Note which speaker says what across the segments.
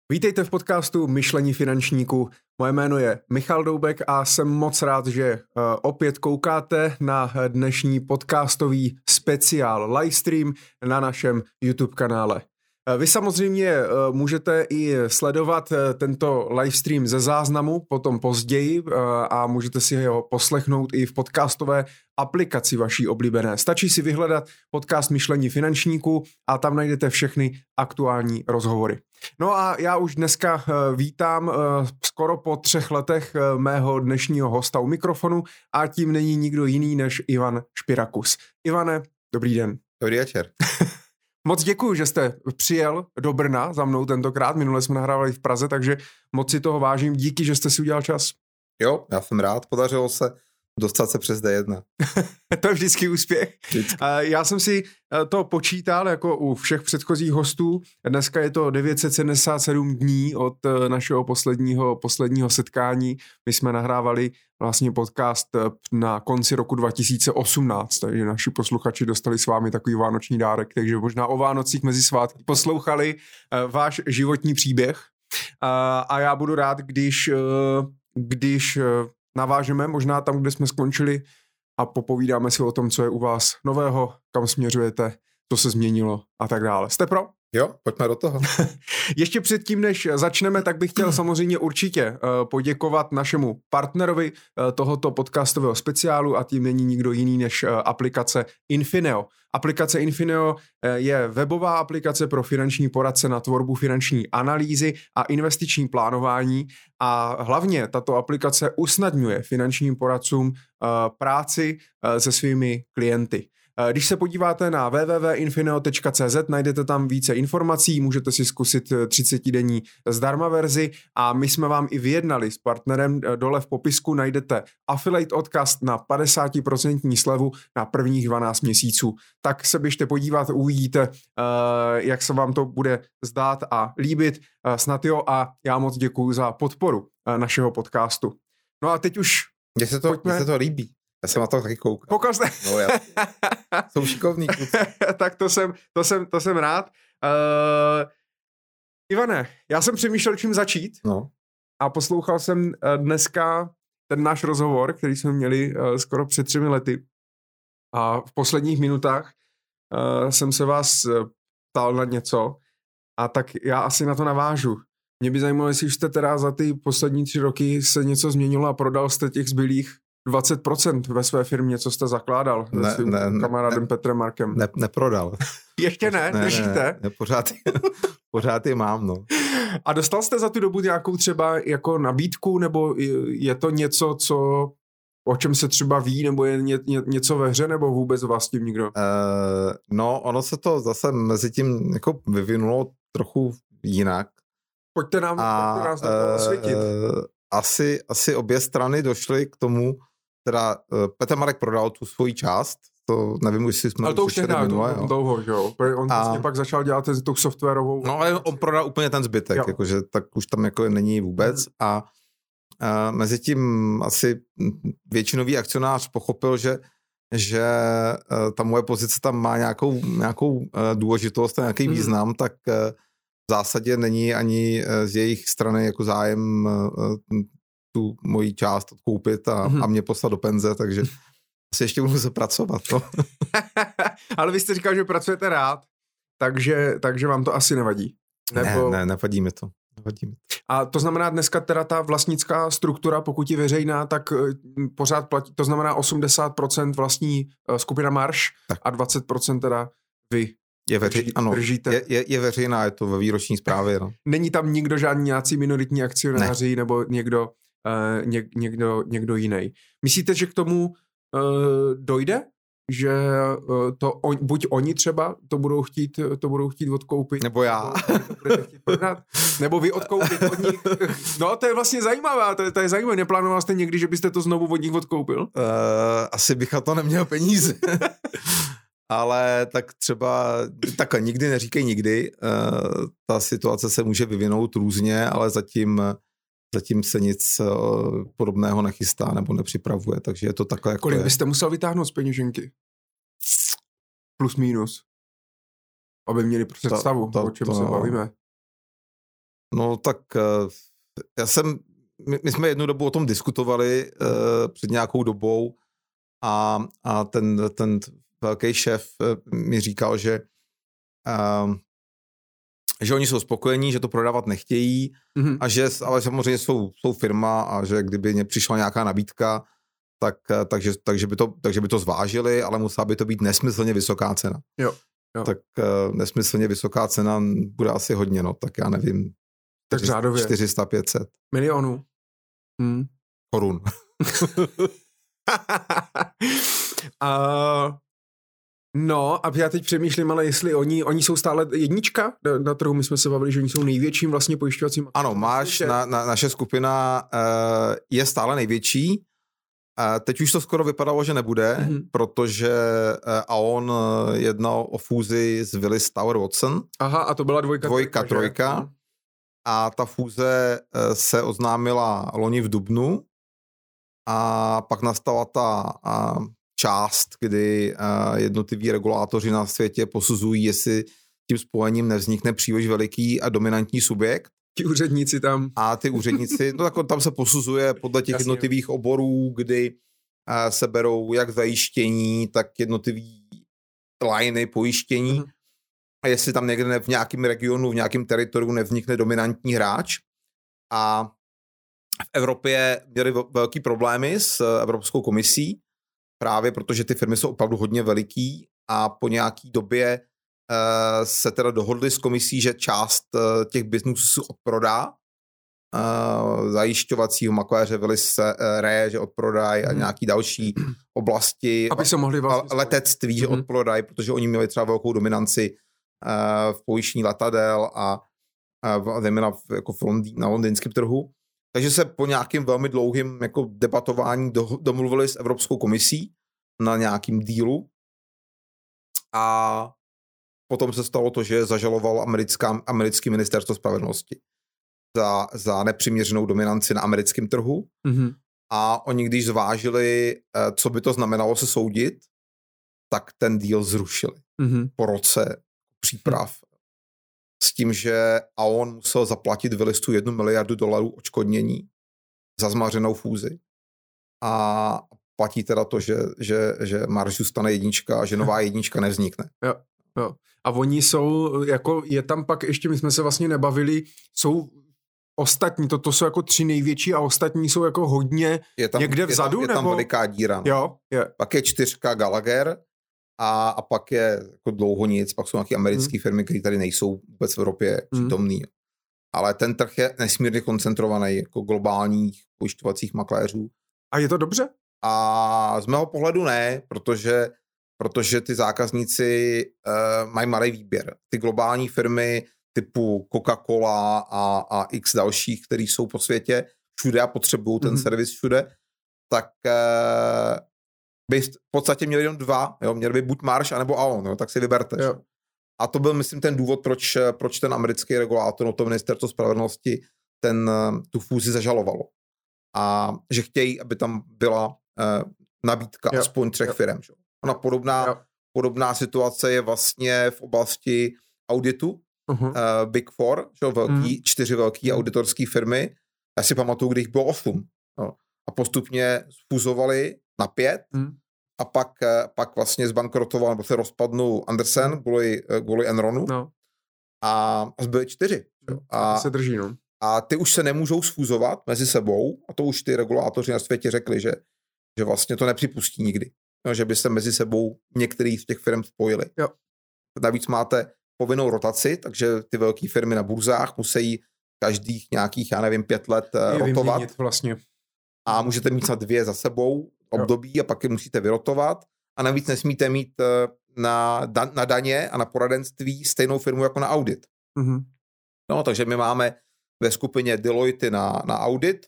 Speaker 1: Vítejte v podcastu Myšlení finančníků. Moje jméno je Michal Doubek a jsem moc rád, že opět koukáte na dnešní podcastový speciál livestream na našem YouTube kanále. Vy samozřejmě můžete i sledovat tento livestream ze záznamu potom později a můžete si ho poslechnout i v podcastové aplikaci vaší oblíbené. Stačí si vyhledat podcast Myšlení finančníků a tam najdete všechny aktuální rozhovory. No a já už dneska vítám skoro po 3 letech mého dnešního hosta u mikrofonu a tím není nikdo jiný než Ivan Špirakus. Ivane, dobrý den.
Speaker 2: Dobrý večer.
Speaker 1: Moc děkuju, že jste přijel do Brna za mnou tentokrát. Minule jsme nahrávali v Praze, takže moc si toho vážím. Díky, že jste si udělal čas.
Speaker 2: Jo, já jsem rád. Podařilo se dostat se přes D1.
Speaker 1: To je vždycky úspěch.
Speaker 2: Vždycky.
Speaker 1: Já jsem si to počítal jako u všech předchozích hostů. Dneska je to 977 dní od našeho posledního setkání. My jsme nahrávali vlastně podcast na konci roku 2018, takže naši posluchači dostali s vámi takový vánoční dárek, takže možná o Vánocích mezi svátky poslouchali váš životní příběh. A já budu rád, když navážeme možná tam, kde jsme skončili a popovídáme si o tom, co je u vás nového, kam směřujete, co se změnilo a tak dále. Jste pro?
Speaker 2: Jo, pojďme do toho.
Speaker 1: Ještě předtím, než začneme, tak bych chtěl samozřejmě určitě poděkovat našemu partnerovi tohoto podcastového speciálu a tím není nikdo jiný než aplikace Infineo. Aplikace Infineo je webová aplikace pro finanční poradce na tvorbu finanční analýzy a investiční plánování a hlavně tato aplikace usnadňuje finančním poradcům práci se svými klienty. Když se podíváte na www.infineo.cz, najdete tam více informací, můžete si zkusit 30-denní zdarma verzi a my jsme vám i vyjednali s partnerem, dole v popisku najdete affiliate odkaz na 50% slevu na prvních 12 měsíců. Tak se běžte podívat, uvidíte, jak se vám to bude zdát a líbit. Snad jo a já moc děkuju za podporu našeho podcastu. No a teď už
Speaker 2: Mně se to líbí. Já jsem na to taky koukal.
Speaker 1: Pokazte.
Speaker 2: No, jsou šikovní kluci.
Speaker 1: Tak to jsem rád. Ivane, já jsem přemýšlel, čím začít a poslouchal jsem dneska ten náš rozhovor, který jsme měli skoro před 3 lety a v posledních minutách jsem se vás ptal na něco a tak já asi na to navážu. Mě by zajímalo, jestli jste teda za ty poslední 3 roky se něco změnilo a prodal jste těch zbylých 20% ve své firmě, co jste zakládal se svým kamarádem Petrem Markem.
Speaker 2: Neprodal.
Speaker 1: Ještě ne? Držíte?
Speaker 2: Ne, pořád je mám, no.
Speaker 1: A dostal jste za tu dobu nějakou třeba jako nabídku, nebo je to něco, o čem se třeba ví, nebo je něco ve hře, nebo vůbec vás tím nikdo?
Speaker 2: No, ono se to zase mezi tím jako vyvinulo trochu jinak.
Speaker 1: Pojďte nám to osvětit.
Speaker 2: Asi obě strany došly k tomu, teda Petr Marek prodal tu svoji část, to nevím, jestli jsme...
Speaker 1: Ale to už dlouho, že jo? On vlastně pak začal dělat tou softwarovou...
Speaker 2: No, ale on prodal úplně ten zbytek, jakože tak už tam jako není vůbec a mezi tím asi většinový akcionář pochopil, že ta moje pozice tam má nějakou důležitost a nějaký význam, tak v zásadě není ani z jejich strany jako zájem tu moji část odkoupit a mě poslat do penze, takže asi ještě budu se pracovat. No.
Speaker 1: Ale vy jste říkal, že pracujete rád, takže vám to asi nevadí.
Speaker 2: Nebo... Ne, nevadí mi to.
Speaker 1: A to znamená dneska teda ta vlastnická struktura, pokud je veřejná, tak pořád platí, to znamená 80% vlastní skupina Marš a 20% teda vy.
Speaker 2: Je veřejná, je to ve výroční zprávě. No.
Speaker 1: Není tam nikdo, žádný nějací minoritní akcionáři nebo někdo jiný. Myslíte, že k tomu dojde? Že buď oni třeba to budou chtít odkoupit.
Speaker 2: Nebo já.
Speaker 1: Nebo vy odkoupit od nich. No to je vlastně zajímavé, to je zajímavé. Neplánoval jste někdy, že byste to znovu od nich odkoupil?
Speaker 2: Asi bych na to neměl peníze. Ale tak třeba, takhle nikdy neříkej nikdy, ta situace se může vyvinout různě, ale zatím se nic podobného nechystá nebo nepřipravuje, takže je to takhle, jako
Speaker 1: kolik byste musel vytáhnout z peněženky? Plus minus. Aby měli představu, o čem se bavíme.
Speaker 2: No tak my jsme jednu dobu o tom diskutovali před nějakou dobou a ten velký šéf mi říkal, že oni jsou spokojení, že to prodávat nechtějí, ale samozřejmě jsou firma a že kdyby přišla nějaká nabídka, takže by to zvážili, ale musela by to být nesmyslně vysoká cena.
Speaker 1: Jo.
Speaker 2: Tak nesmyslně vysoká cena bude asi hodně, no, tak já nevím.
Speaker 1: Tak řádově.
Speaker 2: 400-500.
Speaker 1: Milionů.
Speaker 2: Korun.
Speaker 1: No, a já teď přemýšlím, ale jestli oni jsou stále jednička na trhu, my jsme se bavili, že oni jsou největším vlastně pojišťovacím.
Speaker 2: Ano, naše skupina je stále největší. Teď už to skoro vypadalo, že nebude, protože Aon jednal o fúzi s Willis Tower Watson.
Speaker 1: Aha, a to byla dvojka,
Speaker 2: trojka. A ta fúze se oznámila loni v dubnu a pak nastala ta část, kdy jednotliví regulátoři na světě posuzují, jestli tím spojením nevznikne příliš veliký a dominantní subjekt.
Speaker 1: Ti úředníci tam.
Speaker 2: A ty úředníci, no tak tam se posuzuje podle těch jednotlivých oborů, kdy se berou jak zajištění, tak jednotlivý liny pojištění. A jestli tam někde v nějakém regionu, v nějakém teritoriu nevznikne dominantní hráč. A v Evropě měli velký problémy s Evropskou komisí, právě protože ty firmy jsou opravdu hodně veliký a po nějaký době se teda dohodli s komisí, že část těch biznesů odprodá. Zajišťovacího makléře Willis Re, že odprodají a nějaký další oblasti.
Speaker 1: Aby se mohli vlastně
Speaker 2: letectví, že odprodají, protože oni měli třeba velkou dominanci v pojištění letadel a zejména jako na londýnském trhu. Takže se po nějakým velmi dlouhým jako debatování domluvili s Evropskou komisí na nějakým dílu a potom se stalo to, že zažaloval americký ministerstvo spravedlnosti za nepřiměřenou dominanci na americkém trhu. A oni, když zvážili, co by to znamenalo se soudit, tak ten deal zrušili po roce příprav. S tím, že Aon musel zaplatit Willisu $1 miliardu odškodnění za zmařenou fúzi. A platí teda to, že marž zůstane jednička a že nová jednička nevznikne.
Speaker 1: Jo. A oni jsou, jako je tam pak ještě, my jsme se vlastně nebavili, jsou ostatní, to jsou jako 3 největší a ostatní jsou jako hodně někde vzadu?
Speaker 2: Je tam veliká díra. No.
Speaker 1: Jo, je.
Speaker 2: Pak je 4 Gallagher a pak je jako dlouho nic, pak jsou nějaké americké firmy, které tady nejsou vůbec v Evropě přítomný. Ale ten trh je nesmírně koncentrovaný jako globálních pojišťovacích makléřů.
Speaker 1: A je to dobře?
Speaker 2: A z mého pohledu ne, protože ty zákazníci mají malý výběr. Ty globální firmy typu Coca-Cola a x dalších, který jsou po světě všude a potřebují ten servis všude, tak by v podstatě měli jenom 2. Jo? Měli by buď Marsh, anebo Aon, jo? Tak si vyberte. Jo. A to byl, myslím, ten důvod, proč ten americký regulátor, to ministerstvo spravedlnosti, tu fúzi zažalovalo. A že chtějí, aby tam byla nabídka aspoň 3 firem. Že? Ona podobná situace je vlastně v oblasti auditu. Big Four, že? 4 velké auditorské firmy. Já si pamatuju, když bylo 8. Jo? A postupně sfúzovali na 5 a pak vlastně zbankrotoval nebo se rozpadnul Andersen kvůli Enronu a zbyly 4.
Speaker 1: A se drží, no.
Speaker 2: A ty už se nemůžou sfúzovat mezi sebou a to už ty regulátoři na světě řekli, že vlastně to nepřipustí nikdy. No, že by se mezi sebou některý z těch firm spojili.
Speaker 1: Jo.
Speaker 2: Navíc máte povinnou rotaci, takže ty velké firmy na burzách musí každých nějakých, 5 let rotovat.
Speaker 1: Vlastně.
Speaker 2: A můžete mít snad 2 za sebou období a pak je musíte vyrotovat. A navíc nesmíte mít na daně a na poradenství stejnou firmu jako na audit. No, takže my máme ve skupině Deloitte na audit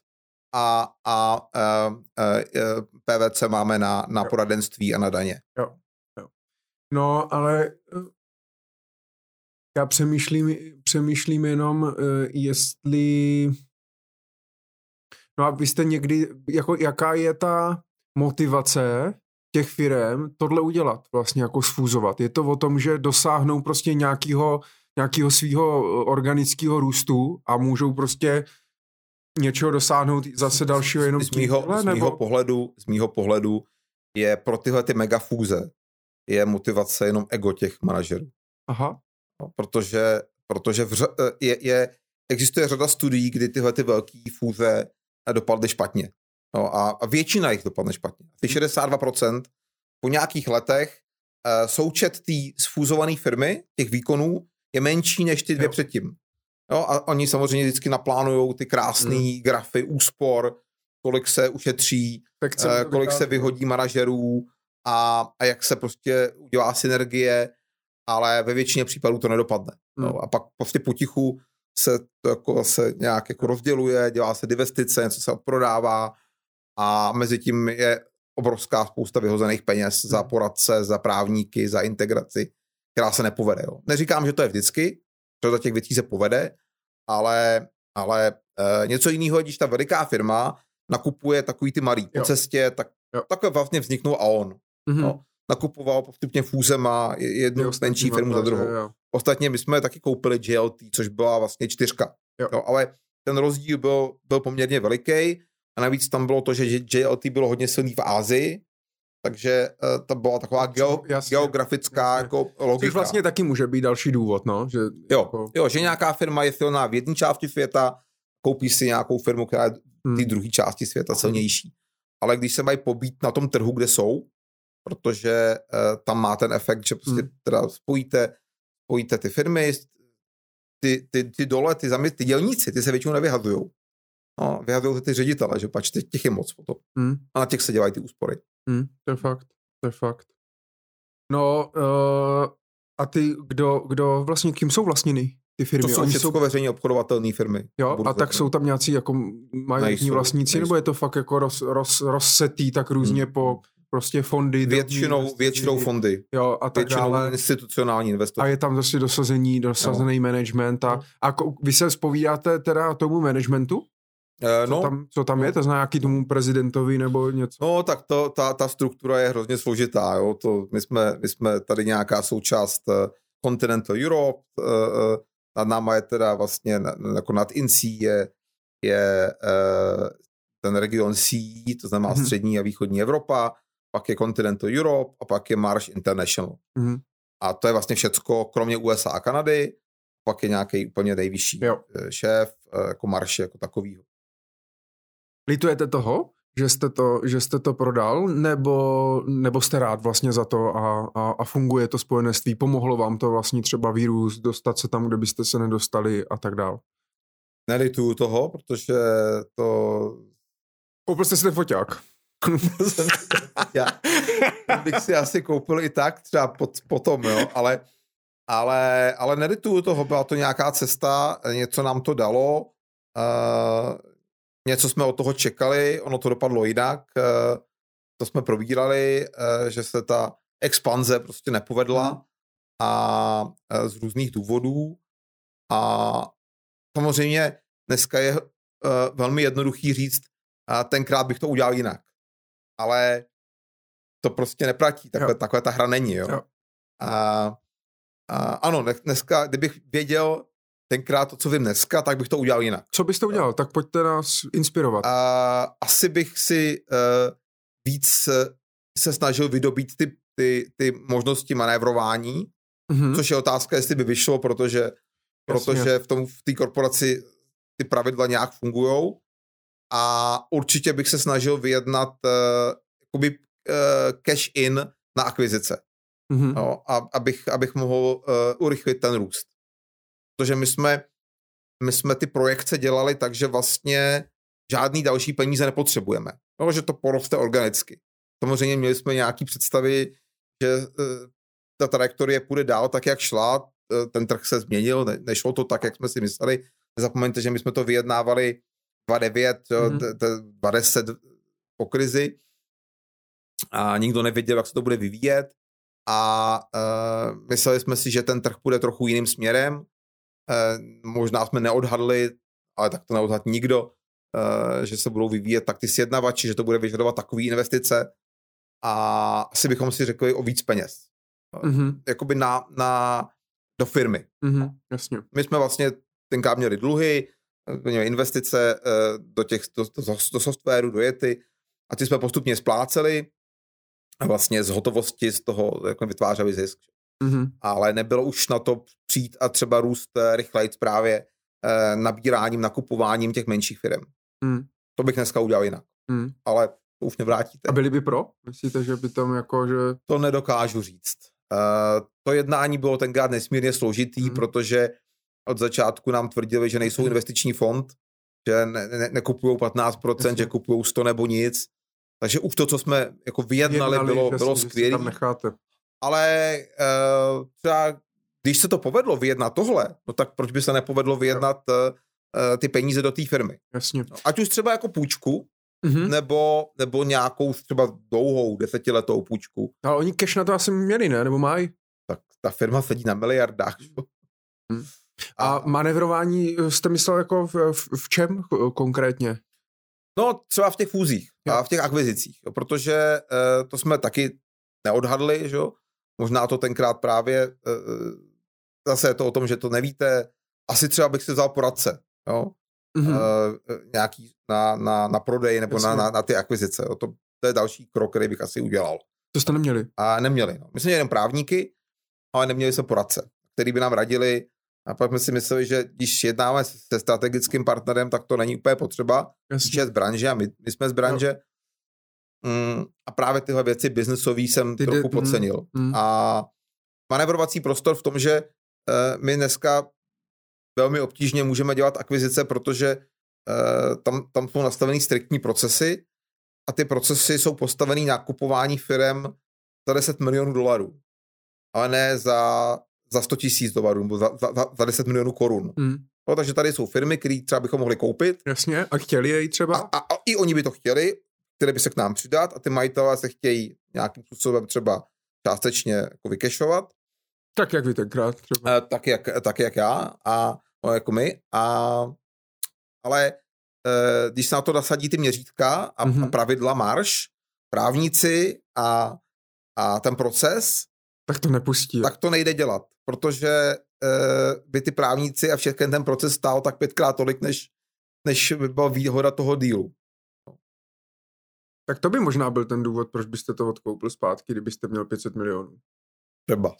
Speaker 2: a PwC máme na poradenství a na daně.
Speaker 1: Jo. No, ale já přemýšlím jenom, jestli... No a vy jste někdy, jako jaká je ta motivace těch firem tohle udělat, vlastně jako sfúzovat? Je to o tom, že dosáhnou prostě nějakého nějakého svého organického růstu a můžou prostě něčeho dosáhnout zase dalšího jenom
Speaker 2: z mýho pohledu je pro tyhle ty megafúze je motivace jenom ego těch manažerů.
Speaker 1: Aha.
Speaker 2: No, protože existuje řada studií, kdy tyhle ty velký fúze dopadly špatně. No, a většina jich dopadne špatně. Ty 62% po nějakých letech součet té sfúzované firmy, těch výkonů, je menší než ty dvě předtím. No, a oni samozřejmě vždycky naplánujou ty krásné grafy úspor, kolik se ušetří, kolik se vyhodí manažerů a jak se prostě udělá synergie, ale ve většině případů to nedopadne. No, a pak prostě potichu se to jako zase nějak jako rozděluje, dělá se divestice, něco se odprodává a mezi tím je obrovská spousta vyhozených peněz za poradce, za právníky, za integraci, která se nepovede. Jo. Neříkám, že to je vždycky, řada těch věcí se povede, ale něco jiného, když ta veliká firma nakupuje takový ty malý po cestě, takhle vlastně vzniknul AON. No, nakupoval postupně fúzema jednu menší firmu za druhou. Ostatně my jsme taky koupili JLT, což byla vlastně 4. No, ale ten rozdíl byl poměrně veliký a navíc tam bylo to, že JLT bylo hodně silný v Ázii, takže to byla taková geografická jako logika.
Speaker 1: Což vlastně taky může být další důvod, no? Že,
Speaker 2: že nějaká firma je silná v jedné části světa, koupí si nějakou firmu, která je v té druhé části světa silnější. Ale když se mají pobít na tom trhu, kde jsou, protože tam má ten efekt, že prostě teda spojíte ty firmy, ty dole, ty dělníci, ty se většinou nevyhazujou. No, vyhazují ty ředitele, že pač těch je moc potom. A na těch se dělají ty úspory.
Speaker 1: To je fakt. No a ty, kdo vlastně, kým jsou vlastněny ty firmy?
Speaker 2: To jsou všechno veřejně obchodovatelné firmy.
Speaker 1: Jo, a tak jsou tam nějací jako majoritní vlastníci, nebo je to fakt jako rozsetý tak různě po prostě fondy?
Speaker 2: Většinou fondy.
Speaker 1: Jo, a tak dále.
Speaker 2: Institucionální investoři.
Speaker 1: A je tam zase dosazený management. A vy se zpovídáte teda tomu managementu? Co tam je? To znamená nějaký tomu prezidentovi nebo něco?
Speaker 2: No, tak ta struktura je hrozně složitá. Jo? My jsme tady nějaká součást Continental Europe, nad náma je teda vlastně jako nad INSEE je ten region CE, to znamená střední a východní Evropa, pak je Continental Europe a pak je Marsh International. A to je vlastně všecko, kromě USA a Kanady, pak je nějaký úplně nejvyšší šéf, jako Marsh jako takovýho.
Speaker 1: Litujete toho, že jste to prodal, nebo jste rád vlastně za to a funguje to spojenectví? Pomohlo vám to vlastně třeba vírus, dostat se tam, kde byste se nedostali a tak dál?
Speaker 2: Nelituju toho, protože to...
Speaker 1: Koupil jste si ten foťák.
Speaker 2: Já bych si asi koupil i tak, třeba potom, jo, ale nelituju toho, byla to nějaká cesta, něco nám to dalo, něco jsme od toho čekali, ono to dopadlo jinak, to jsme probírali, že se ta expanze prostě nepovedla a z různých důvodů a samozřejmě dneska je velmi jednoduchý říct, tenkrát bych to udělal jinak, ale to prostě neplatí, takhle ta hra není, jo. Ano, dneska, kdybych věděl tenkrát to, co vím dneska, tak bych to udělal jinak.
Speaker 1: Co byste udělal? Tak pojďte nás inspirovat.
Speaker 2: Asi bych si víc se snažil vydobít ty možnosti manévrování, což je otázka, jestli by vyšlo, protože v té korporaci ty pravidla nějak fungujou a určitě bych se snažil vyjednat cash in na akvizice. No, abych mohl urychlit ten růst. Protože my jsme ty projekce dělali tak, že vlastně žádný další peníze nepotřebujeme. No, že to poroste organicky. Samozřejmě měli jsme nějaký představy, že ta trajektorie půjde dál tak, jak šla. Ten trh se změnil, nešlo to tak, jak jsme si mysleli. Nezapomeňte, že my jsme to vyjednávali 2009, 2010 po krizi a nikdo nevěděl, jak se to bude vyvíjet a mysleli jsme si, že ten trh půjde trochu jiným směrem. Možná jsme neodhadli, ale tak to neodhadl nikdo, že se budou vyvíjet tak ty sjednavači, že to bude vyžadovat takové investice a asi bychom si řekli o víc peněz. Jakoby na do firmy.
Speaker 1: Jasně.
Speaker 2: My jsme vlastně tenkrát měli dluhy, měli investice do softwaru, do Yeti a ty jsme postupně spláceli a vlastně z hotovosti z toho jako vytvářeli zisk. Ale nebylo už na to přijít a třeba růst rychleji právě nabíráním, nakupováním těch menších firm. To bych dneska udělal jinak. Ale to už nevrátíte.
Speaker 1: A byli by pro? Myslíte, že by tam jako, že...
Speaker 2: To nedokážu říct. To jednání bylo tenkrát nesmírně složitý, protože od začátku nám tvrdili, že nejsou investiční fond, že nekupují 15%, že kupují 100 nebo nic. Takže už to, co jsme jako vyjednali, bylo skvělé. Ale třeba, když se to povedlo vyjednat tohle, no tak proč by se nepovedlo vyjednat ty peníze do té firmy?
Speaker 1: Jasně.
Speaker 2: Ať už třeba jako půjčku, nebo nějakou třeba dlouhou 10letou půjčku.
Speaker 1: Ale oni cash na to asi měli, ne? Nebo mají?
Speaker 2: Tak ta firma sedí na miliardách.
Speaker 1: A manevrování jste myslel jako v čem konkrétně?
Speaker 2: No třeba v těch fúzích a v těch akvizicích, protože to jsme taky neodhadli, že jo? Možná to tenkrát právě zase je to o tom, že to nevíte. Asi třeba bych si vzal poradce, jo? Nějaký na prodej nebo na ty akvizice. Jo? To je další krok, který bych asi udělal.
Speaker 1: To jste neměli?
Speaker 2: A neměli. No. My jsme měli jen právníky, ale neměli se poradce, který by nám radili. A pak jsme si mysleli, že když jednáme se strategickým partnerem, tak to není úplně potřeba. Když je z branže a my jsme z branže. A právě tyhle věci biznesový jsem trochu podcenil. A manevrovací prostor v tom, že my dneska velmi obtížně můžeme dělat akvizice, protože tam jsou nastavený striktní procesy a ty procesy jsou postavený na kupování firem za $10 milionů, ale ne za $100,000 nebo za 10 milionů korun. No, takže tady jsou firmy, které třeba bychom mohli koupit.
Speaker 1: Jasně, a chtěli jej třeba?
Speaker 2: A i oni by to chtěli by se k nám přidat a ty majitelé se chtějí nějakým způsobem třeba částečně jako vykešovat.
Speaker 1: Tak jak vy tenkrát třeba.
Speaker 2: Tak jak já a jako my. Ale když se na to nasadí ty měřítka a pravidla marš, právníci a ten proces,
Speaker 1: tak to nepustí.
Speaker 2: Tak to nejde dělat, protože by ty právníci a všechny ten proces stál tak 5krát tolik, než by byla výhoda toho dealu.
Speaker 1: Tak to by možná byl ten důvod, proč byste to odkoupil zpátky, kdybyste měl 500 milionů.
Speaker 2: Třeba.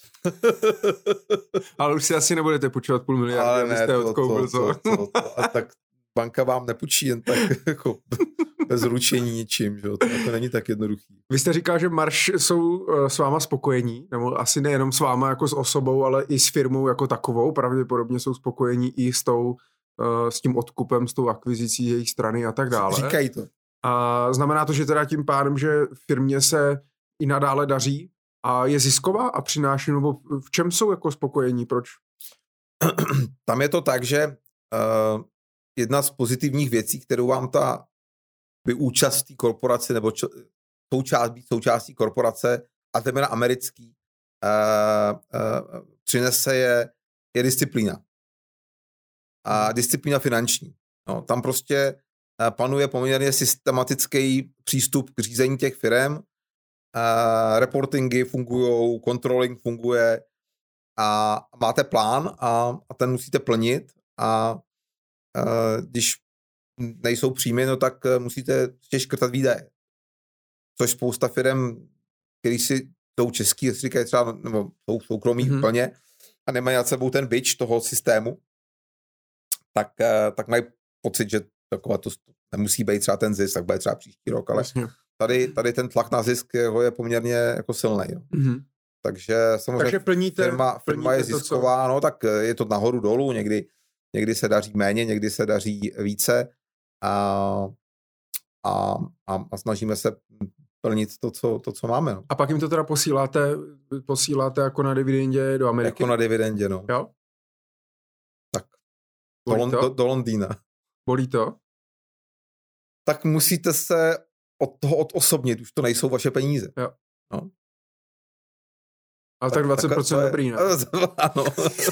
Speaker 1: Ale už si asi nebudete půjčovat 500 miliardy, abyste odkoupil to.
Speaker 2: A tak banka vám nepůjčí jen tak jako bez ručení ničím, že? To není tak jednoduchý.
Speaker 1: Vy jste říkal, že Marš jsou s váma spokojení, nebo asi nejenom s váma jako s osobou, ale i s firmou jako takovou, pravděpodobně jsou spokojení i s tím odkupem, s tou akvizicí jejich strany a tak dále.
Speaker 2: Říkají to.
Speaker 1: A znamená to, že teda tím pádem, že firmě se i nadále daří a je zisková a přináší, nebo v čem jsou jako spokojení, proč?
Speaker 2: Tam je to tak, že jedna z pozitivních věcí, kterou vám ta účast té korporace nebo součástí korporace a zejména americký přinese je disciplína. A disciplína finanční. No, tam prostě panuje poměrně systematický přístup k řízení těch firem. Reportingy fungují, controlling funguje a máte plán a ten musíte plnit a když nejsou příjmy, no tak musíte škrtat výdaje. Což spousta firem, který jsou český, říkají třeba, nebo jsou soukromí úplně a nemají nad sebou ten bič toho systému, tak mají pocit, že takové to nemusí být třeba ten zisk, tak bude třeba příští rok, ale tady ten tlak na zisk je poměrně jako silný. Takže samozřejmě firma je zisková, no, tak je to nahoru dolů, někdy se daří méně, někdy se daří více a snažíme se plnit to, co máme. No.
Speaker 1: A pak jim to teda posíláte jako na dividendě do Ameriky?
Speaker 2: Jako na dividendě, no.
Speaker 1: Jo?
Speaker 2: Tak. Do Londýna.
Speaker 1: Bolí to?
Speaker 2: Tak musíte se od toho odosobnit, už to nejsou vaše peníze.
Speaker 1: Jo.
Speaker 2: No.
Speaker 1: Ale tak 20% je dobrý, ne?
Speaker 2: Ano.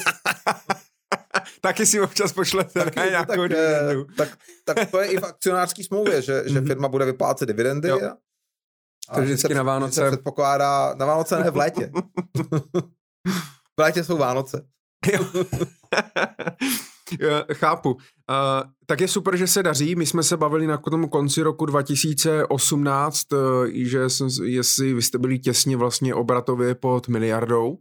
Speaker 1: Taky si občas pošlete nějakou
Speaker 2: dividendu. Tak to je i v akcionářské smlouvě, že firma bude vyplácet dividendy.
Speaker 1: To je vždycky na Vánoce.
Speaker 2: Se předpokládá, na Vánoce ne, v létě. V létě jsou Vánoce.
Speaker 1: Chápu. Tak je super, že se daří. My jsme se bavili na tomu konci roku 2018, jestli vy jste byli těsně vlastně obratově pod miliardou.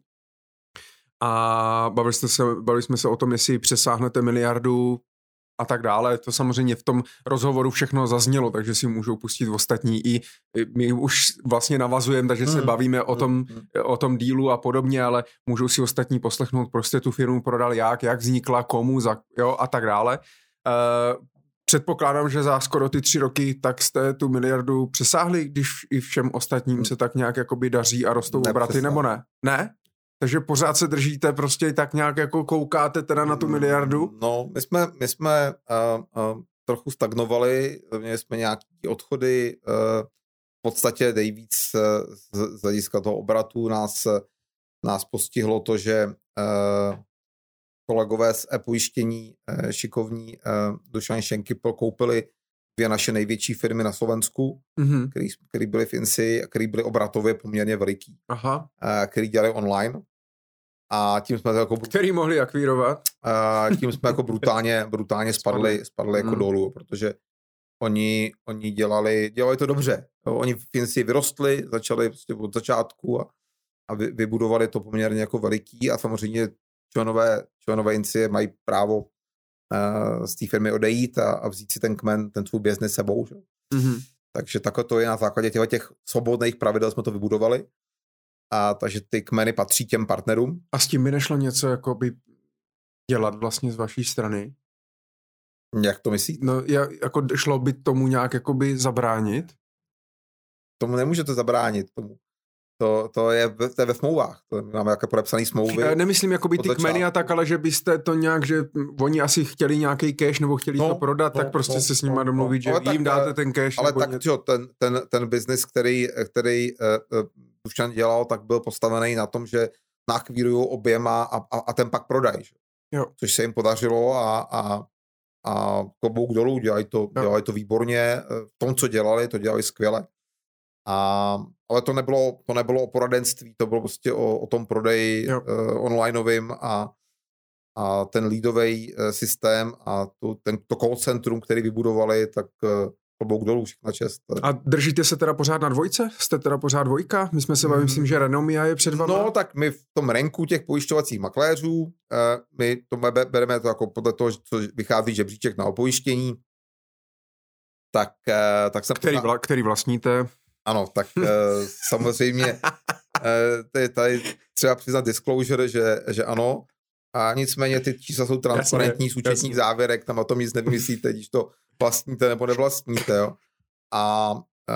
Speaker 1: A bavili jsme se o tom, jestli přesáhnete miliardu a tak dále. To samozřejmě v tom rozhovoru všechno zaznělo, takže si můžou pustit ostatní. I my už vlastně navazujeme, takže se bavíme o tom dílu a podobně, ale můžou si ostatní poslechnout, prostě tu firmu prodal jak vznikla, komu, a tak dále. Předpokládám, že za skoro ty 3 roky tak jste tu miliardu přesáhli, když i všem ostatním se tak nějak jakoby daří a rostou obraty, nebo ne? Ne? Takže pořád se držíte, prostě tak nějak jako koukáte teda na tu miliardu?
Speaker 2: No, my jsme trochu stagnovali, měli jsme nějaké odchody, v podstatě nejvíc z hlediska toho obratu nás postihlo to, že kolegové z e-pojištění šikovní Dušan Šenky koupili 2 naše největší firmy na Slovensku, který byly v INSI a který byly obratově poměrně veliký.
Speaker 1: Aha.
Speaker 2: Který dělali online. A tím jsme jako...
Speaker 1: Který mohli akvírovat.
Speaker 2: Tím jsme jako brutálně spadli jako dolů, protože oni dělali to dobře. Oni v INSI vyrostli, začali prostě od začátku a vybudovali to poměrně jako veliký a samozřejmě členové INSI mají právo z té firmy odejít a vzít si ten kmen, ten svůj biznes sebou. Že? Takže takhle to je na základě těch svobodných pravidel jsme to vybudovali. A takže ty kmeny patří těm partnerům.
Speaker 1: A s tím by nešlo něco jakoby dělat vlastně z vaší strany?
Speaker 2: Jak to myslíte?
Speaker 1: No, jako šlo by tomu nějak jakoby zabránit?
Speaker 2: Tomu nemůžete zabránit. To je ve smlouvách. Máme jaké podepsané smlouvy.
Speaker 1: Já nemyslím jakoby ty kmeny a tak, ale že byste to nějak, že oni asi chtěli nějaký cash nebo chtěli to prodat, tak prostě se s nima domluvit, že jim dáte ten cash.
Speaker 2: Ale tak ten biznis, který Dušan dělal, tak byl postavený na tom, že nakvírují objem a ten pak prodají. Což se jim podařilo a klobouk dolů, dělají to výborně. V tom, co dělali, to dělali skvěle. Ale to nebylo o poradenství, to bylo prostě o tom prodeji onlineovým a ten leadový systém a to call centrum, který vybudovali, tak klobouk dolů, všechna čest.
Speaker 1: A držíte se teda pořád na 2? Jste teda pořád 2? My jsme se bavili, myslím, že Renomia je před vámi.
Speaker 2: No, tak my v tom ranku těch pojišťovacích makléřů, my to bereme to jako podle toho, co vychází žebříček na opojištění, tak jsem...
Speaker 1: Který vlastníte?
Speaker 2: Ano, tak samozřejmě tady třeba přiznat disclosure, že ano, a nicméně ty čísla jsou transparentní z účetních závěrek, tam o tom nic nevymyslíte, když to vlastníte nebo nevlastníte, jo. A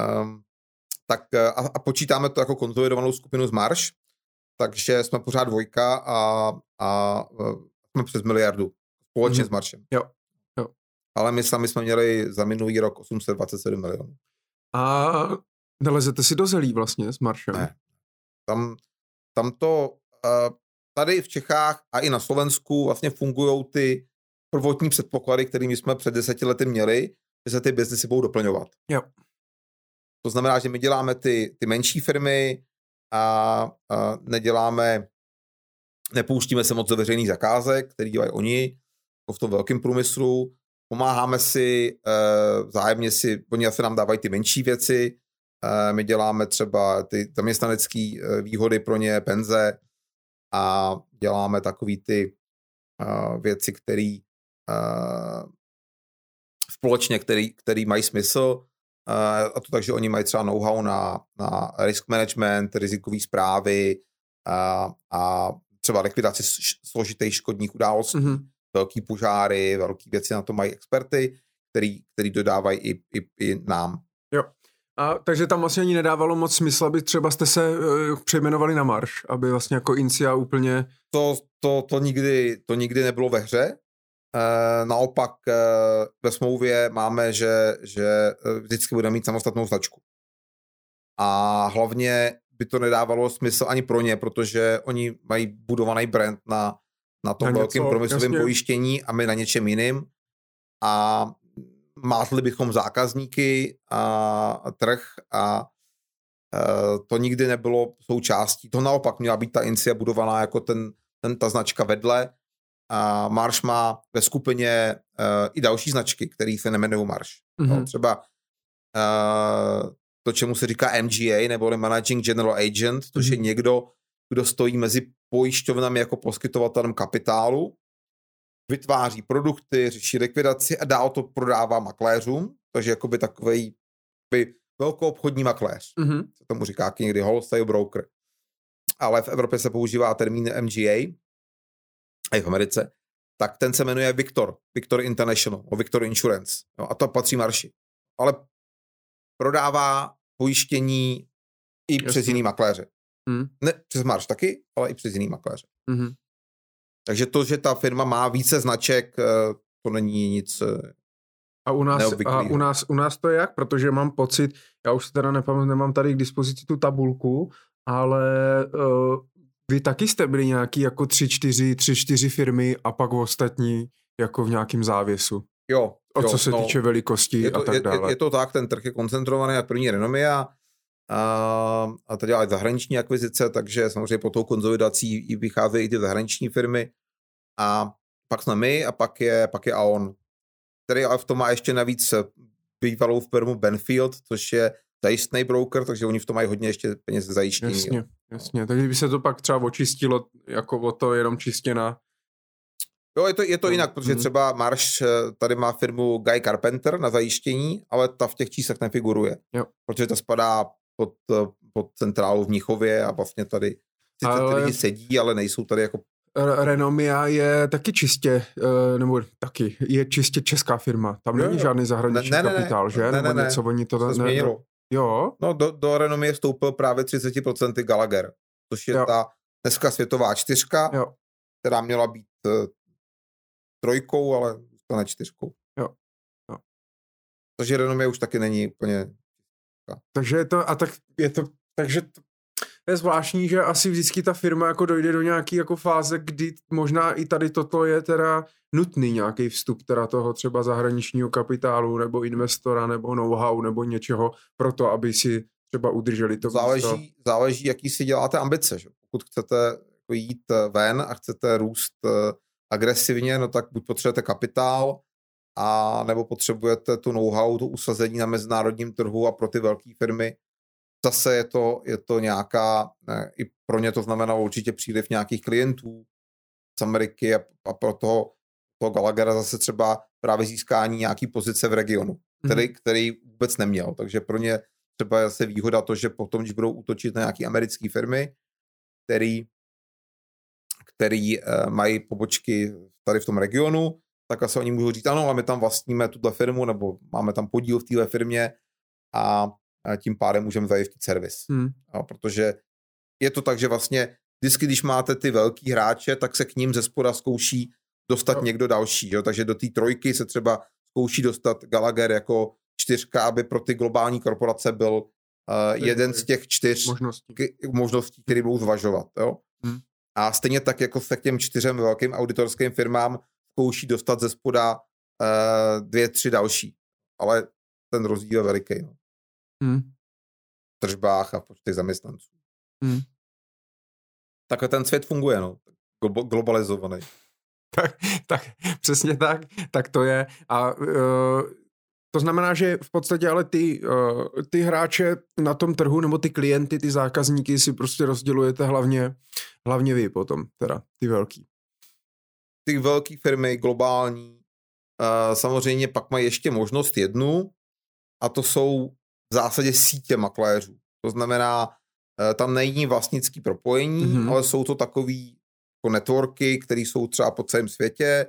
Speaker 2: počítáme to jako konsolidovanou skupinu z Marš, takže jsme pořád 2 a jsme přes miliardu společně s Maršem.
Speaker 1: Jo.
Speaker 2: Ale my sami jsme měli za minulý rok 827 milionů.
Speaker 1: A nelezete si do zelí vlastně s Maršem?
Speaker 2: Ne. Tam to tady v Čechách a i na Slovensku vlastně fungují ty prvotní předpoklady, kterými jsme před 10 lety měli, že se ty biznesy budou doplňovat.
Speaker 1: Jo.
Speaker 2: To znamená, že my děláme ty menší firmy a nepouštíme se moc do veřejných zakázek, který dělají oni, jako v tom velkém průmyslu. Pomáháme si, vzájemně oni asi nám dávají ty menší věci, my děláme třeba ty zaměstnanecké výhody pro ně, penze a děláme takový ty věci, které společně, který mají smysl, a to takže oni mají třeba know-how na risk management, rizikový zprávy a třeba likvidaci složitých škodních událostí, velký požáry, velký věci, na to mají experty, který dodávají i nám.
Speaker 1: Jo. A takže tam vlastně ani nedávalo moc smysl, aby třeba jste se přejmenovali na Marš, aby vlastně jako Incia úplně...
Speaker 2: To nikdy nebylo ve hře. Naopak ve smlouvě máme, že vždycky budeme mít samostatnou značku. A hlavně by to nedávalo smysl ani pro ně, protože oni mají budovaný brand na tom velkém průmyslovém pojištění a my na něčem jiným. A mátli bychom zákazníky a trh a to nikdy nebylo součástí. To naopak měla být ta Incia budovaná jako ten ta značka vedle. A Marsh má ve skupině i další značky, které se nemenují Marsh. No, třeba to, čemu se říká MGA, neboli Managing General Agent, což je někdo, kdo stojí mezi pojišťovnami jako poskytovatelem kapitálu, vytváří produkty, řeší likvidaci a dál to prodává makléřům, takže jakoby takovej velkoobchodní makléř. Se tomu říká někdy wholesale broker. Ale v Evropě se používá termín MGA, a i v Americe, tak ten se jmenuje Victor International, Victor Insurance. No, a to patří Marshi. Ale prodává pojištění i přes jiný makléře. Ne přes Marsh taky, ale i přes jiný makléře. Takže to, že ta firma má více značek, to není nic
Speaker 1: u nás to je jak? Protože mám pocit, já už si teda nemám tady k dispozici tu tabulku, ale vy taky jste byli nějaký jako 3-4 firmy a pak ostatní jako v nějakým závěsu.
Speaker 2: Jo.
Speaker 1: Co se týče velikosti a tak dále.
Speaker 2: Je to tak, ten trh je koncentrovaný na první Renomie a to dělá i zahraniční akvizice, takže samozřejmě po tou konsolidací vycházejí i ty zahraniční firmy a pak jsme my a pak je Aon, který ale v tom má ještě navíc bývalou firmu Benfield, což je zajistný broker, takže oni v tom mají hodně ještě peněz zajištění.
Speaker 1: Jasně, takže by se to pak třeba očistilo jako o to jenom čistě na...
Speaker 2: Jo, je to jinak, protože třeba Marsh tady má firmu Guy Carpenter na zajištění, ale ta v těch číslech nefiguruje, protože to spadá pod centrálu v Mnichově a vlastně tady ty lidi sedí, ale nejsou tady jako...
Speaker 1: Renomia je taky čistě, nebo taky, je čistě česká firma. Tam není žádný zahraniční kapitál, že?
Speaker 2: Ne,
Speaker 1: nebo něco, oni to
Speaker 2: změnilo.
Speaker 1: Jo?
Speaker 2: No, do Renomie vstoupil právě 30% Gallagher, což je ta dneska světová 4, která měla být 3, ale zůstane 4.
Speaker 1: Jo.
Speaker 2: Takže Renomie už taky není úplně...
Speaker 1: Takže je zvláštní, že asi vždycky ta firma jako dojde do nějaký jako fáze, kdy možná i tady toto je teda nutný nějaký vstup teda toho třeba zahraničního kapitálu nebo investora nebo know-how nebo něčeho pro to, aby si třeba udrželi to.
Speaker 2: Záleží, jaký si děláte ambice. Že? Pokud chcete jít ven a chcete růst agresivně, no tak buď potřebujete kapitál, a nebo potřebujete tu know-how, tu usazení na mezinárodním trhu a pro ty velké firmy zase je to nějaká, i pro ně to znamenalo určitě příliv nějakých klientů z Ameriky a pro toho Gallaghera zase třeba právě získání nějaký pozice v regionu, který vůbec neměl. Takže pro ně třeba je zase výhoda to, že potom, když budou útočit na nějaké americké firmy, který mají pobočky tady v tom regionu, tak asi oni můžou říct, ano, ale my tam vlastníme tuto firmu, nebo máme tam podíl v téhle firmě a tím pádem můžeme zajistit servis. Protože je to tak, že vlastně vždycky, když máte ty velký hráče, tak se k ním ze spoda zkouší dostat někdo další. Jo? Takže do té 3 se třeba zkouší dostat Gallagher jako 4, aby pro ty globální korporace byl jeden z těch 4 možností, které budou zvažovat. Jo? A stejně tak, jako se k těm 4 velkým auditorským firmám zkouší dostat ze spoda 2, 3 další. Ale ten rozdíl je veliký. No. V tržbách a v počtech zaměstnanců. Takhle ten svět funguje, no. Globalizovaný.
Speaker 1: Tak, přesně tak to je. A to znamená, že v podstatě ale ty hráče na tom trhu, nebo ty klienty, ty zákazníky si prostě rozdělujete hlavně vy potom, teda ty velký.
Speaker 2: Ty velké firmy, globální, samozřejmě pak mají ještě možnost jednu, a to jsou v zásadě sítě makléřů. To znamená, tam není vlastnický propojení, ale jsou to takový jako networky, které jsou třeba po celém světě.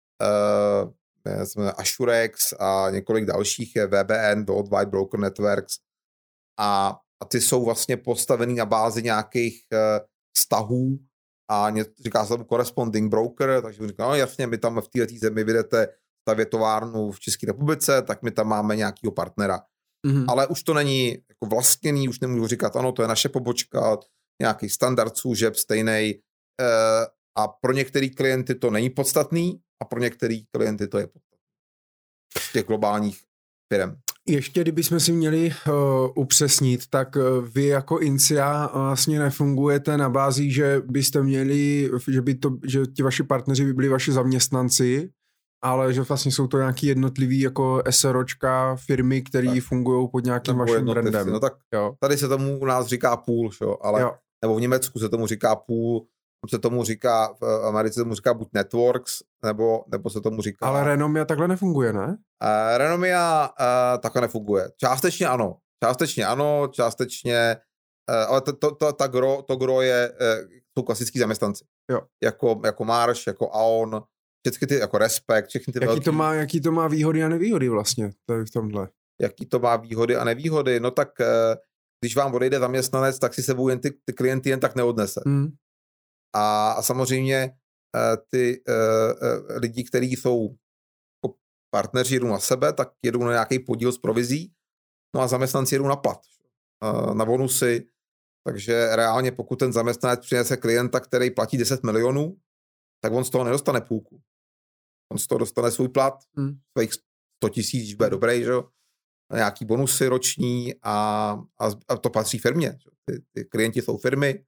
Speaker 2: Assurex a několik dalších je VBN, Worldwide Broker Networks. A ty jsou vlastně postavený na bázi nějakých vztahů a říká se tomu corresponding broker, takže říká, no jasně, my tam v této zemi vydete stavět továrnu v České republice, tak my tam máme nějakého partnera. Ale už to není jako vlastněný, už nemůžu říkat, ano, to je naše pobočka, nějaký standard služeb stejnej a pro některé klienty to není podstatný a pro některé klienty to je podstatný. Z těch globálních firm.
Speaker 1: Ještě kdybychom si měli upřesnit, tak vy jako Incia vlastně nefungujete na bázi, že byste měli, že ti vaši partneři by byli vaši zaměstnanci, ale že vlastně jsou to nějaký jednotlivý jako SROčka firmy, které fungují pod nějakým vaším brandem.
Speaker 2: No tak jo. Tady se tomu u nás říká pool, ale
Speaker 1: jo.
Speaker 2: Nebo v Německu se tomu říká pool, se tomu říká, v Americe se tomu říká buď networks, nebo se tomu říká...
Speaker 1: Ale Renomia takhle nefunguje, ne?
Speaker 2: Renomia takhle nefunguje. Částečně ano, ale to gro jsou klasický zaměstnanci.
Speaker 1: Jo.
Speaker 2: Jako Marš, jako Aon, všechny ty, jako Respekt, všechny ty velký...
Speaker 1: Jaký to má výhody a nevýhody vlastně tady v tomhle?
Speaker 2: Jaký to má výhody a nevýhody? No tak, když vám odejde zaměstnanec, tak si sebou jen ty klienty jen tak neodnese. A samozřejmě ty lidi, kteří jsou partneři, jedou na sebe, tak jedou na nějaký podíl z provizí, no a zaměstnanci jedou na plat, na bonusy, takže reálně pokud ten zaměstnanec přinese klienta, který platí 10 milionů, tak on z toho nedostane půlku. On z toho dostane svůj plat, svých 100 000, když bude dobrý, že? Nějaký bonusy roční a to patří firmě. Ty klienti jsou firmy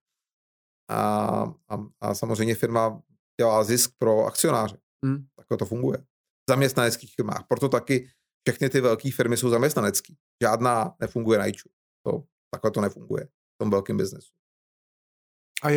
Speaker 2: a samozřejmě firma dělá zisk pro akcionáře. Takhle to funguje. V zaměstnaneckých firmách. Proto taky všechny ty velké firmy jsou zaměstnanecký. Žádná nefunguje na IČu. Takhle to nefunguje v tom velkém biznesu.
Speaker 1: A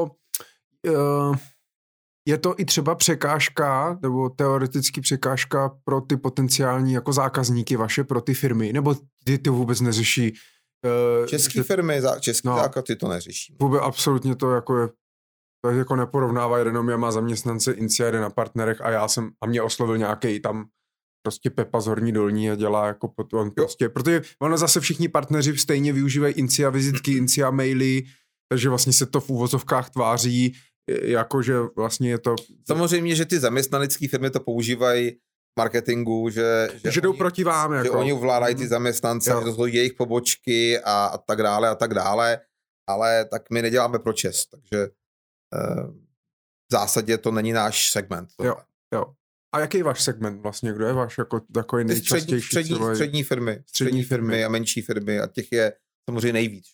Speaker 1: je to i třeba překážka, nebo teoreticky překážka pro ty potenciální jako zákazníky vaše, pro ty firmy, nebo ty vůbec neřeší?
Speaker 2: České firmy, zákazníky to neřeší.
Speaker 1: Vůbec absolutně to jako neporovnávají. Renomia má zaměstnance, Incia jede na partnerech a mě oslovil nějaký tam prostě Pepa z Horní Dolní a dělá jako protože ono zase všichni partneři stejně využívají Incia vizitky, Incia maily, takže vlastně se to v úvozovkách tváří, jakože vlastně je to...
Speaker 2: Samozřejmě, že ty zaměstnanecké firmy to používají v marketingu, že
Speaker 1: jdou proti vám.
Speaker 2: Že oni ovládají ty zaměstnance, že to jsou jejich pobočky a tak dále, ale tak my neděláme pro ČES, takže v zásadě to není náš segment.
Speaker 1: Jo. A jaký je váš segment vlastně? Kdo je váš jako takový nejčastější?
Speaker 2: Střední firmy a menší firmy a těch je samozřejmě nejvíc.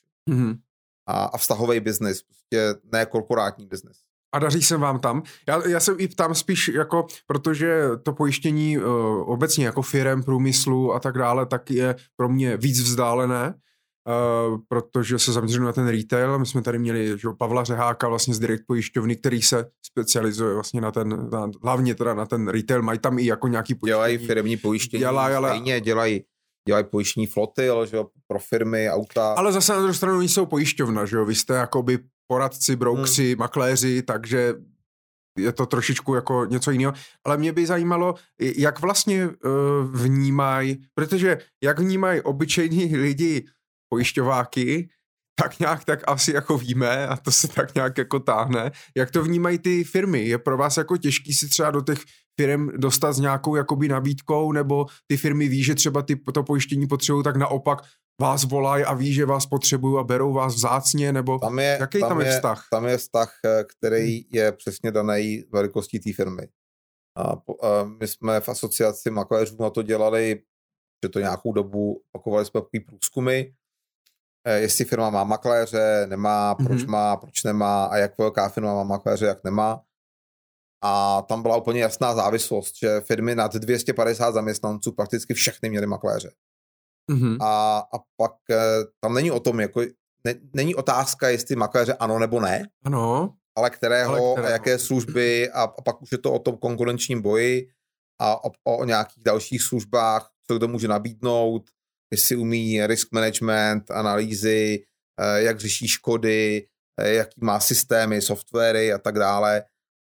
Speaker 2: A vztahový biznis, prostě ne korporátní biznis.
Speaker 1: A daří se vám tam? Já se i ptám spíš jako, protože to pojištění obecně jako firem, průmyslu a tak dále, tak je pro mě víc vzdálené, protože se zaměřuji na ten retail. My jsme tady měli Pavla Řeháka vlastně z Direct pojišťovny, který se specializuje vlastně hlavně teda na ten retail, mají tam i jako nějaký pojištění.
Speaker 2: Dělají firemní pojištění, dělají pojištění flotil, že jo, pro firmy, auta.
Speaker 1: Ale zase na druhou stranu nejsou pojišťovna, že jo, vy jste jakoby poradci, broukři, makléři, takže je to trošičku jako něco jiného. Ale mě by zajímalo, jak vlastně vnímají, protože jak vnímají obyčejní lidi pojišťováky, tak nějak tak asi jako víme a to se tak nějak jako táhne. Jak to vnímají ty firmy? Je pro vás jako těžký si třeba do těch firm dostat s nějakou jakoby nabídkou, nebo ty firmy ví, že třeba to pojištění potřebují, tak naopak vás volají a ví, že vás potřebují a berou vás vzácně, nebo jaký tam je vztah?
Speaker 2: Tam je vztah, který je přesně daný velikostí té firmy. A my jsme v asociaci makléřů na to dělali, že to nějakou dobu opakovali jsme takový průzkumy, jestli firma má makléře, nemá, proč má, proč nemá a jak velká firma má makléře, jak nemá. A tam byla úplně jasná závislost, že firmy nad 250 zaměstnanců prakticky všechny měly makléře. A pak tam není o tom, jako není otázka, jestli makléře ano nebo ne, ale kterého a jaké služby a pak už je to o tom konkurenčním boji a o nějakých dalších službách, co kdo může nabídnout, jestli umí risk management, analýzy, jak řeší škody, jaký má systémy, softwary a tak dále.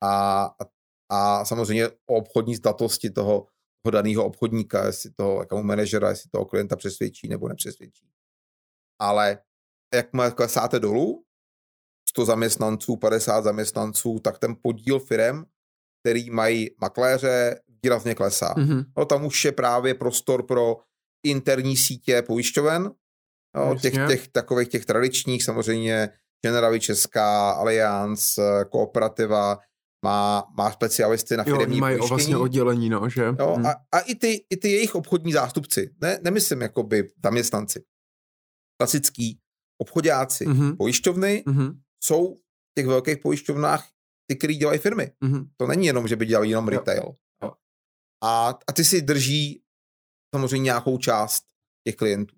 Speaker 2: A samozřejmě o obchodní zdatosti toho daného obchodníka, jestli toho account manažera, jestli toho klienta přesvědčí nebo nepřesvědčí. Ale jakmile klesáte dolů, 100 zaměstnanců, 50 zaměstnanců, tak ten podíl firem, který mají makléře, výrazně klesá. No, tam už je právě prostor pro interní sítě pojišťoven, těch tradičních, samozřejmě Generali Česká, Allianz, Kooperativa, má specialisty na firemní
Speaker 1: mají
Speaker 2: pojištění.
Speaker 1: vlastně oddělení, no, že?
Speaker 2: Jo, a i ty jejich obchodní zástupci, nemyslím jakoby zaměstnanci, klasický obchodáci, pojišťovny jsou v těch velkých pojišťovnách ty, který dělají firmy. To není jenom, že by dělali jenom retail.
Speaker 1: Jo.
Speaker 2: A ty si drží samozřejmě nějakou část těch klientů.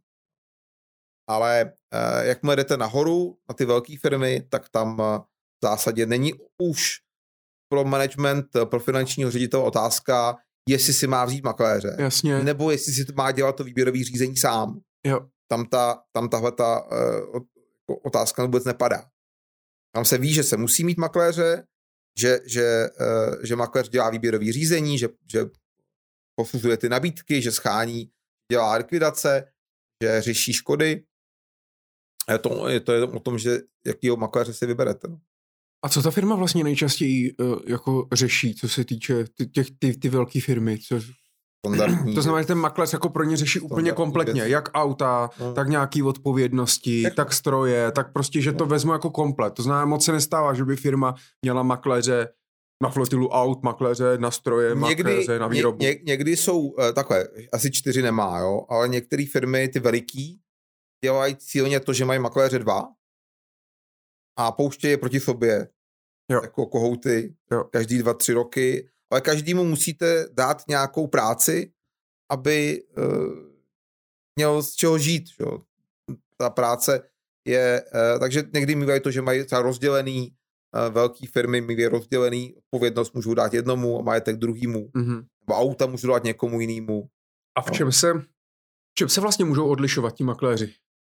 Speaker 2: Ale jakmile jdete nahoru na ty velké firmy, tak tam v zásadě není už pro management, pro finančního ředitele otázka, jestli si má vzít makléře.
Speaker 1: Jasně.
Speaker 2: Nebo jestli si to má dělat to výběrové řízení sám.
Speaker 1: Jo.
Speaker 2: Tam tahle otázka vůbec nepadá. Tam se ví, že se musí mít makléře, že makléř dělá výběrové řízení, že posuzuje ty nabídky, že schání, dělá likvidace, že řeší škody. To je o tom, že jakýho makléře si vyberete. No.
Speaker 1: A co ta firma vlastně nejčastěji jako řeší, co se týče ty velké firmy? To znamená, že ten makléř jako pro ně řeší úplně kompletně. Věc. Jak auta, tak nějaký odpovědnosti, tak stroje, tak prostě, že to vezmu jako komplet. To znamená, moc se nestává, že by firma měla makléře na flotilu aut, makléře na stroje, makléře na výrobu.
Speaker 2: Někdy jsou takhle, asi 4 nemá, jo, ale některé firmy, ty veliký, dělají cíleně to, že mají makléře 2 a pouštějí je proti sobě. Jo. Jako kohouty, každý 2-3 roky, ale každému musíte dát nějakou práci, aby měl z čeho žít. Jo. Ta práce je, takže někdy mývají to, že mají třeba rozdělený velké firmy, mývají rozdělený odpovědnost, můžou dát jednomu a majetek druhýmu, nebo auta můžou dát někomu jinému.
Speaker 1: A v čem se vlastně můžou odlišovat ti makléři?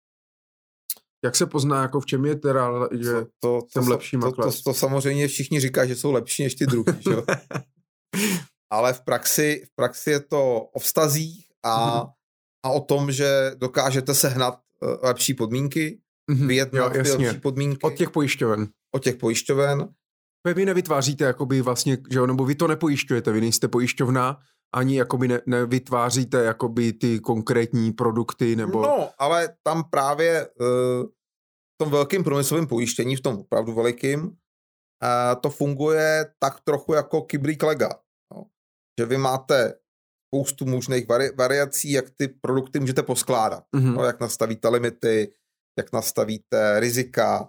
Speaker 1: Jak se pozná, jako v čem je teda, že jsem lepší makléř?
Speaker 2: To samozřejmě všichni říkají, že jsou lepší než ty druhý. Ale v praxi je to o vztazích a o tom, že dokážete sehnat lepší podmínky, vyjednat lepší podmínky. Od těch pojišťoven.
Speaker 1: Vy nevytváříte jakoby vlastně, že jo, nebo vy to nepojišťujete, vy nejste pojišťovna, ani jakoby nevytváříte jakoby ty konkrétní produkty, nebo...
Speaker 2: No, ale tam právě v tom velkým průmyslovém pojištění, v tom opravdu velikým, to funguje tak trochu jako kyblík lega. No. Že vy máte spoustu možných variací, jak ty produkty můžete poskládat. No, jak nastavíte limity, jak nastavíte rizika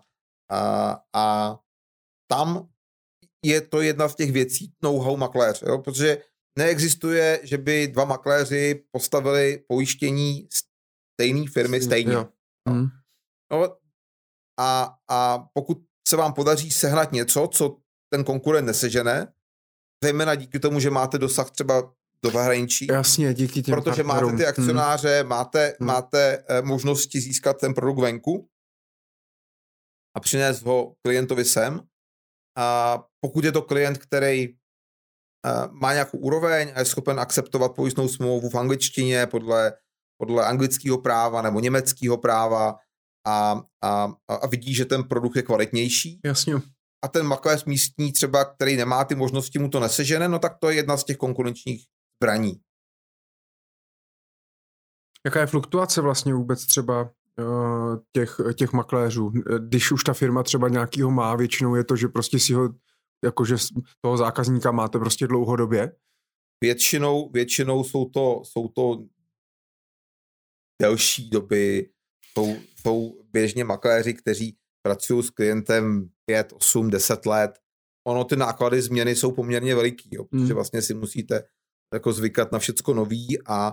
Speaker 2: a tam je to jedna z těch věcí know-how makléře, jo? Protože neexistuje, že by 2 makléři postavili pojištění stejné firmy stejně. No, a pokud se vám podaří sehnat něco, co ten konkurent nesežene, zejména díky tomu, že máte dosah třeba do zahraničí.
Speaker 1: Jasně, díky těm
Speaker 2: protože
Speaker 1: partnerům.
Speaker 2: Máte ty akcionáře, máte možnosti získat ten produkt venku a přinést ho klientovi sem. A pokud je to klient, který má nějakou úroveň a je schopen akceptovat pojistnou smlouvu v angličtině podle anglického práva nebo německého práva a vidí, že ten produkt je kvalitnější.
Speaker 1: Jasně.
Speaker 2: A ten makléř místní třeba, který nemá ty možnosti, mu to nesežene, no tak to je jedna z těch konkurenčních zbraní.
Speaker 1: Jaká je fluktuace vlastně vůbec třeba těch makléřů? Když už ta firma třeba nějakýho má, většinou je to, že prostě si ho, jakože toho zákazníka máte prostě dlouhodobě?
Speaker 2: Většinou jsou to delší doby, jsou běžně makléři, kteří pracují s klientem 5, 8, 10 let. Ono ty náklady změny jsou poměrně veliký, jo, protože vlastně si musíte jako zvykat na všecko nový a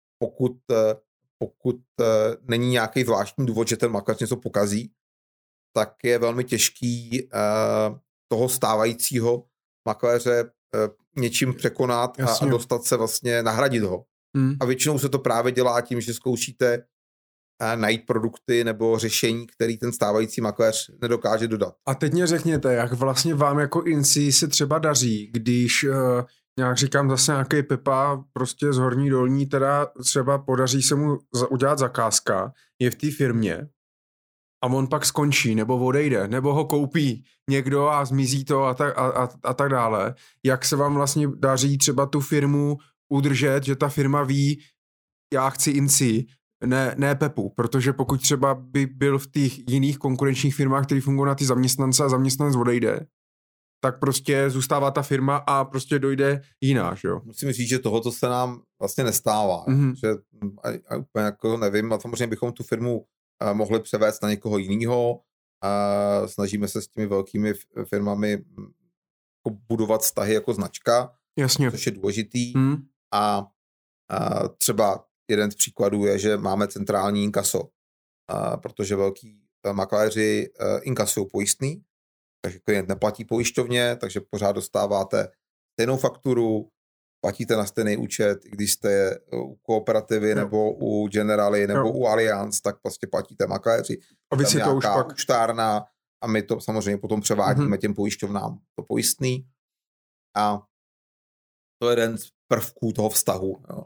Speaker 2: pokud není nějaký zvláštní důvod, že ten makléř něco pokazí, tak je velmi těžký toho stávajícího makléře něčím překonat a dostat se vlastně, nahradit ho. A většinou se to právě dělá tím, že zkoušíte najít produkty nebo řešení, který ten stávající makléř nedokáže dodat.
Speaker 1: A teď mě řekněte, jak vlastně vám jako INCI se třeba daří, když nějak říkám zase nějaký Pepa prostě z horní dolní, teda třeba podaří se mu udělat zakázka, je v té firmě a on pak skončí, nebo odejde, nebo ho koupí někdo a zmizí to a tak dále. Jak se vám vlastně daří třeba tu firmu udržet, že ta firma ví, já chci INCI, ne Pepu, protože pokud třeba by byl v těch jiných konkurenčních firmách, které fungují na ty zaměstnance a zaměstnanec odejde, tak prostě zůstává ta firma a prostě dojde jiná, že jo?
Speaker 2: Musím říct, že tohoto se nám vlastně nestává, že a úplně jako nevím, a samozřejmě bychom tu firmu mohli převést na někoho jiného. Snažíme se s těmi velkými firmami budovat vztahy jako značka,
Speaker 1: Jasně.
Speaker 2: Což je důležitý. A třeba jeden z příkladů je, že máme centrální inkaso, protože velký makléři inkasují pojistný, takže klient neplatí pojišťovně, takže pořád dostáváte stejnou fakturu, platíte na stejný účet, i když jste u Kooperativy nebo u Generali nebo u Allianz, tak prostě platíte makléři.
Speaker 1: A vy si to už pak...
Speaker 2: účtárna a my to samozřejmě potom převádíme těm pojišťovnám to pojistný. A to je jeden z prvků toho vztahu. Jo.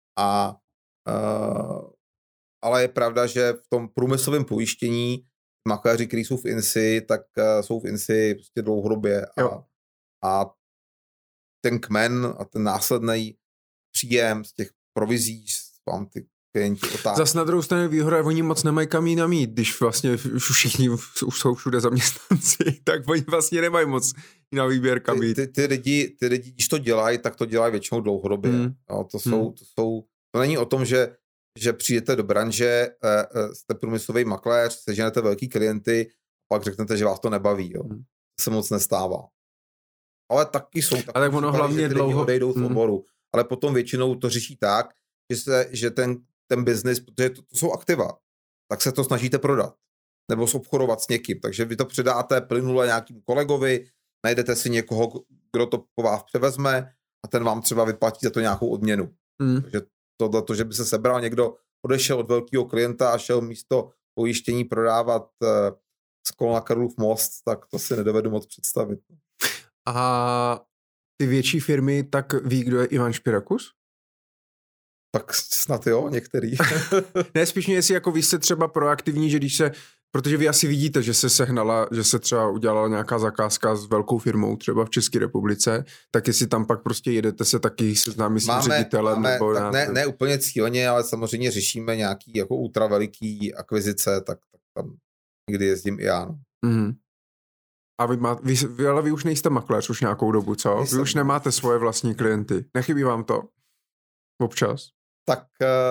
Speaker 2: Ale je pravda, že v tom průmyslovém pojištění makléři, kteří jsou v INSI, tak jsou v INSI prostě dlouhodobě a ten kmen a ten následný příjem z těch provizí vám ty klienti otáčí.
Speaker 1: Zas na druhou stranu výhoda, oni moc nemají kam jinam jít, když vlastně všichni už jsou všude zaměstnanci, tak oni vlastně nemají moc na výběr kam jít.
Speaker 2: Ty lidi, když to dělají, tak to dělají většinou dlouhodobě. No, to není o tom, že přijdete do branže, jste průmyslový makléř, seženete velký klienty, pak řeknete, že vás to nebaví. Jo. To se moc nestává. Ale taky jsou
Speaker 1: ale tak ono hlavně dlouho
Speaker 2: odejdou z oboru. Ale potom většinou to řeší tak, že ten biznis, protože to jsou aktiva, tak se to snažíte prodat. Nebo obchodovat s někým. Takže vy to předáte plynule nějakým kolegovi, najdete si někoho, kdo to po vás převezme a ten vám třeba vyplatí za to nějakou odměnu. Takže tohle, že by se sebral někdo, odešel od velkého klienta a šel místo pojištění prodávat sklo na Karlův most, tak to si nedovedu moc představit.
Speaker 1: A ty větší firmy, tak ví, kdo je Ivan Špirakus?
Speaker 2: Tak snad jo, některý.
Speaker 1: Ne, spíš mě, jestli jako vy jste třeba proaktivní, že když se, protože vy asi vidíte, že se sehnala, že se třeba udělala nějaká zakázka s velkou firmou třeba v České republice, tak jestli tam pak prostě jedete se taky seznámit s ředitelem. Nebo
Speaker 2: ne úplně cíleně, ale samozřejmě řešíme nějaký jako ultra veliký akvizice, tak tam někdy jezdím i já.
Speaker 1: A vy už nejste makléř už nějakou dobu, co? Vy už nemáte svoje vlastní klienty. Nechybí vám to? Občas?
Speaker 2: Tak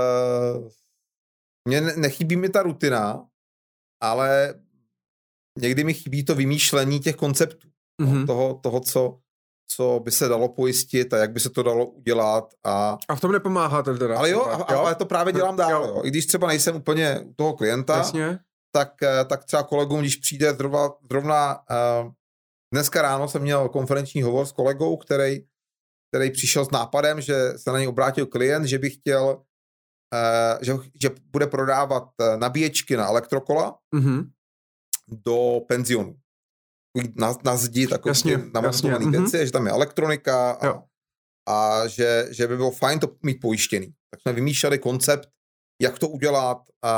Speaker 2: mně nechybí mi ta rutina, ale někdy mi chybí to vymýšlení těch konceptů. Toho, co by se dalo pojistit a jak by se to dalo udělat. A
Speaker 1: v tom nepomáháte teda?
Speaker 2: Ale jo, ale to právě dělám dál. Jo. I když třeba nejsem úplně u toho klienta,
Speaker 1: jasně.
Speaker 2: Tak třeba kolegům, když přijde zrovna dneska ráno jsem měl konferenční hovor s kolegou, který přišel s nápadem, že se na něj obrátil klient, že by chtěl, že bude prodávat nabíječky na elektrokola do penzionu. Na zdi takový namontovaný věci, že tam je elektronika a že by bylo fajn to mít pojištěný. Tak jsme vymýšleli koncept, jak to udělat,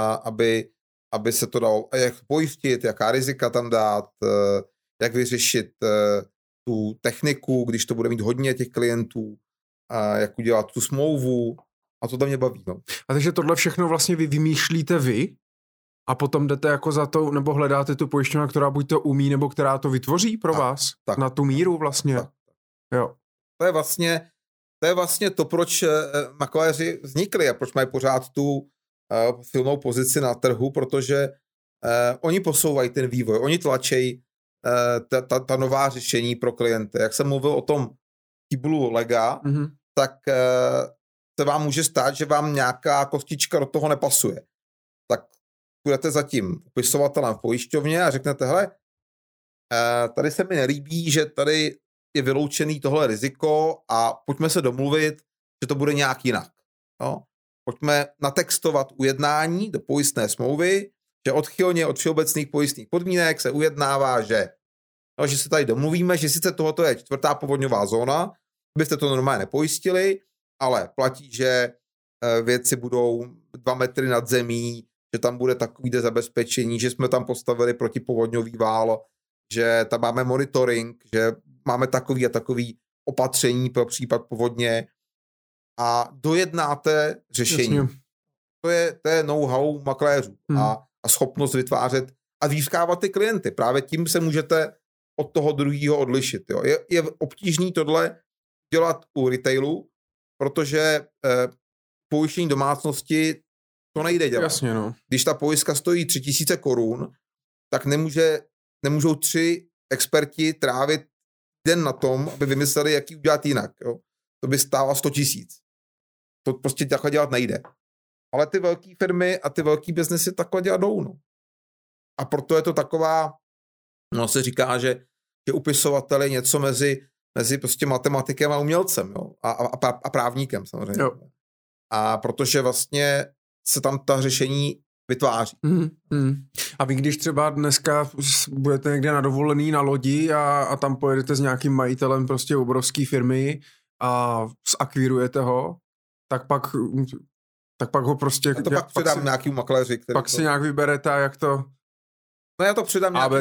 Speaker 2: aby se to dalo, jak pojistit, jaká rizika tam dát, jak vyřešit tu techniku, když to bude mít hodně těch klientů, jak udělat tu smlouvu a to tam mě baví. No.
Speaker 1: A takže tohle všechno vlastně vy vymýšlíte vy a potom jdete jako za to, nebo hledáte tu pojišťovnu, která buď to umí, nebo která to vytvoří pro vás? Tak. Na tu míru vlastně? Tak. Jo.
Speaker 2: To je vlastně to, proč makléři vznikli a proč mají pořád tu silnou pozici na trhu, protože oni posouvají ten vývoj, oni tlačejí ta nová řešení pro klienty. Jak jsem mluvil o tom Kiblu Lega, tak se vám může stát, že vám nějaká kostička do toho nepasuje. Tak budete za tím upisovatelem v pojišťovně a řeknete, hele, tady se mi nelíbí, že tady je vyloučený tohle riziko a pojďme se domluvit, že to bude nějak jinak. No? Pojďme natextovat ujednání do pojistné smlouvy, že odchylně od všeobecných pojistných podmínek se ujednává, že se tady domluvíme, že sice tohoto je 4. povodňová zóna, byste to normálně nepojistili, ale platí, že věci budou 2 metry nad zemí, že tam bude takovýhle zabezpečení, že jsme tam postavili protipovodňový vál, že tam máme monitoring, že máme takový a takový opatření pro případ povodně a dojednáte řešení. Jasně. To je know-how makléřů a schopnost vytvářet a získávat ty klienty. Právě tím se můžete od toho druhého odlišit. Jo. Je obtížný tohle dělat u retailu, protože pojištění domácnosti to nejde dělat.
Speaker 1: Jasně, no.
Speaker 2: Když ta pojistka stojí 3 000 korun, tak nemůžou 3 experti trávit den na tom, aby vymysleli, jak ji udělat jinak. Jo. To by stálo 100 000. To prostě takhle dělat nejde. Ale ty velké firmy a ty velké biznesy takhle dělat jdou. No. A proto je to taková, se říká, že upisovatel je něco mezi prostě matematikem a umělcem, jo? A právníkem samozřejmě.
Speaker 1: Jo.
Speaker 2: A protože vlastně se tam ta řešení vytváří.
Speaker 1: A vy když třeba dneska budete někde na dovolený na lodi a tam pojedete s nějakým majitelem prostě obrovské firmy a zakvírujete ho, tak pak ho prostě...
Speaker 2: A to pak předám nějakým makléři.
Speaker 1: Pak si nějak vyberete a jak to...
Speaker 2: No já to předám nějakým...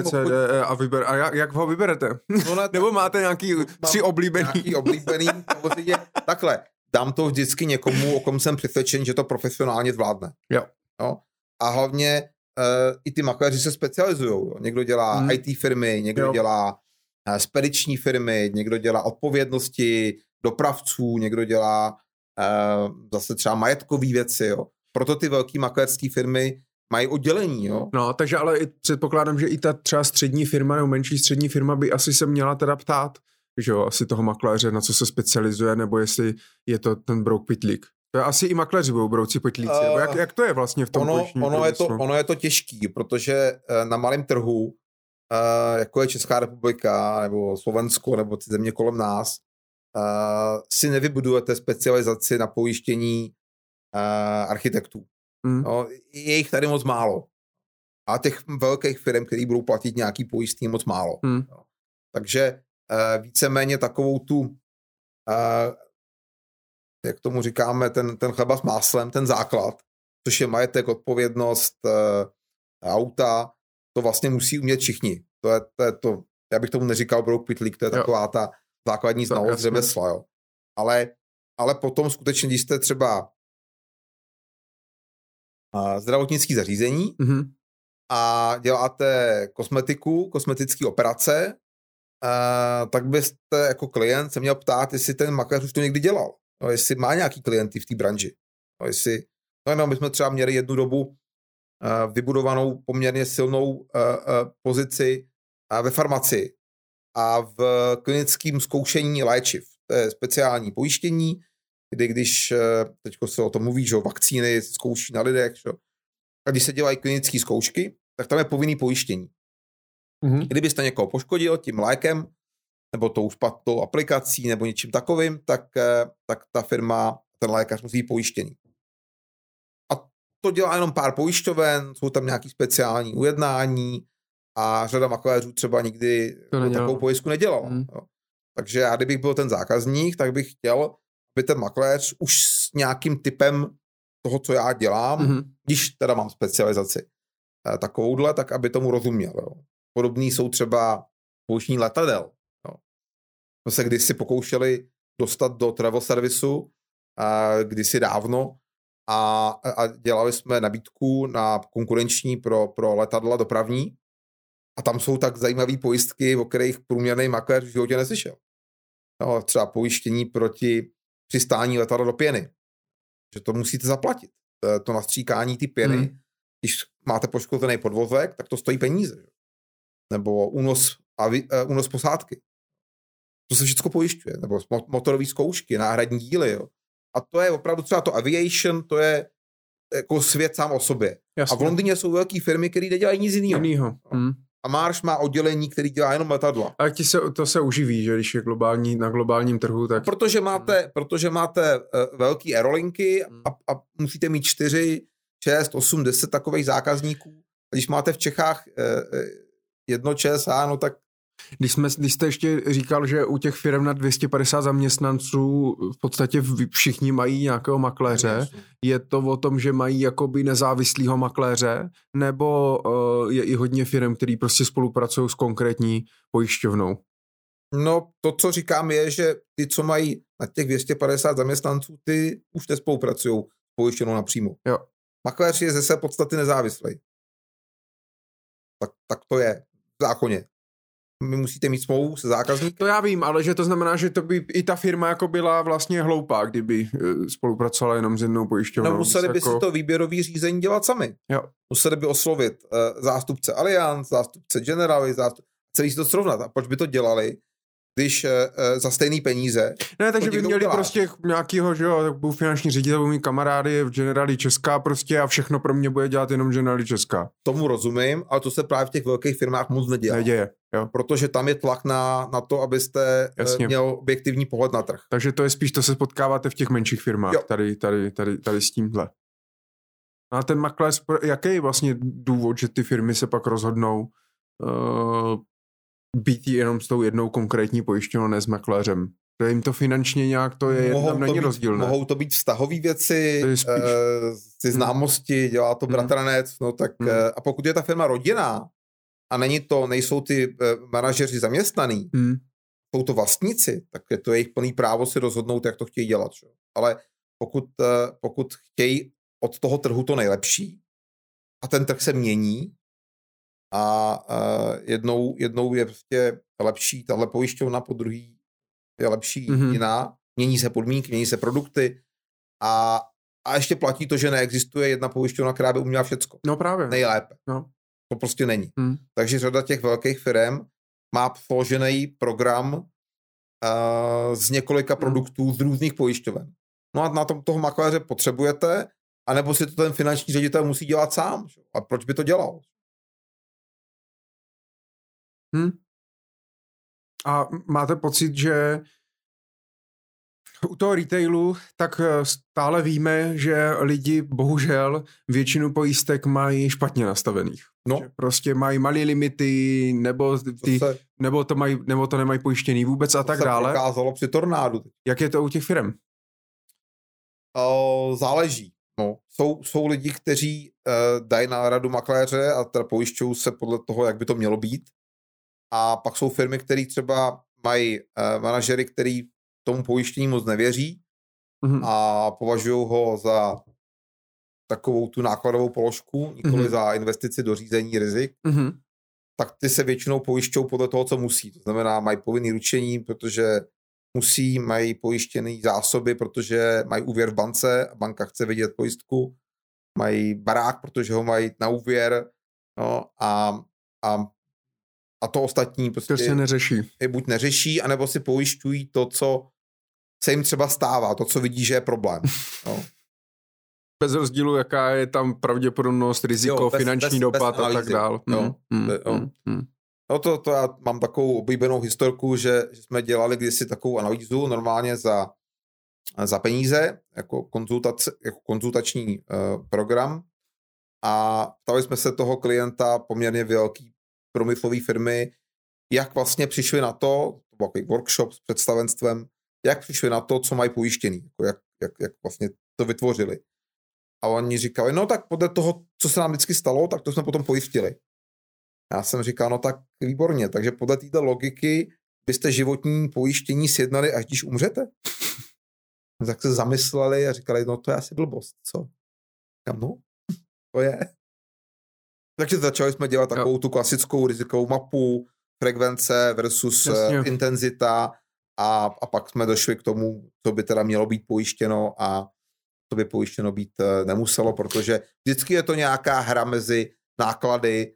Speaker 1: A jak ho vyberete? No ne, nebo máte nějaký 3 oblíbený?
Speaker 2: Nějaký oblíbený, takhle. Dám to vždycky někomu, o kom jsem přesvědčen, že to profesionálně zvládne.
Speaker 1: Jo.
Speaker 2: A hlavně i ty makléři se specializují. Někdo dělá IT firmy, někdo dělá spediční firmy, někdo dělá odpovědnosti dopravců, někdo dělá zase třeba majetkové věci. Jo. Proto ty velké makléřské firmy mají oddělení. Jo.
Speaker 1: No, takže ale předpokládám, že i ta třeba střední firma nebo menší střední firma by asi se měla teda ptát, že jo, asi toho makléře, na co se specializuje, nebo jestli je to ten brouk pytlík. To je asi i makléři budou brouci pytlíci. Jak to je vlastně v tom
Speaker 2: ono je to těžký, protože na malém trhu, jako je Česká republika, nebo Slovensko, nebo ty země kolem nás, si nevybudujete specializaci na pojištění architektů. No, je jich tady moc málo. A těch velkých firm, který budou platit nějaký pojistný, moc málo. No. Takže víceméně takovou tu, jak tomu říkáme, ten chleba s máslem, ten základ, což je majetek, odpovědnost, auta, to vlastně musí umět všichni. To je to, já bych tomu neříkal brouk pytlík, to je taková ta základní znalost řemesla. Jo. Ale potom skutečně, když jste třeba zdravotnický zařízení a děláte kosmetické operace, tak byste jako klient se měl ptát, jestli ten makléř už to někdy dělal. No, jestli má nějaký klienty v té branži. No, my jsme třeba měli jednu dobu vybudovanou poměrně silnou pozici ve farmacii a v klinickém zkoušení léčiv. To je speciální pojištění, kdy když, teďko se o tom mluví, že vakcíny se zkouší na lidech, že? A když se dělají klinické zkoušky, tak tam je povinný pojištění. Kdybyste někoho poškodil tím lékem, nebo tou špatnou aplikací, nebo něčím takovým, tak ta firma, ten lékař musí být pojištěný. A to dělá jenom pár pojišťoven, jsou tam nějaký speciální ujednání a řada makléřů třeba nikdy takovou pojistku nedělala. Takže já, kdybych byl ten zákazník, tak bych chtěl, aby ten makléř už s nějakým typem toho, co já dělám, když teda mám specializaci takovouhle, tak aby tomu rozuměl. Jo. Podobný jsou třeba pojištění letadel. Jo. My se kdysi pokoušeli dostat do travel servisu, kdysi dávno, a dělali jsme nabídku na konkurenční pro letadla dopravní a tam jsou tak zajímavé pojistky, o kterých průměrný makléř v životě neslyšel. No, třeba pojištění proti přistání letadla do pěny. Že to musíte zaplatit. To nastříkání ty pěny, když máte poškozený podvozek, tak to stojí peníze. Že? Nebo únos posádky. To se všechno pojišťuje. Nebo motorové zkoušky, náhradní díly. Jo? A to je opravdu třeba to aviation, to je jako svět sám o sobě. Jasně. A v Londýně jsou velké firmy, které nedělají nic jiného. A Marsh má oddělení, který dělá jenom letadla.
Speaker 1: A to se uživí, že když je na globálním trhu, tak...
Speaker 2: Protože máte velký aerolinky a musíte mít 4, 6, 8, 10 takových zákazníků. A když máte v Čechách jedno ČSA, no tak...
Speaker 1: Když jste ještě říkal, že u těch firm na 250 zaměstnanců v podstatě všichni mají nějakého makléře, je to o tom, že mají jakoby nezávislýho makléře, nebo je i hodně firm, který prostě spolupracují s konkrétní pojišťovnou?
Speaker 2: No, to, co říkám, je, že ty, co mají na těch 250 zaměstnanců, ty už nespolupracují s pojišťovnou napřímo.
Speaker 1: Jo.
Speaker 2: Makléř je ze své podstaty nezávislý. Tak to je v zákoně. vy musíte mít smlouvu se zákazníkem.
Speaker 1: To já vím, ale že to znamená, že to by i ta firma jako byla vlastně hloupá, kdyby spolupracovala jenom s jednou pojišťovnou.
Speaker 2: No museli by si to výběrový řízení dělat sami.
Speaker 1: Jo.
Speaker 2: Museli by oslovit zástupce Allianz, zástupce Generali, celý si to srovnat. A proč by to dělali, když za stejný peníze...
Speaker 1: Ne, takže by měli prostě nějakýho, že jo, tak budu finanční ředitel, budu mít kamarády v Generali Česká prostě a všechno pro mě bude dělat jenom Generali Česká.
Speaker 2: Tomu rozumím, ale to se právě v těch velkých firmách moc
Speaker 1: neděje. Jo.
Speaker 2: Protože tam je tlak na to, abyste měl objektivní pohled na trh.
Speaker 1: Takže to je spíš, to se potkáváte v těch menších firmách, tady s tímhle. A ten makléř, jaký je vlastně důvod, že ty firmy se pak rozhodnou být jenom s tou jednou konkrétní pojišťovnou, ne s makléřem? To jim to finančně nějak, to je tam není rozdíl, ne?
Speaker 2: Mohou to být vztahové věci, ty známosti, dělá to bratranec, no tak a pokud je ta firma rodinná a nejsou ty manažeři zaměstnaný, jsou to vlastníci, tak je to jejich plný právo si rozhodnout, jak to chtějí dělat. Čo? Ale pokud chtějí od toho trhu to nejlepší a ten trh se mění a jednou je prostě lepší tahle pojišťovna, po druhý je lepší jiná, mění se podmínky, mění se produkty a ještě platí to, že neexistuje jedna pojišťovna, která by uměla všecko.
Speaker 1: No právě.
Speaker 2: Nejlépe.
Speaker 1: No.
Speaker 2: To prostě není. Takže řada těch velkých firm má složený program z několika produktů z různých pojišťoven. No a na toho makléře potřebujete, anebo si to ten finanční ředitel musí dělat sám. A proč by to dělal?
Speaker 1: A máte pocit, že u toho retailu tak stále víme, že lidi bohužel většinu pojistek mají špatně nastavených.
Speaker 2: No.
Speaker 1: Že prostě mají malé limity, nebo to nemají pojištěný vůbec a tak dále.
Speaker 2: To se prokázalo při tornádu.
Speaker 1: Jak je to u těch firm?
Speaker 2: Záleží. No. Jsou lidi, kteří dají na radu makléře a teda pojišťují se podle toho, jak by to mělo být. A pak jsou firmy, které třeba mají manažery, který tomu pojištění moc nevěří a považují ho za takovou tu nákladovou položku, nikoli za investici do řízení rizik, tak ty se většinou pojišťují podle toho, co musí. To znamená, mají povinný ručení, protože mají pojištěný zásoby, protože mají úvěr v bance a banka chce vidět pojistku, mají barák, protože ho mají na úvěr, no, a to ostatní prostě
Speaker 1: se neřeší.
Speaker 2: Buď neřeší, anebo si pojišťují to, co se jim třeba stává, to, co vidí, že je problém. No.
Speaker 1: Bez rozdílu, jaká je tam pravděpodobnost, riziko, finanční dopad a tak dál.
Speaker 2: No to já mám takovou oblíbenou historku, že jsme dělali kdysi takovou analýzu normálně za peníze, jako konzultační program a ptali jsme se toho klienta poměrně velký průmyslové firmy, jak vlastně přišli na to byl takový workshop s představenstvem, jak přišli na to, co mají pojištěný, jako jak vlastně to vytvořili. A oni říkali, no tak podle toho, co se nám vždycky stalo, tak to jsme potom pojistili. Já jsem říkal, no tak výborně, takže podle této logiky byste životní pojištění sjednali, až když umřete? Tak se zamysleli a říkali, no to je asi blbost, co? No, to je. Takže začali jsme dělat takovou tu klasickou rizikovou mapu, frekvence versus intenzita a pak jsme došli k tomu, co by teda mělo být pojištěno a co by pojištěno být nemuselo, protože vždycky je to nějaká hra mezi náklady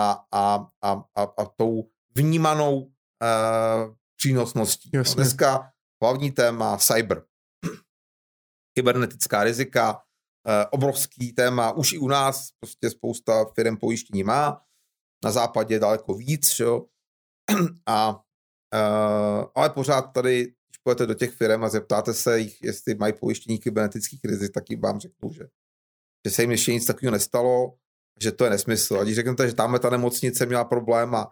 Speaker 2: a tou vnímanou přínosností.
Speaker 1: Jasně.
Speaker 2: Dneska hlavní téma cyber. Kybernetická rizika, obrovský téma, už i u nás prostě spousta firm pojištění má, na západě daleko víc, jo? Ale pořád tady, když půjdete do těch firm a zeptáte se jich, jestli mají pojištění kybernetických rizik, tak jim vám řeknou, že se jim ještě nic takového nestalo, že to je nesmysl. A když řeknete, že tamhle ta nemocnice měla problém a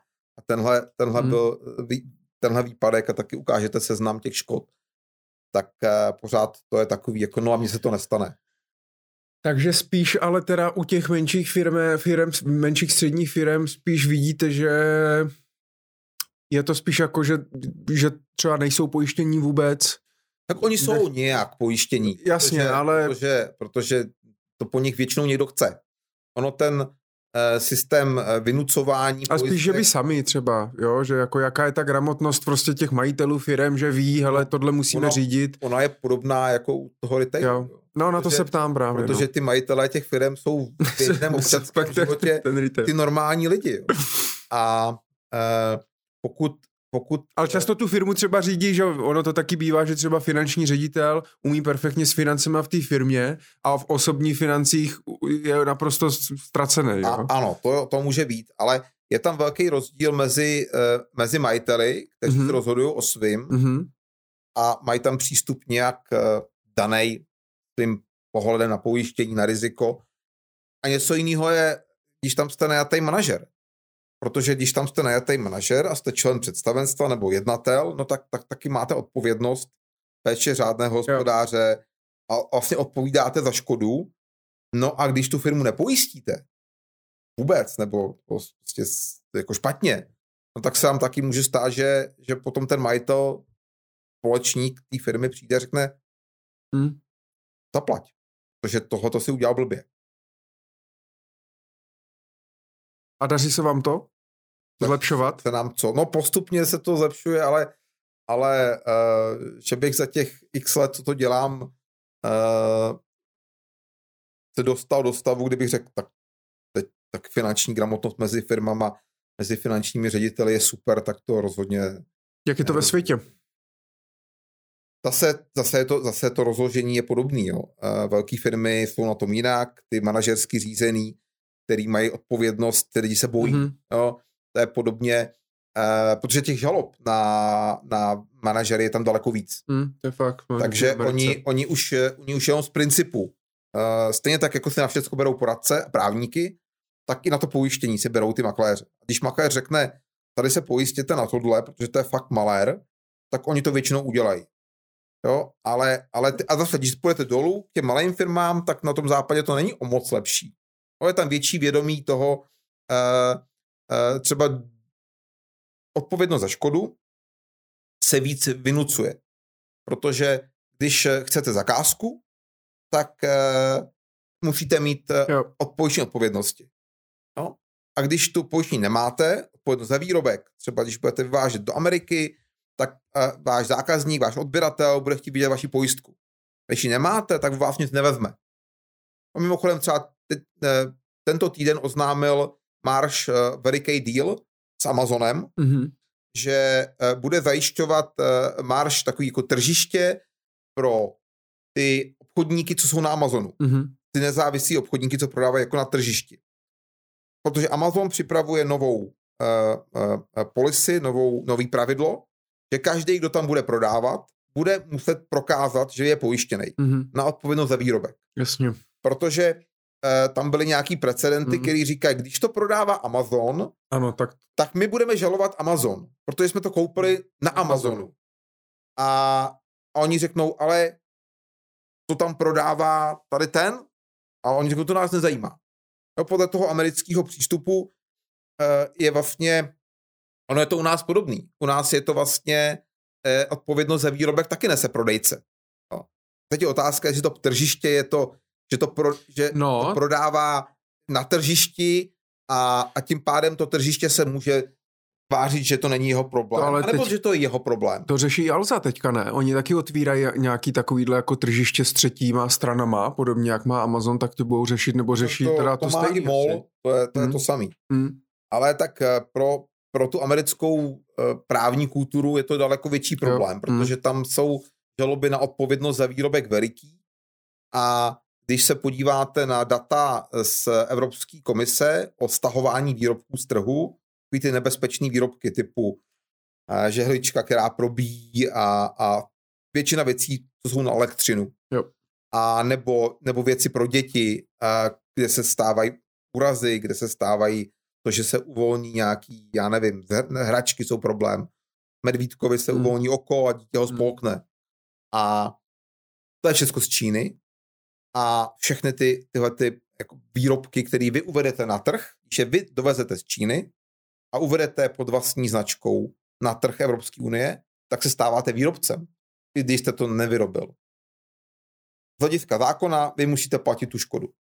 Speaker 2: tenhle výpadek a taky ukážete seznam těch škod, tak pořád to je takový, jako no a mně se to nestane.
Speaker 1: Takže spíš ale teda u těch menších menších středních firm spíš vidíte, že je to spíš jako, že třeba nejsou pojištění vůbec.
Speaker 2: Tak oni jsou nějak pojištění.
Speaker 1: Jasně, ale...
Speaker 2: Protože to po nich většinou někdo chce. Ono systém vynucování.
Speaker 1: A spíš, že by sami třeba, jo, že jako jaká je ta gramotnost prostě těch majitelů firem, že ví, hele, tohle musíme řídit.
Speaker 2: Ona je podobná jako u toho retailu.
Speaker 1: No, na to se ptám právě.
Speaker 2: Protože ty majitelé těch firem jsou v běžném občanském životě ty normální lidi. Jo. A pokud...
Speaker 1: Ale často tu firmu třeba řídí, že ono to taky bývá, že třeba finanční ředitel umí perfektně s financema v té firmě a v osobních financích je naprosto ztracený.
Speaker 2: Ano, to může být, ale je tam velký rozdíl mezi majiteli, kteří se rozhodují o svým a mají tam přístup nějak danej svým pohledem na pojištění, na riziko. A něco jiného je, když tam jste najatý manažer. Protože když tam jste najatý manažer a jste člen představenstva nebo jednatel, no tak taky máte odpovědnost péče řádného hospodáře a vlastně odpovídáte za škodu. No a když tu firmu nepojistíte vůbec, nebo prostě jako špatně, no tak se vám taky může stát, že potom ten majitel, společník té firmy přijde a řekne zaplať, protože tohoto si udělal blbě.
Speaker 1: A daří se vám to zlepšovat?
Speaker 2: Se nám co? No postupně se to zlepšuje, ale že bych za těch x let, co to dělám, se dostal do stavu, kdybych řekl, tak finanční gramotnost mezi firmama, mezi finančními řediteli je super, tak to rozhodně...
Speaker 1: Jak je to ve světě?
Speaker 2: Zase to rozložení je podobný. Jo. Velké firmy jsou na tom jinak, ty manažersky řízený, který mají odpovědnost, ty lidi se bojí. Jo. To je podobně, protože těch žalob na manažery je tam daleko víc.
Speaker 1: To je fakt.
Speaker 2: Takže oni už jenom z principu, stejně tak, jako si na všechno berou poradce a právníky, tak i na to pojištění si berou ty makléře. Když makléř řekne, tady se pojistěte na tohle, protože to je fakt malér, tak oni to většinou udělají. Jo, ale a zase, když půjdete dolů k těm malým firmám, tak na tom západě to není o moc lepší. Je tam větší vědomí toho, třeba odpovědnost za škodu se víc vynucuje. Protože když chcete zakázku, tak musíte mít pojištění odpovědnosti. No? A když tu pojištění nemáte, odpovědnost za výrobek, třeba když budete vyvážet do Ameriky, tak váš zákazník, váš odběratel bude chtít vidět vaši pojistku. Když ji nemáte, tak vás nic nevezme. A mimochodem třeba tento týden oznámil Marsh very key deal s Amazonem, že bude zajišťovat Marsh takový jako tržiště pro ty obchodníky, co jsou na Amazonu. Ty nezávislí obchodníky, co prodávají jako na tržišti. Protože Amazon připravuje novou policy, nový pravidlo, že každý, kdo tam bude prodávat, bude muset prokázat, že je pojištěný na odpovědnost za výrobek.
Speaker 1: Jasně.
Speaker 2: Protože tam byly nějaký precedenty, který říkají, když to prodává Amazon,
Speaker 1: ano,
Speaker 2: tak my budeme žalovat Amazon, protože jsme to koupili na Amazonu. A oni řeknou, ale to tam prodává tady ten? A oni řeknou, to nás nezajímá. No, podle toho amerického přístupu je vlastně, ono je to u nás podobný. U nás je to vlastně odpovědnost za výrobek taky nese prodejce. No. Teď je otázka, jestli to tržiště je to, že to prodává na tržišti a tím pádem to tržiště se může tvářit, že to není jeho problém. Nebo že to je jeho problém.
Speaker 1: To řeší i Alza teďka, ne? Oni taky otvírají nějaký takovýhle jako tržiště s třetíma stranama, podobně jak má Amazon, tak to budou řešit, nebo řeší teda to stejný.
Speaker 2: MOL, to je to samý. Ale tak pro tu americkou právní kulturu je to daleko větší problém, protože tam jsou žaloby na odpovědnost za výrobek veliký a když se podíváte na data z Evropské komise o stahování výrobků z trhu, takový ty nebezpečný výrobky typu žehlička, která probíjí a většina věcí, co jsou na elektřinu.
Speaker 1: Jo.
Speaker 2: A nebo věci pro děti, kde se stávají úrazy, kde se stávají to, že se uvolní nějaký, já nevím, hračky jsou problém. Medvídkovi se uvolní oko a dítě ho spolkne. A to je všechno z Číny. A všechny tyhle jako výrobky, které vy uvedete na trh, když je vy dovezete z Číny a uvedete pod vlastní značkou na trh Evropské unie, tak se stáváte výrobcem, i když jste to nevyrobil. Z hlediska zákona vy musíte platit tu škodu.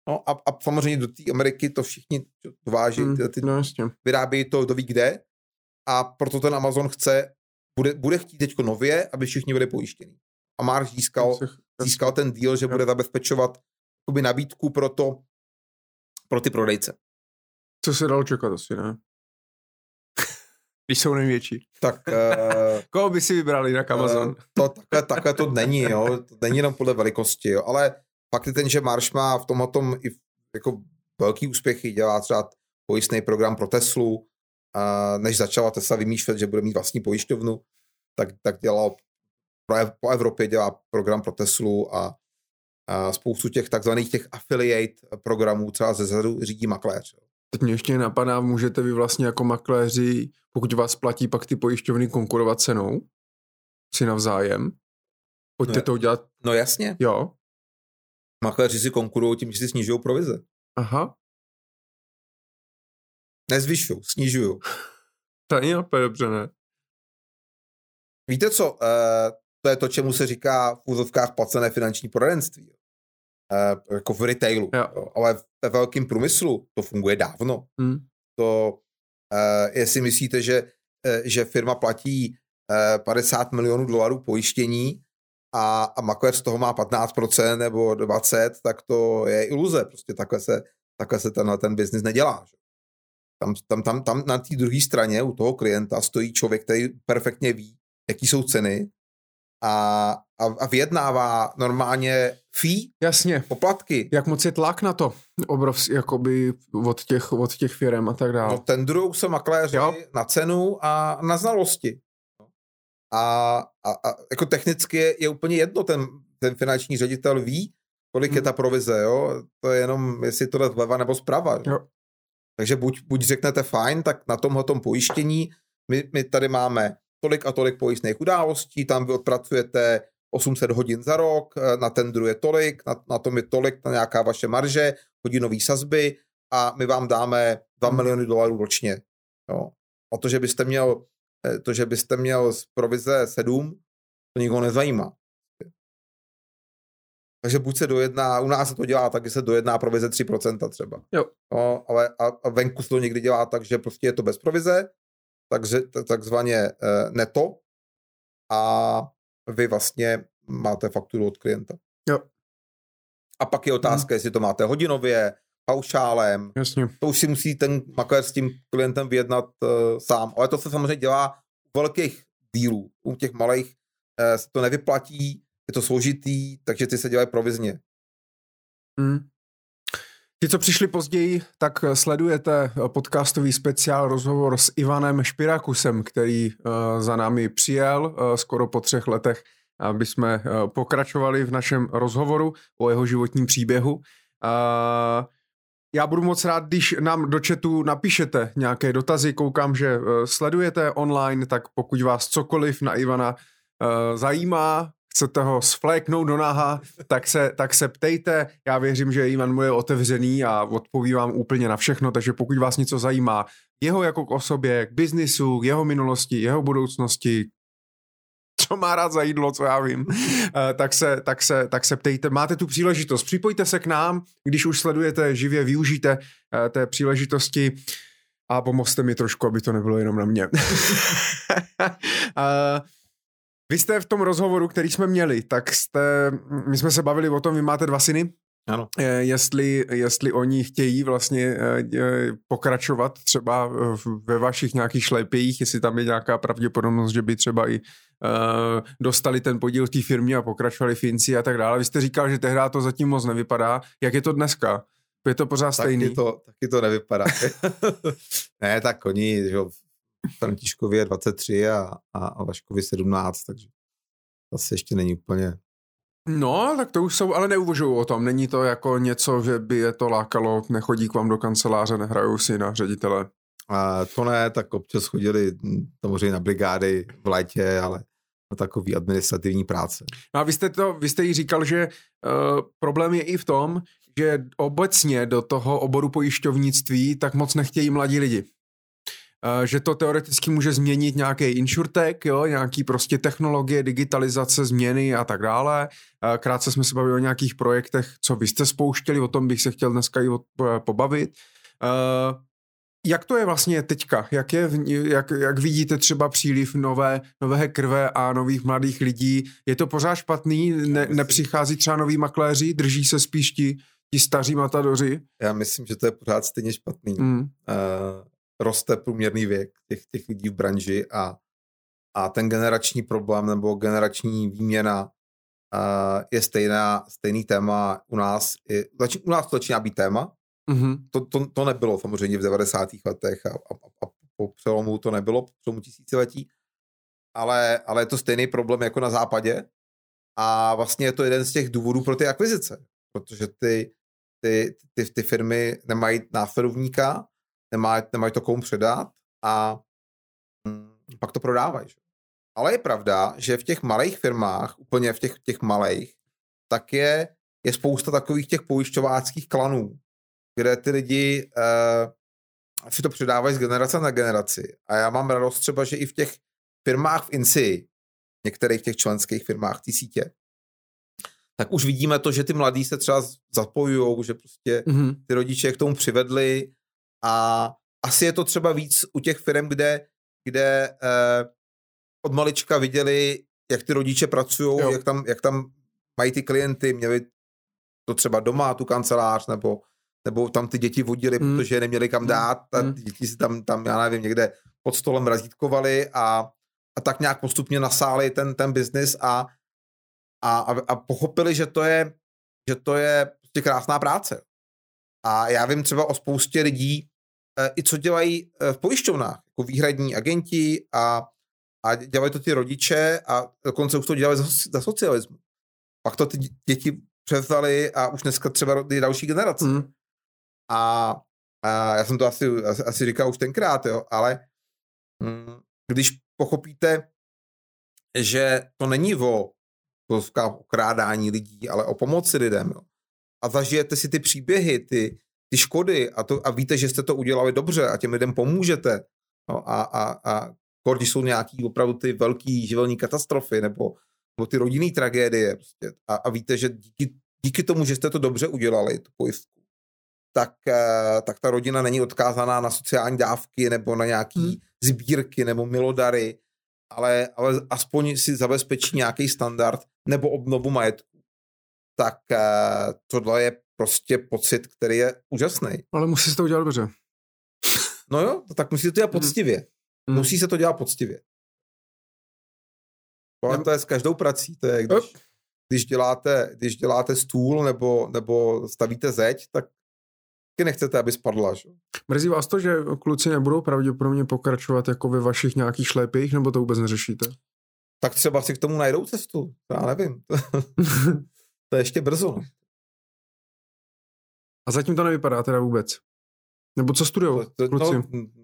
Speaker 2: No a samozřejmě do té Ameriky to všichni dováží, vyrábějí to kdo ví kde a proto ten Amazon bude chtít teďko nově, aby všichni byli pojištění. A Mark získal ten deal, že bude zabezpečovat nabídku pro ty prodejce.
Speaker 1: Co se dalo čekat asi, ne? Když jsou největší.
Speaker 2: Tak...
Speaker 1: Koho by si vybrali na Amazon?
Speaker 2: Takhle to není, jo. To není jenom podle velikosti, jo. Ale fakt je ten, že Marsh má v tomhletom i jako velký úspěchy, dělá třeba pojistný program pro Teslu, než začala Tesla vymýšlet, že bude mít vlastní pojišťovnu, tak dělal po Evropě dělá program pro Teslu a spoustu těch takzvaných těch affiliate programů třeba ze zadu řídí makléř.
Speaker 1: Teď mě ještě napadá, můžete vy vlastně jako makléři, pokud vás platí pak ty pojišťovny, konkurovat cenou? Si navzájem? Pojďte to udělat.
Speaker 2: No jasně.
Speaker 1: Jo.
Speaker 2: Makléři si konkurují tím, že si snižují provize.
Speaker 1: Aha.
Speaker 2: Nezvyšují, snižují.
Speaker 1: To není opět dobře, ne?
Speaker 2: Víte co? To je to, čemu se říká v úzovkách placené finanční poradenství. Jako v retailu. Jo. Ale ve velkém průmyslu to funguje dávno. Jestli myslíte, že firma platí $50 milionů pojištění a makléř z toho má 15% nebo 20%, tak to je iluze. Prostě takhle se ten biznis nedělá. Že? Tam na té druhé straně u toho klienta stojí člověk, který perfektně ví, jaký jsou ceny a vyjednává normálně fee,
Speaker 1: jasně,
Speaker 2: poplatky.
Speaker 1: Jak moc je tlak na to obrovský, jakoby od těch firem a tak dále.
Speaker 2: No tendrujou se makléři na cenu a na znalosti. A jako technicky je úplně jedno, ten finanční ředitel ví, kolik je ta provize, jo? To je jenom, jestli to jde zleva nebo zprava. Jo. Takže buď řeknete fajn, tak na tomhletom pojištění my tady máme tolik a tolik pojistných událostí, tam vy odpracujete 800 hodin za rok, na tendru je tolik, na tom je tolik, na nějaká vaše marže, hodinový sazby a my vám dáme $2 miliony ročně. Jo. A to, že byste měl z provize 7, to nikoho nezajímá. Takže buď se dojedná, u nás se to dělá tak, že se dojedná provize 3% třeba.
Speaker 1: Jo.
Speaker 2: No, ale a venku se to někdy dělá tak, že prostě je to bez provize, takzvaně neto a vy vlastně máte fakturu od klienta.
Speaker 1: Jo.
Speaker 2: A pak je otázka, jestli to máte hodinově, paušálem.
Speaker 1: Jasně.
Speaker 2: To už si musí ten makléř s tím klientem vyjednat sám. Ale to se samozřejmě dělá u velkých dílů. U těch malých se to nevyplatí, je to složitý, takže ty se dělají provizně.
Speaker 1: Ti, co přišli později, tak sledujete podcastový speciál rozhovor s Ivanem Špirakusem, který za námi přijel skoro po 3 letech, aby jsme pokračovali v našem rozhovoru o jeho životním příběhu. Já budu moc rád, když nám do chatu napíšete nějaké dotazy, koukám, že sledujete online, tak pokud vás cokoliv na Ivana zajímá, chcete ho sfléknout do náha, tak se ptejte. Já věřím, že Ivan bude otevřený a odpoví vám úplně na všechno, takže pokud vás něco zajímá, jeho jako k osobě, k biznisu, k jeho minulosti, jeho budoucnosti, co má rád za jídlo, co já vím, tak se ptejte. Máte tu příležitost, připojte se k nám, když už sledujete živě, využijte té příležitosti a pomozte mi trošku, aby to nebylo jenom na mě. Vy jste v tom rozhovoru, který jsme měli, my jsme se bavili o tom, vy máte 2 syny.
Speaker 2: Ano.
Speaker 1: Jestli oni chtějí vlastně pokračovat třeba ve vašich nějakých šlépějích, jestli tam je nějaká pravděpodobnost, že by třeba i dostali ten podíl v té firmě a pokračovali v Inci a tak dále. Vy jste říkal, že tehdy to zatím moc nevypadá. Jak je to dneska? Je to pořád stejný?
Speaker 2: Taky to nevypadá. Ne, tak oni, že Františkovi je 23 a Vaškovi 17, takže zase ještě není úplně...
Speaker 1: No, tak to už jsou, ale neuvažují o tom. Není to jako něco, že by je to lákalo, nechodí k vám do kanceláře, nehrajou si na ředitele.
Speaker 2: To ne, tak občas chodili samozřejmě na brigády v létě, ale na takový administrativní práce.
Speaker 1: No a vy jste jí říkal, že problém je i v tom, že obecně do toho oboru pojišťovnictví tak moc nechtějí mladí lidi. že to teoreticky může změnit nějaký insurtech, jo, nějaký prostě technologie, digitalizace, změny a tak dále. Krátce jsme se bavili o nějakých projektech, co vy jste spouštěli, o tom bych se chtěl dneska i pobavit. Jak to je vlastně teďka? Jak vidíte třeba příliv nové krve a nových mladých lidí? Je to pořád špatný? Nepřichází třeba noví makléři? Drží se spíš ti staří matadoři?
Speaker 2: Já myslím, že to je pořád stejně špatný. Roste průměrný věk těch lidí v branži a ten generační problém nebo generační výměna je stejný téma u nás. U nás to začíná být téma. To nebylo samozřejmě v 90. letech a po přelomu to nebylo, po přelomu tisíciletí, ale je to stejný problém jako na západě a vlastně je to jeden z těch důvodů pro ty akvizice, protože ty firmy nemají následovníka, nemají to komu předat a pak to prodávají. Ale je pravda, že v těch malých firmách, úplně v těch malých, tak je spousta takových těch pojišťováckých klanů, kde ty lidi si to předávají z generace na generaci. A já mám radost třeba, že i v těch firmách v INSI, některých těch členských firmách té sítě, tak už vidíme to, že ty mladí se třeba zapojujou, že prostě ty rodiče k tomu přivedli a asi je to třeba víc u těch firm, kde od malička viděli, jak ty rodiče pracují, jak tam mají ty klienty, měli to třeba doma, tu kancelář, nebo tam ty děti vodili, protože je neměli kam dát a ty děti si tam, já nevím, někde pod stolem razítkovali a tak nějak postupně nasáli ten biznis a pochopili, že to je prostě krásná práce. A já vím třeba o spoustě lidí, i co dělají v pojišťovnách, jako výhradní agenti a dělají to ty rodiče a dokonce už to dělají za socialismu. Pak to ty děti převzali a už dneska třeba ty další generace. A já jsem to asi říkal už tenkrát, jo, ale když pochopíte, že to není o okrádání lidí, ale o pomoci lidem, jo, a zažijete si ty příběhy, ty škody a víte, že jste to udělali dobře a těm lidem pomůžete, no, a když jsou nějaký opravdu ty velký živelní katastrofy nebo ty rodinný tragédie prostě, a víte, že díky tomu, že jste to dobře udělali, tu pojistku, tak ta rodina není odkázaná na sociální dávky nebo na nějaký sbírky nebo milodary, ale aspoň si zabezpečí nějaký standard nebo obnovu majetku. Tak tohle je prostě pocit, který je úžasný.
Speaker 1: Ale musí se to udělat dobře.
Speaker 2: No jo, tak musí se to dělat poctivě. Musí se to dělat poctivě. Ale to je s každou prací. To je, když děláte stůl nebo stavíte zeď, tak nechcete, aby spadla. Že?
Speaker 1: Mrzí vás to, že kluci nebudou pravděpodobně pokračovat jako ve vašich nějakých šlépích, nebo to vůbec neřešíte?
Speaker 2: Tak třeba si k tomu najdou cestu. Já nevím. To je ještě brzo.
Speaker 1: A zatím to nevypadá teda vůbec? Nebo co studujou kluci?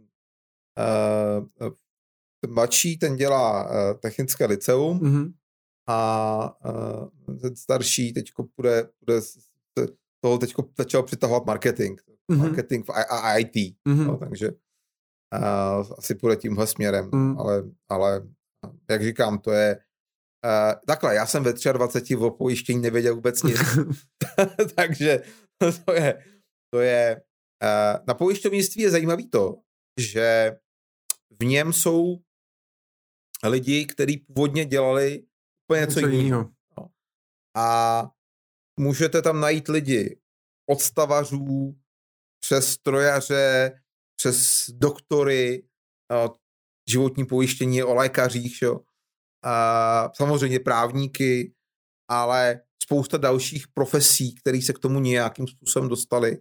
Speaker 2: Mladší, ten dělá technické liceum a ten starší teďko bude toho teďko začal přitahovat marketing. Marketing a IT. No, takže asi půjde tímhle směrem. Ale jak říkám, to je takhle, já jsem ve 23 o pojištění nevěděl vůbec nic. Takže to je na pojišťovnictví je zajímavý to, že v něm jsou lidi, kteří původně dělali úplně něco jiného. No. A můžete tam najít lidi od stavařů, přes strojaře, přes doktory, životní pojištění o lékařích, jo. A samozřejmě právníky, ale spousta dalších profesí, které se k tomu nějakým způsobem dostali.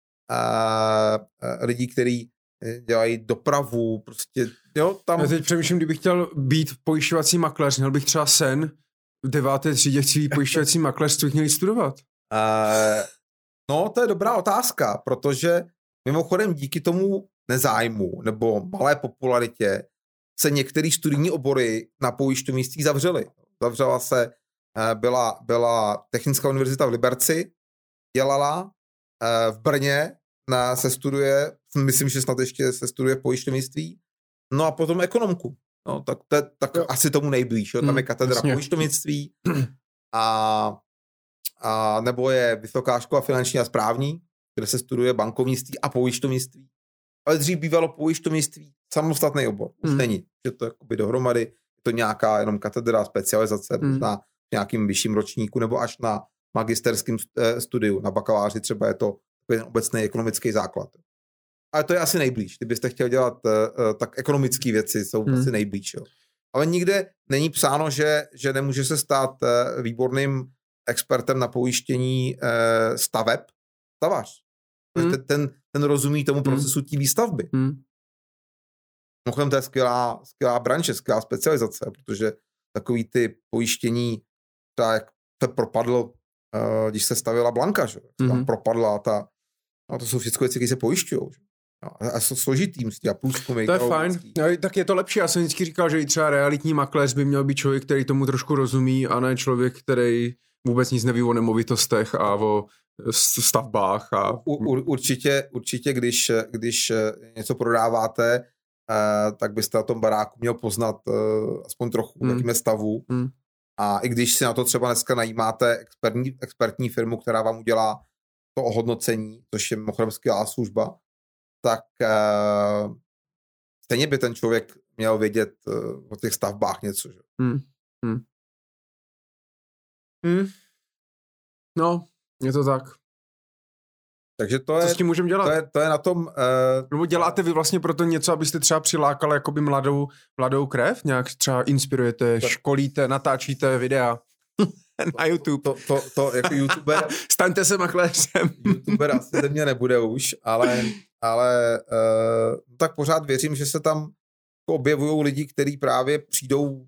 Speaker 2: Lidí, kteří dělají dopravu, prostě, jo, tam...
Speaker 1: Já teď přemýšlím, kdybych chtěl být pojišťovací makléř, měl bych třeba sen v 9. třídě chci být pojišťovací makléř, co bych měl studovat?
Speaker 2: No, to je dobrá otázka, protože mimochodem díky tomu nezájmu nebo malé popularitě se některé studijní obory na pojišťovnictví zavřely. Zavřela se, byla Technická univerzita v Liberci, dělala, v Brně se studuje, myslím, že snad ještě se studuje pojišťovnictví, No a potom ekonomku. No, tak asi tomu nejblíž. Jo? Tam je katedra pojišťovnictví a nebo je vysoká škola finanční a správní, kde se studuje bankovnictví a pojišťovnictví. Ale dřív bývalo pojišťovnictví samostatný obor. Už není. Že to jakoby dohromady, je to nějaká jenom katedra, specializace, možná v nějakým vyšším ročníku, nebo až na magisterském studiu. Na bakaláři třeba je to obecný ekonomický základ. Ale to je asi nejblíž. Kdybyste chtěl dělat tak ekonomické věci, jsou asi nejblíž. Jo. Ale nikde není psáno, že nemůže se stát výborným expertem na pojištění stavař. Ten rozumí tomu procesu té výstavby. Mimochodem to je skvělá branže, skvělá specializace, protože takový ty pojištění, třeba jak se propadlo, když se stavila Blanka, že? Tam propadla a to jsou všechno věci, které se pojišťují. A jsou složitý, a průzkumy.
Speaker 1: To je fajn. No, tak je to lepší. Já jsem vždycky říkal, že i třeba realitní makléř by měl být člověk, který tomu trošku rozumí, a ne člověk, který vůbec nic neví o nemovitostech a o stavbách.
Speaker 2: Určitě, když něco prodáváte, tak byste na tom baráku měl poznat aspoň trochu, jakým je stavu. A i když si na to třeba dneska najímáte expertní firmu, která vám udělá to ohodnocení, což je mimochodem skvělá služba, tak stejně by ten člověk měl vědět o těch stavbách něco. Že?
Speaker 1: No, je to tak.
Speaker 2: Takže
Speaker 1: co s tím můžeme dělat?
Speaker 2: To je na tom...
Speaker 1: Nebo děláte vy vlastně proto něco, abyste třeba přilákali jakoby mladou krev? Nějak třeba inspirujete, školíte, natáčíte videa na YouTube?
Speaker 2: To jako YouTuber...
Speaker 1: Staňte se makléřem.
Speaker 2: YouTuber asi ze mě nebude už, ale tak pořád věřím, že se tam objevují lidi, kteří právě přijdou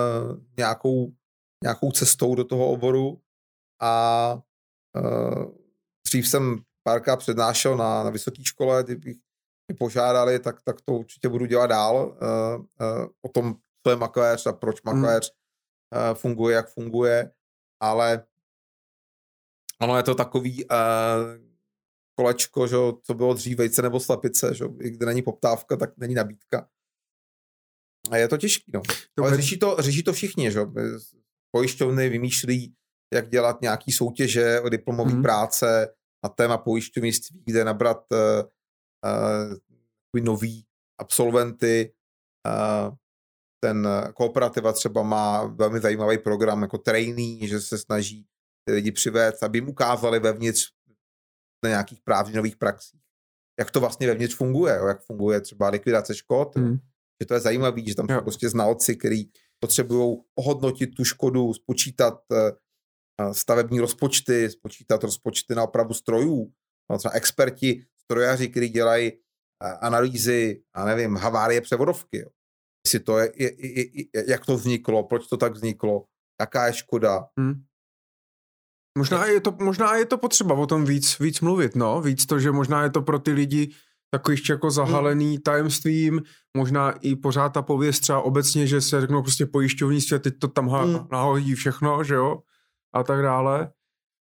Speaker 2: nějakou cestou do toho oboru a dřív jsem párkrát přednášel na vysoké škole, kdybych mě požádali, tak to určitě budu dělat dál. O tom, co je makléř a proč makléř funguje, jak funguje, ale ono je to takový kolečko, že, co bylo dřív vejce nebo slepice, že, kde není poptávka, tak není nabídka. A je to těžký, no. Ale řeší to všichni, že. Pojišťovny vymýšlí, jak dělat nějaký soutěže o diplomové práce na téma pojišťovnictví, kde nabrat nový absolventy. Ten Kooperativa třeba má velmi zajímavý program jako trainee, že se snaží ty lidi přivést, aby jim ukázali vevnitř na nějakých prázdninových praxích. Jak to vlastně vevnitř funguje, jo? Jak funguje třeba likvidace škod. Že to je zajímavé, že tam jsou prostě znalci, kteří potřebují ohodnotit tu škodu, spočítat stavební rozpočty, spočítat rozpočty na opravu strojů. No, třeba experti, strojaři, kteří dělají analýzy, a nevím, havárie převodovky. Jo. Jestli to je, jak to vzniklo, proč to tak vzniklo, jaká je škoda.
Speaker 1: Možná je to potřeba o tom víc mluvit, no. Víc to, že možná je to pro ty lidi takový ještě jako zahalený tajemstvím, možná i pořád ta pověst třeba obecně, že se řeknou prostě pojišťovnictví a teď to tam nahodí všechno, že jo, a tak dále.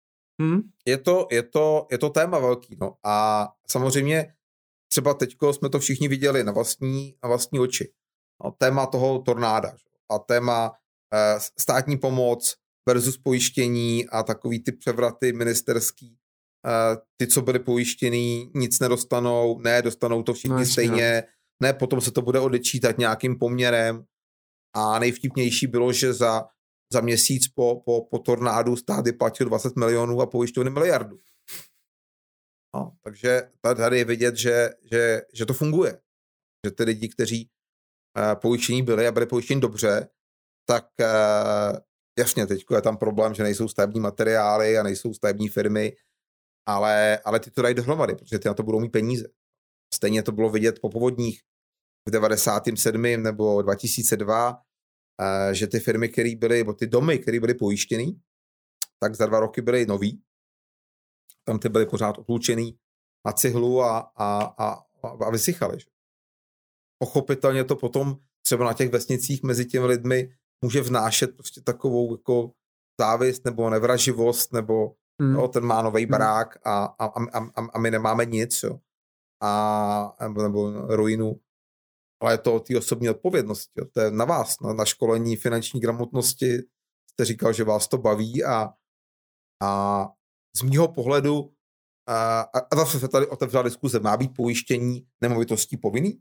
Speaker 2: Je to téma velký, no. A samozřejmě třeba teďko jsme to všichni viděli na vlastní oči. No, téma toho tornáda, že? A téma státní pomoc versus pojištění a takový ty převraty ministerský. Ty, co byli pojištěný, nic nedostanou, dostanou to všichni stejně, potom se to bude odečítat nějakým poměrem a nejvtipnější bylo, že za měsíc po tornádu stát vyplatil 20 milionů a pojišťovny miliardu. No, takže tady je vidět, že to funguje. Že ty lidi, kteří pojištění byli a byli pojištěni dobře, tak jasně, teď je tam problém, že nejsou stavební materiály a nejsou stavební firmy, ale ty to dají dohromady, protože ty na to budou mít peníze. Stejně to bylo vidět po povodních v 97. nebo 2002, že ty firmy, které byly, nebo ty domy, které byly pojištěný, tak za 2 roky byly nový. Tam ty byly pořád otlučený na cihlu a vysychaly. Pochopitelně to potom třeba na těch vesnicích mezi těmi lidmi může vnášet prostě takovou jako závist nebo nevraživost, nebo ten má novej barák a my nemáme nic, jo. Nebo ruinu. ale je to o té osobní odpovědnosti. Jo. To je na vás, na školení finanční gramotnosti. Jste říkal, že vás to baví a z mýho pohledu a zase se tady otevřela diskuze, má být pojištění nemovitostí povinný?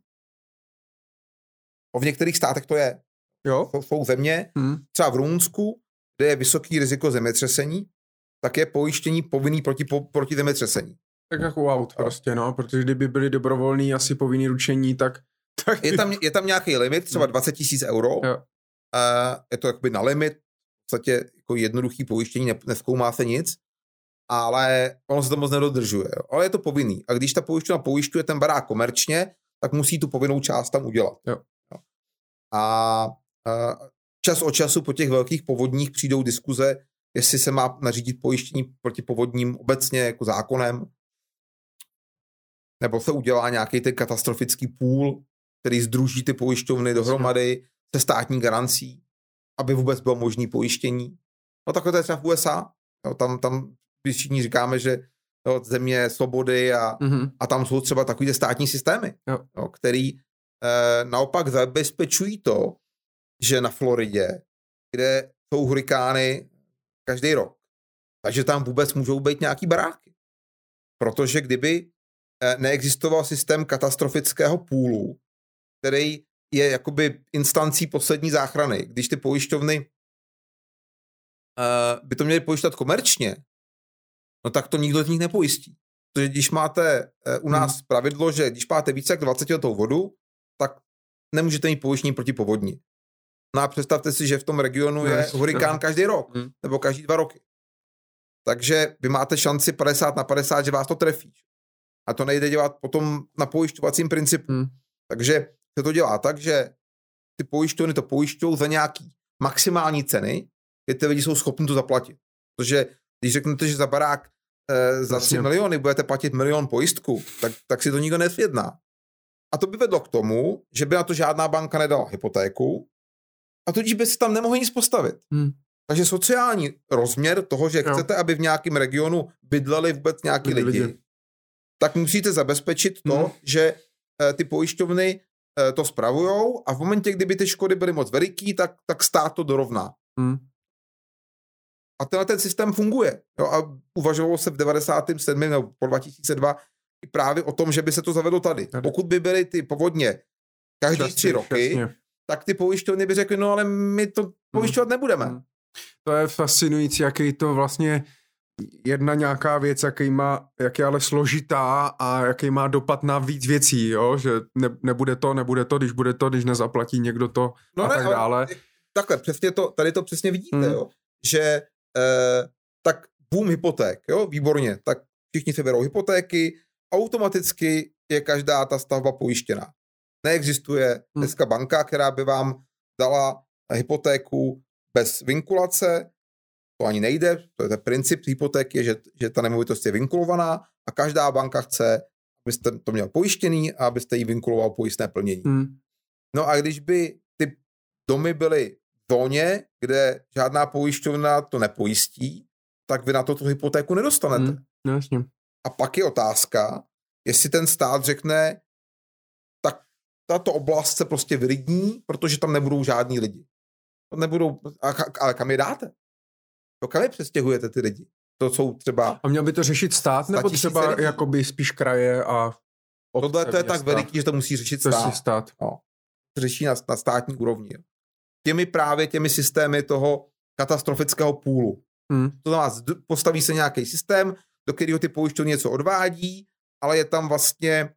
Speaker 2: V některých státech to je.
Speaker 1: Jo?
Speaker 2: Jsou země, třeba v Rumunsku, kde je vysoký riziko zemětřesení, tak je pojištění povinný proti zemětřesení.
Speaker 1: Tak jako aut prostě, no, protože kdyby byly dobrovolný asi povinný ručení, tak
Speaker 2: je tam nějaký limit, třeba 20 000 euro.
Speaker 1: Jo.
Speaker 2: Je to jakoby na limit, v podstatě jako jednoduchý pojištění, nezkoumá se nic, ale ono se to moc nedodržuje. Jo. Ale je to povinný. A když ta pojišťovna pojišťuje ten barák komerčně, tak musí tu povinnou část tam udělat.
Speaker 1: Jo.
Speaker 2: A čas od času po těch velkých povodních přijdou diskuze, jestli se má nařídit pojištění proti povodním obecně jako zákonem, nebo se udělá nějaký ten katastrofický půl, který sdruží ty pojišťovny dohromady se státní garancí, aby vůbec bylo možné pojištění. No takhle to je třeba v USA. Jo, tam všichni říkáme, že jo, země svobody a tam jsou třeba takový státní systémy, jo, který naopak zabezpečují to, že na Floridě, kde jsou hurikány každý rok, takže tam vůbec můžou být nějaký baráky. Protože kdyby neexistoval systém katastrofického půlu, který je jakoby instancí poslední záchrany, když ty pojišťovny by to měly pojišťovat komerčně, no tak to nikdo z nich nepojistí. Protože když máte u nás pravidlo, že když máte více jak 20 letou vodu, tak nemůžete mít pojištění proti povodni. No a představte si, že v tom regionu je hurikán každý rok, nebo každý 2 roky. Takže vy máte šanci 50/50, že vás to trefí. A to nejde dělat potom na pojišťovacím principu. Takže se to dělá tak, že ty pojišťovny to pojišťují za nějaký maximální ceny, kde ty lidi jsou schopni to zaplatit. Protože když řeknete, že za barák za 3 miliony budete platit 1 milion pojistku, tak si to nikdo nesvědná. A to by vedlo k tomu, že by na to žádná banka nedala hypotéku a tudíž by se tam nemohli nic postavit. Takže sociální rozměr toho, že chcete, aby v nějakém regionu bydleli vůbec nějaký lidi, tak musíte zabezpečit to, že ty pojišťovny to spravujou a v momentě, kdyby ty škody byly moc veliký, tak stát to dorovná. A ten systém funguje. Jo, a uvažovalo se v 97. nebo po 2002 i právě o tom, že by se to zavedlo tady. Pokud by byly ty povodně každý 3 roky, tak ty pojišťovny by řekly, no ale my to pojišťovat nebudeme.
Speaker 1: To je fascinující, jaký to vlastně jedna nějaká věc, jak je ale složitá a jaký má dopad na víc věcí, jo? Že nebude to, když nezaplatí někdo to a tak dále.
Speaker 2: Takhle, přesně to, tady to přesně vidíte, jo? Že tak boom hypoték, jo, výborně, tak všichni se berou hypotéky, automaticky je každá ta stavba pojištěná. Neexistuje dneska banka, která by vám dala hypotéku bez vinkulace, to ani nejde, to je ten princip hypotéky, že ta nemovitost je vinkulovaná a každá banka chce, abyste to měl pojištěný a abyste jí vinkuloval pojistné plnění. No a když by ty domy byly v zóně, kde žádná pojišťovna to nepojistí, tak vy na to tu hypotéku nedostanete.
Speaker 1: Jasně.
Speaker 2: A pak je otázka, jestli ten stát řekne, tak tato oblast se prostě vylidní, protože tam nebudou žádní lidi. Nebudou, ale kam je dáte? To kam je přestěhujete ty lidi? To jsou třeba...
Speaker 1: A měl by to řešit stát, nebo třeba jakoby spíš kraje a...
Speaker 2: Tohle to je tak veliký, že to musí řešit stát. No. Řeší na státní úrovni. Těmi systémy toho katastrofického půlu. To znamená, postaví se nějaký systém, do kterého ty pojišťovny něco odvádí, ale je tam vlastně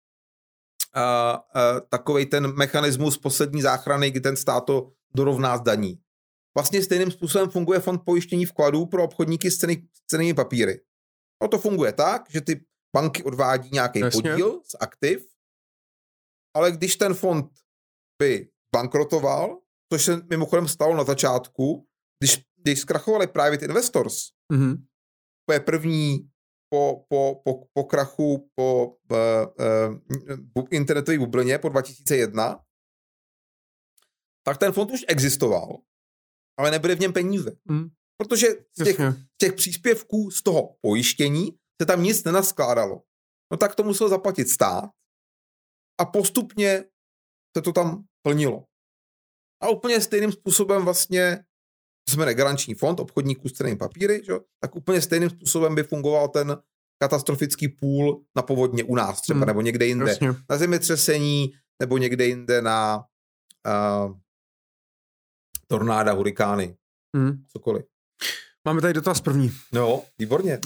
Speaker 2: takovej ten mechanismus poslední záchrany, kdy ten stát to dorovná s daní. Vlastně stejným způsobem funguje fond pojištění vkladů pro obchodníky s cennými papíry. No to funguje tak, že ty banky odvádí nějaký podíl z aktiv, ale když ten fond by bankrotoval, což se mimochodem stalo na začátku, když zkrachovali private investors, to je první po krachu po internetové bublině po 2001, tak ten fond už existoval, ale nebyly v něm peníze. Protože z těch příspěvků z toho pojištění se tam nic nenaskládalo. No tak to musel zaplatit stát a postupně se to tam plnilo. A úplně stejným způsobem vlastně, to se jmenuje garanční fond obchodníků s cennými papíry, že? Tak úplně stejným způsobem by fungoval ten katastrofický půl na povodně u nás třeba, nebo někde jinde.
Speaker 1: Jasně.
Speaker 2: Na zemětřesení, nebo někde jinde na tornáda, hurikány, cokoliv.
Speaker 1: Máme tady dotaz první.
Speaker 2: No, výborně.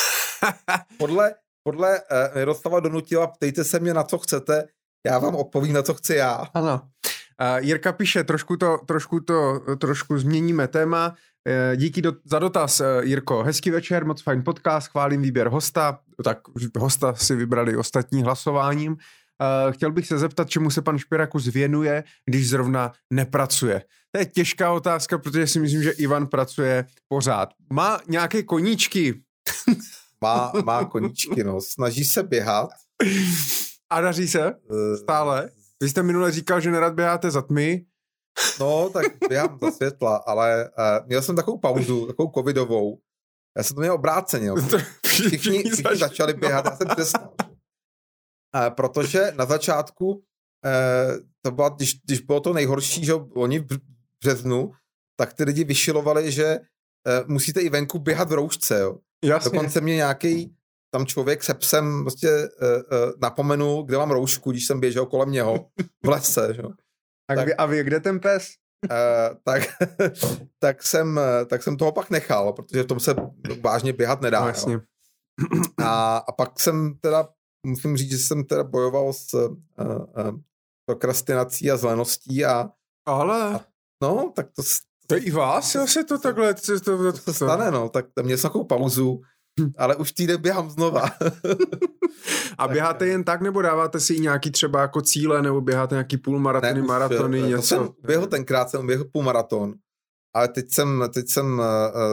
Speaker 2: Podle Miroslava Donutila, ptejte se mě, na co chcete, já vám odpovím, na co chci já.
Speaker 1: Ano. Jirka píše, trošku změníme téma. Díky za dotaz, Jirko. Hezký večer, moc fajn podcast, chválím výběr hosta. Tak hosta si vybrali ostatní hlasováním. Chtěl bych se zeptat, čemu se pan Špirakus věnuje, když zrovna nepracuje. To je těžká otázka, protože si myslím, že Ivan pracuje pořád. Má nějaké koníčky?
Speaker 2: Má koníčky, no. Snaží se běhat.
Speaker 1: A daří se? Stále? Vy jste minule říkal, že nerad běháte za tmy.
Speaker 2: No, tak běhám za světla, ale měl jsem takovou pauzu, takovou covidovou. Já jsem to měl obráceně. Všichni začali běhat, já jsem přestal. Protože na začátku, to bylo, když bylo to nejhorší, že oni v březnu, tak ty lidi vyšilovali, že musíte i venku běhat v roušce. Jo.
Speaker 1: Jasně.
Speaker 2: Dokonce mě nějaký tam člověk se psem prostě napomenul, kde mám roušku, když jsem běžel kolem něho v lese. Že?
Speaker 1: A vy, kde ten pes?
Speaker 2: Tak jsem toho pak nechal, protože v tom se vážně běhat nedá.
Speaker 1: No, jasně.
Speaker 2: A pak jsem teda, musím říct, že jsem teda bojoval s prokrastinací a zleností
Speaker 1: Ale...
Speaker 2: No, tak to
Speaker 1: je i vás, se to takhle...
Speaker 2: To stane, no, tak měl jsem takovou pauzu, ale už týden běhám znova.
Speaker 1: A běháte jen tak, nebo dáváte si i nějaký třeba jako cíle, nebo běháte nějaký půlmaratony, maratony, něco?
Speaker 2: Jsem běhl tenkrát, jsem běhl půlmaraton, ale teď jsem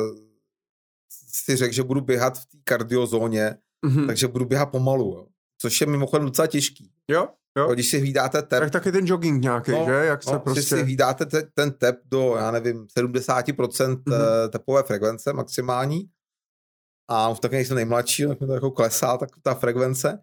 Speaker 2: si řekl, že budu běhat v té kardiozóně, takže budu běhat pomalu, jo. Což je mimochodem docela těžký.
Speaker 1: Jo.
Speaker 2: Když si hlídáte tep...
Speaker 1: Tak je ten jogging nějaký, že? Jak se prostě...
Speaker 2: Když si hlídáte ten tep do, já nevím, 70% tepové frekvence maximální, a už taky nejsem nejmladší, tak mi to jako klesá tak ta frekvence.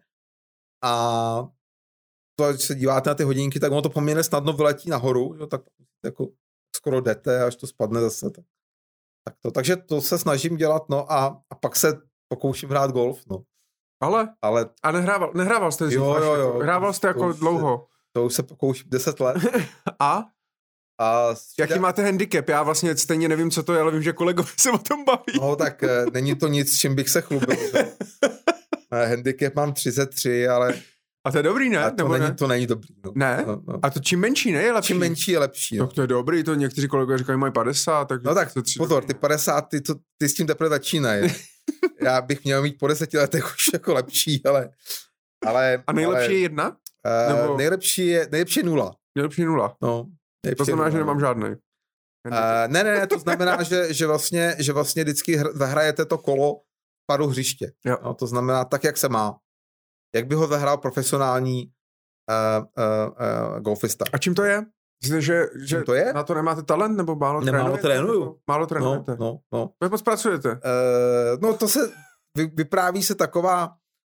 Speaker 2: A to, když se díváte na ty hodinky, tak ono to poměrně snadno vyletí nahoru, jo, tak jako skoro jdete, až to spadne zase. Takže to se snažím dělat, no a pak se pokouším hrát golf, no. Ale
Speaker 1: a nehrával jste dřív?
Speaker 2: Jo.
Speaker 1: Hrával jste jako dlouho?
Speaker 2: To už se pokouším 10 let.
Speaker 1: A jaký máte handicap? Já vlastně stejně nevím, co to je, ale vím, že kolegové se o tom baví.
Speaker 2: No tak není to nic, čím bych se chlubil. Handicap mám 33, ale...
Speaker 1: A to je dobrý, ne?
Speaker 2: To není dobrý. No.
Speaker 1: Ne?
Speaker 2: No.
Speaker 1: A to čím menší, ne? Je lepší?
Speaker 2: Čím menší je lepší. No.
Speaker 1: Tak to je dobrý, to někteří kolegové říkají, mají 50. Tak
Speaker 2: no tak pozor, ty 50, ty s tím teprve začínají. Já bych měl mít po 10 letech už jako lepší, ale...
Speaker 1: A nejlepší je 1?
Speaker 2: Nebo... Nejlepší je 0.
Speaker 1: Nejlepší je 0.
Speaker 2: No.
Speaker 1: To znamená, že nemám žádnej.
Speaker 2: Ne, to znamená, že vlastně vždycky zahrajete to kolo padu hřiště. No, to znamená tak, jak se má. Jak by ho zahrál profesionální golfista.
Speaker 1: A čím to je? Myslíte, že
Speaker 2: to je?
Speaker 1: Na to nemáte talent, nebo málo trénujete? Málo trénujete.
Speaker 2: No.
Speaker 1: Vy moc pracujete?
Speaker 2: No to se, vypráví se taková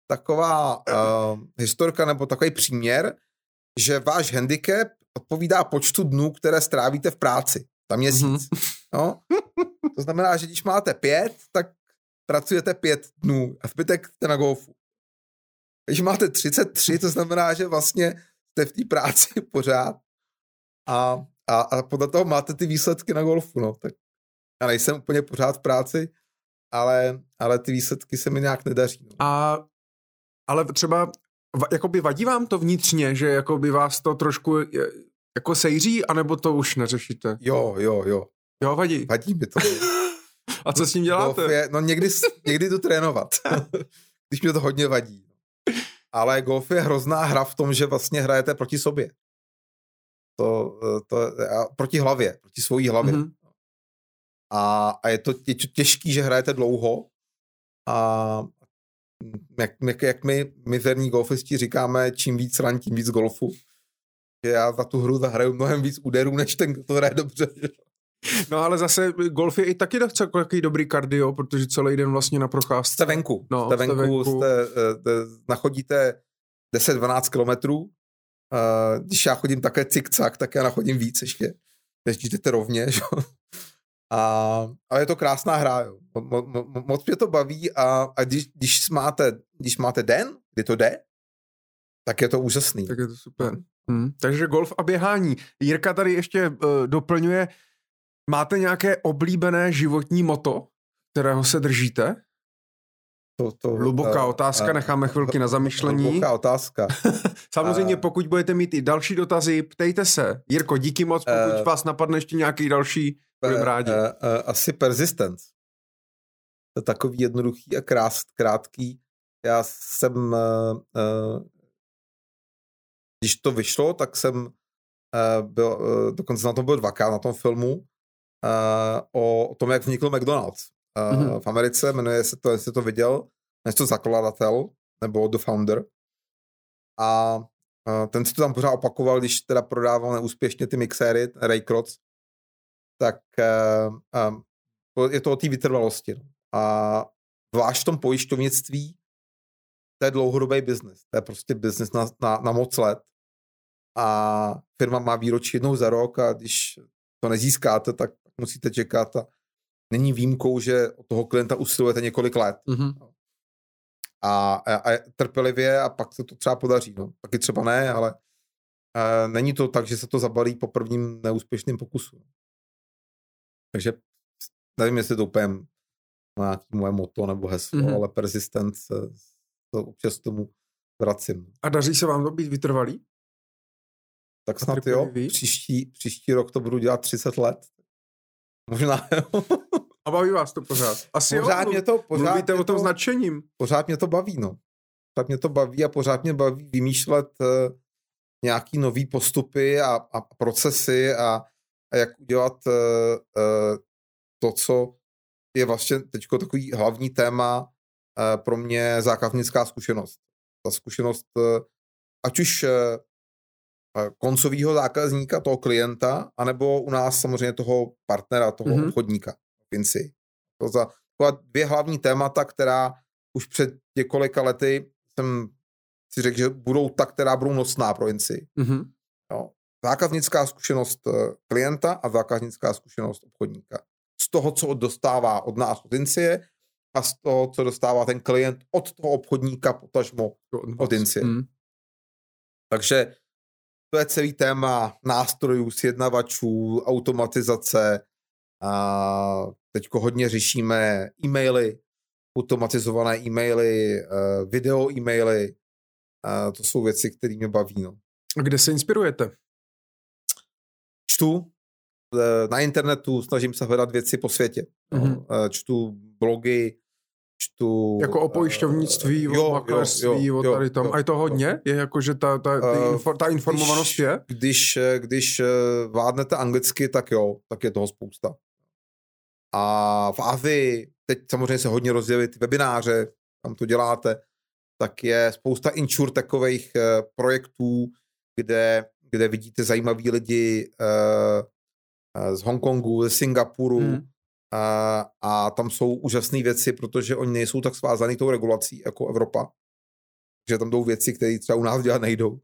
Speaker 2: historka, nebo takový příměr, že váš handicap odpovídá počtu dnů, které strávíte v práci. Za měsíc. No? To znamená, že když máte 5, tak pracujete 5 dnů a zbytek jste na golfu. Když máte 33, to znamená, že vlastně jste v té práci pořád a podle toho máte ty výsledky na golfu. No. Tak já nejsem úplně pořád v práci, ale ty výsledky se mi nějak nedaří. No.
Speaker 1: Ale třeba jakoby vadí vám to vnitřně, že jakoby vás to trošku jako sejří, anebo to už neřešíte?
Speaker 2: Jo.
Speaker 1: Jo, vadí?
Speaker 2: Vadí mi to.
Speaker 1: A co s tím děláte?
Speaker 2: No někdy jdu trénovat, když mě to hodně vadí. Ale golf je hrozná hra v tom, že vlastně hrajete proti sobě. Proti hlavě, proti svojí hlavě. A je to těžký, že hrajete dlouho a jak my mizerní golfisti říkáme, čím víc ran, tím víc golfu. Že já za tu hru zahraju mnohem víc úderů, než ten, kdo to hraje dobře.
Speaker 1: No ale zase golf je i taky takový dobrý kardio, protože celý den vlastně na procházce.
Speaker 2: Jste venku. Nachodíte 10-12 kilometrů když já chodím také cikcak, tak já nachodím víc ještě. Než když jdete rovně, že? Ale je to krásná hra, jo. Moc mě to baví a když máte den, kdy to jde, tak je to úžasný.
Speaker 1: Tak je to super. Takže golf a běhání. Jirka tady ještě doplňuje, máte nějaké oblíbené životní motto, kterého se držíte? Hluboká otázka, necháme chvilky na zamyšlení.
Speaker 2: Hluboká otázka.
Speaker 1: Samozřejmě, pokud budete mít i další dotazy, ptejte se. Jirko, díky moc, pokud vás napadne ještě nějaký další, budeme rádi.
Speaker 2: Asi persistence. To je takový jednoduchý a krátký. Já jsem, když to vyšlo, tak jsem byl, dokonce na tom byl 2krát na tom filmu, o tom, jak vznikl McDonald's. V Americe, jmenuje se to, jestli to viděl, než to zakladatel, nebo The Founder. A ten si to tam pořád opakoval, když teda prodával neúspěšně ty mixéry, Ray Kroc, tak je to o té vytrvalosti. A zvlášť v tom pojišťovnictví, to je dlouhodobý biznis. To je prostě biznis na moc let. A firma má výročí jednou za rok a když to nezískáte, tak musíte čekat a není výjimkou, že od toho klienta usilujete několik let. A trpělivě a pak se to třeba podaří. No. Taky třeba ne, ale není to tak, že se to zabalí po prvním neúspěšném pokusu. Takže nevím, jestli to úplně nějaký moje motto nebo heslo, ale persistence, to občas tomu vracím.
Speaker 1: A daří se vám to být vytrvalý?
Speaker 2: Tak snad jo. Příští rok to budu dělat 30 let. Možná jo.
Speaker 1: A baví vás to pořád? Asi mluvíte o tom značením.
Speaker 2: Pořád mě to baví, no. Pořád mě to baví a pořád mě baví vymýšlet nějaký nový postupy a procesy a jak udělat to, co je vlastně teďko takový hlavní téma pro mě zákaznická zkušenost. Ta zkušenost, ať už koncového zákazníka, toho klienta, anebo u nás samozřejmě toho partnera, toho obchodníka. Vinci. To za dvě hlavní témata, která už před několika lety jsem si řekl, že budou ta, která budou nosná pro Vinci. Jo. Zákaznická zkušenost klienta a zákaznická zkušenost obchodníka. Z toho, co dostává od nás od Vinci a z toho, co dostává ten klient od toho obchodníka, potažmo od Vinci. Takže to je celý téma nástrojů, sjednavačů, automatizace. A teďko hodně řešíme e-maily, automatizované e-maily, video e-maily. To jsou věci, které mě baví. No.
Speaker 1: A kde se inspirujete?
Speaker 2: Čtu na internetu, snažím se hledat věci po světě. Čtu blogy, čtu...
Speaker 1: Jako o pojišťovnictví, o makléřství, o tady tom. A je to hodně? Je jako, že ta informovanost je?
Speaker 2: Když vládnete anglicky, tak jo, tak je toho spousta. A v Azii, teď samozřejmě se hodně rozdělí ty webináře, tam to děláte, tak je spousta insurtechových projektů, kde vidíte zajímavý lidi z Hongkongu, ze Singapuru a tam jsou úžasné věci, protože oni nejsou tak svázaný tou regulací jako Evropa. Takže tam jdou věci, které třeba u nás dělat nejdou.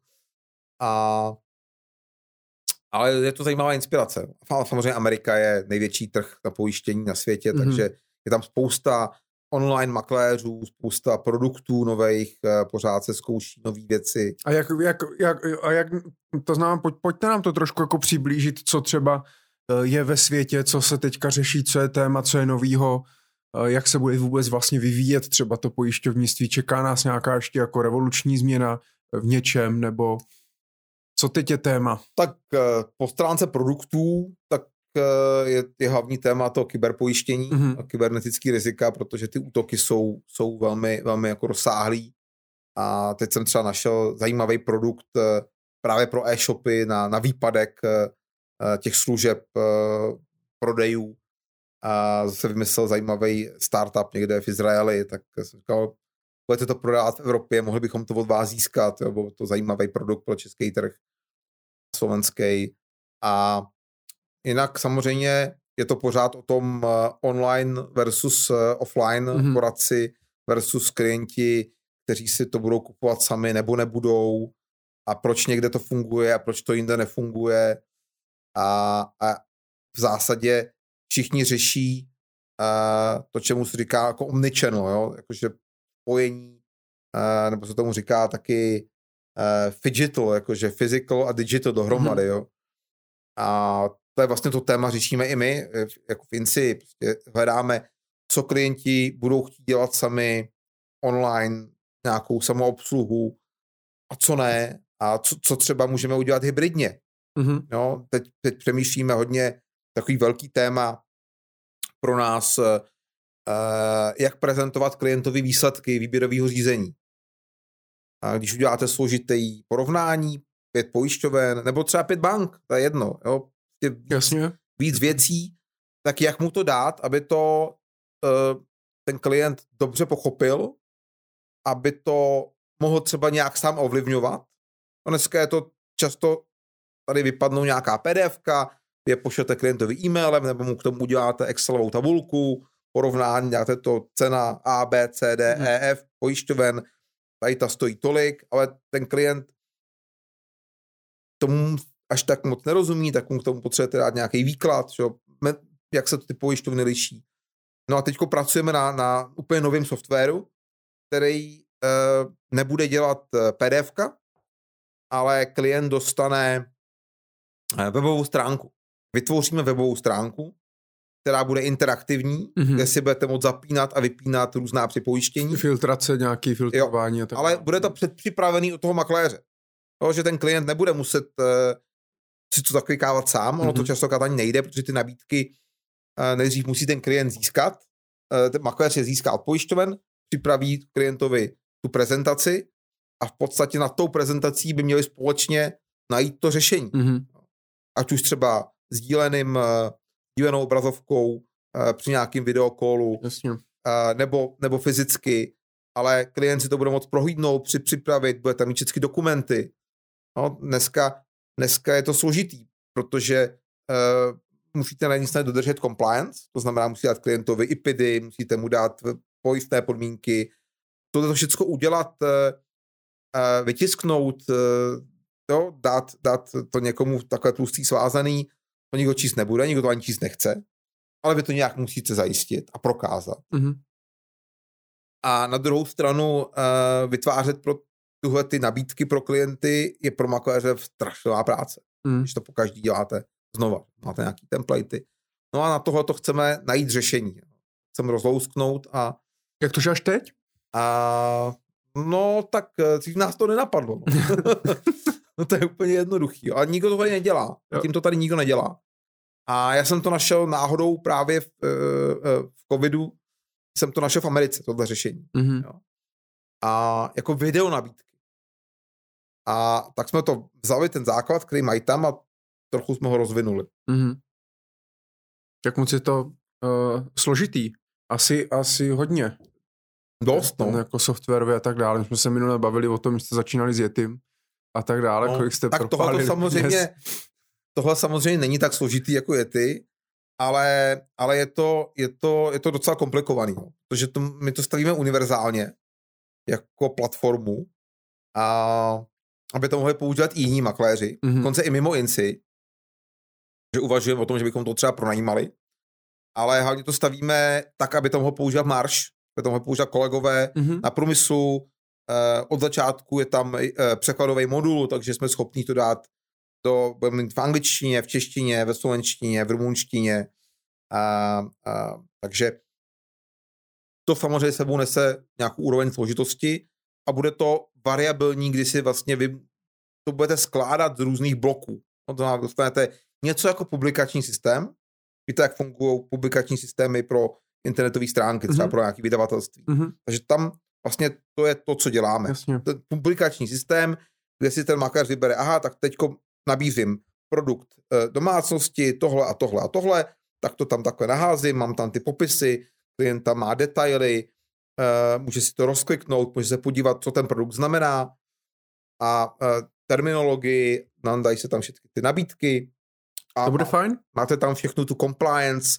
Speaker 2: Ale je to zajímavá inspirace. Samozřejmě Amerika je největší trh na pojištění na světě, takže je tam spousta online makléřů, spousta produktů nových, pořád se zkouší nové věci.
Speaker 1: A jak to znamená, pojďte nám to trošku jako přiblížit, co třeba je ve světě, co se teďka řeší, co je téma, co je novýho, jak se bude vůbec vlastně vyvíjet třeba to pojišťovnictví, čeká nás nějaká ještě jako revoluční změna v něčem, nebo co teď je téma?
Speaker 2: Tak po stránce produktů, tak je hlavní téma to kyberpojištění a kybernetický rizika, protože ty útoky jsou velmi, velmi jako rozsáhlý. A teď jsem třeba našel zajímavý produkt právě pro e-shopy na výpadek těch služeb prodejů. A zase vymyslel zajímavý startup někde v Izraeli, tak jsem říkal, budete to prodávat v Evropě, mohli bychom to od vás získat, byl to zajímavý produkt pro český trh, slovenský. A jinak samozřejmě je to pořád o tom online versus offline poradci versus klienti, kteří si to budou kupovat sami nebo nebudou. a proč někde to funguje a proč to jinde nefunguje a v zásadě všichni řeší to, čemu se říká jako omnichannel, jo? Jakože spojení, nebo se tomu říká taky phygital, jakože physical a digital dohromady, jo. A to je vlastně to téma, řešíme i my, jako v INSI, prostě hledáme, co klienti budou chtít dělat sami online, nějakou samoobsluhu a co ne, a co třeba můžeme udělat hybridně. Jo, teď přemýšlíme hodně takový velký téma pro nás, jak prezentovat klientovi výsledky výběrového řízení. A když uděláte složitý porovnání, 5 pojišťoven, nebo třeba 5 bank, to je jedno, jo, víc věcí, tak jak mu to dát, aby to ten klient dobře pochopil, aby to mohl třeba nějak sám ovlivňovat. Dneska je to často, tady vypadnou nějaká PDFka, je pošlete klientovi e-mailem, nebo mu k tomu uděláte Excelovou tabulku, porovnání, dáte to cena A, B, C, D, E, F, pojišťoven, tady ta stojí tolik, ale ten klient tomu až tak moc nerozumí, tak mu k tomu potřebujete dát nějaký výklad, jak se ty pojišťovny liší. No a teďko pracujeme na úplně novém softwaru, který nebude dělat PDFka, ale klient dostane webovou stránku. Vytvoříme webovou stránku, která bude interaktivní, kde si budete moct zapínat a vypínat různá připojištění.
Speaker 1: Filtrace, nějaký filtrování.
Speaker 2: Jo, ale bude to předpřipravený od toho makléře. To, že ten klient nebude muset si to zaklikávat sám, ono to často ani nejde, protože ty nabídky nejdřív musí ten klient získat, ten makléř je získá od pojišťoven, připraví klientovi tu prezentaci a v podstatě nad tou prezentací by měli společně najít to řešení. Ať už třeba sdílenou obrazovkou při nějakým videokolu, nebo fyzicky, ale klient si to bude moct prohlídnout, připravit, bude tam mít všechny dokumenty. No, dneska je to složitý, protože musíte na jedné straně dodržet compliance, to znamená, musíte dát klientovi IPIDy, musíte mu dát pojistné podmínky, to všechno udělat, vytisknout, dát to někomu takhle tlustý svázaný, to nikdo číst nebude, nikdo to ani číst nechce, ale vy to nějak musíte zajistit a prokázat. A na druhou stranu vytvářet pro tuhle ty nabídky pro klienty je pro makléře strašná práce. Když to pokaždý děláte znova, máte nějaký templatey. No a na tohle to chceme najít řešení. Chceme rozlousknout a...
Speaker 1: Jak to žáš teď?
Speaker 2: No tak nás to nenapadlo. No. No to je úplně jednoduchý. Ale nikdo to tady nedělá. Tím to tady nikdo nedělá. A já jsem to našel náhodou právě v covidu, jsem to našel v Americe, tohle řešení. Jo. A jako video nabídky. A tak jsme to vzali, ten základ, který mají tam a trochu jsme ho rozvinuli.
Speaker 1: Jak moc je to složitý? Asi hodně.
Speaker 2: Dost, no.
Speaker 1: Jako softwarově a tak dále. My jsme se minule bavili o tom, že jste začínali s Yetim a tak dále,
Speaker 2: no,
Speaker 1: kolik jste
Speaker 2: tak
Speaker 1: propálili.
Speaker 2: Tohle samozřejmě není tak složitý jako Yeti, ale je to docela komplikovaný, no. Protože my to stavíme univerzálně jako platformu a aby to mohli používat i jiní makléři, dokonce i mimo INSI, že uvažujeme o tom, že bychom to třeba pronajímali, ale hlavně to stavíme tak, aby to mohl používat Marš, aby to mohli používat kolegové na průmyslu. Od začátku je tam překladový modul, takže jsme schopni to dát budeme mít v angličtině, v češtině, ve slovenštině, v rumunštině. Takže to samozřejmě sebou nese nějakou úroveň složitosti a bude to variabilní, kdy si vlastně vy to budete skládat z různých bloků. To znamená, dostanete něco jako publikační systém. Víte, jak fungují publikační systémy pro internetové stránky, třeba pro nějaké vydavatelství. Takže tam vlastně to je to, co děláme.
Speaker 1: Jasně.
Speaker 2: Ten publikační systém, kde si ten makléř vybere, tak teďko nabízím produkt domácnosti, tohle a tohle a tohle, tak to tam takhle naházím, mám tam ty popisy, klient tam má detaily, může si to rozkliknout, může se podívat, co ten produkt znamená a terminologii, dají se tam všechny ty nabídky. A
Speaker 1: to bude fajn?
Speaker 2: Máte tam všechnu tu compliance,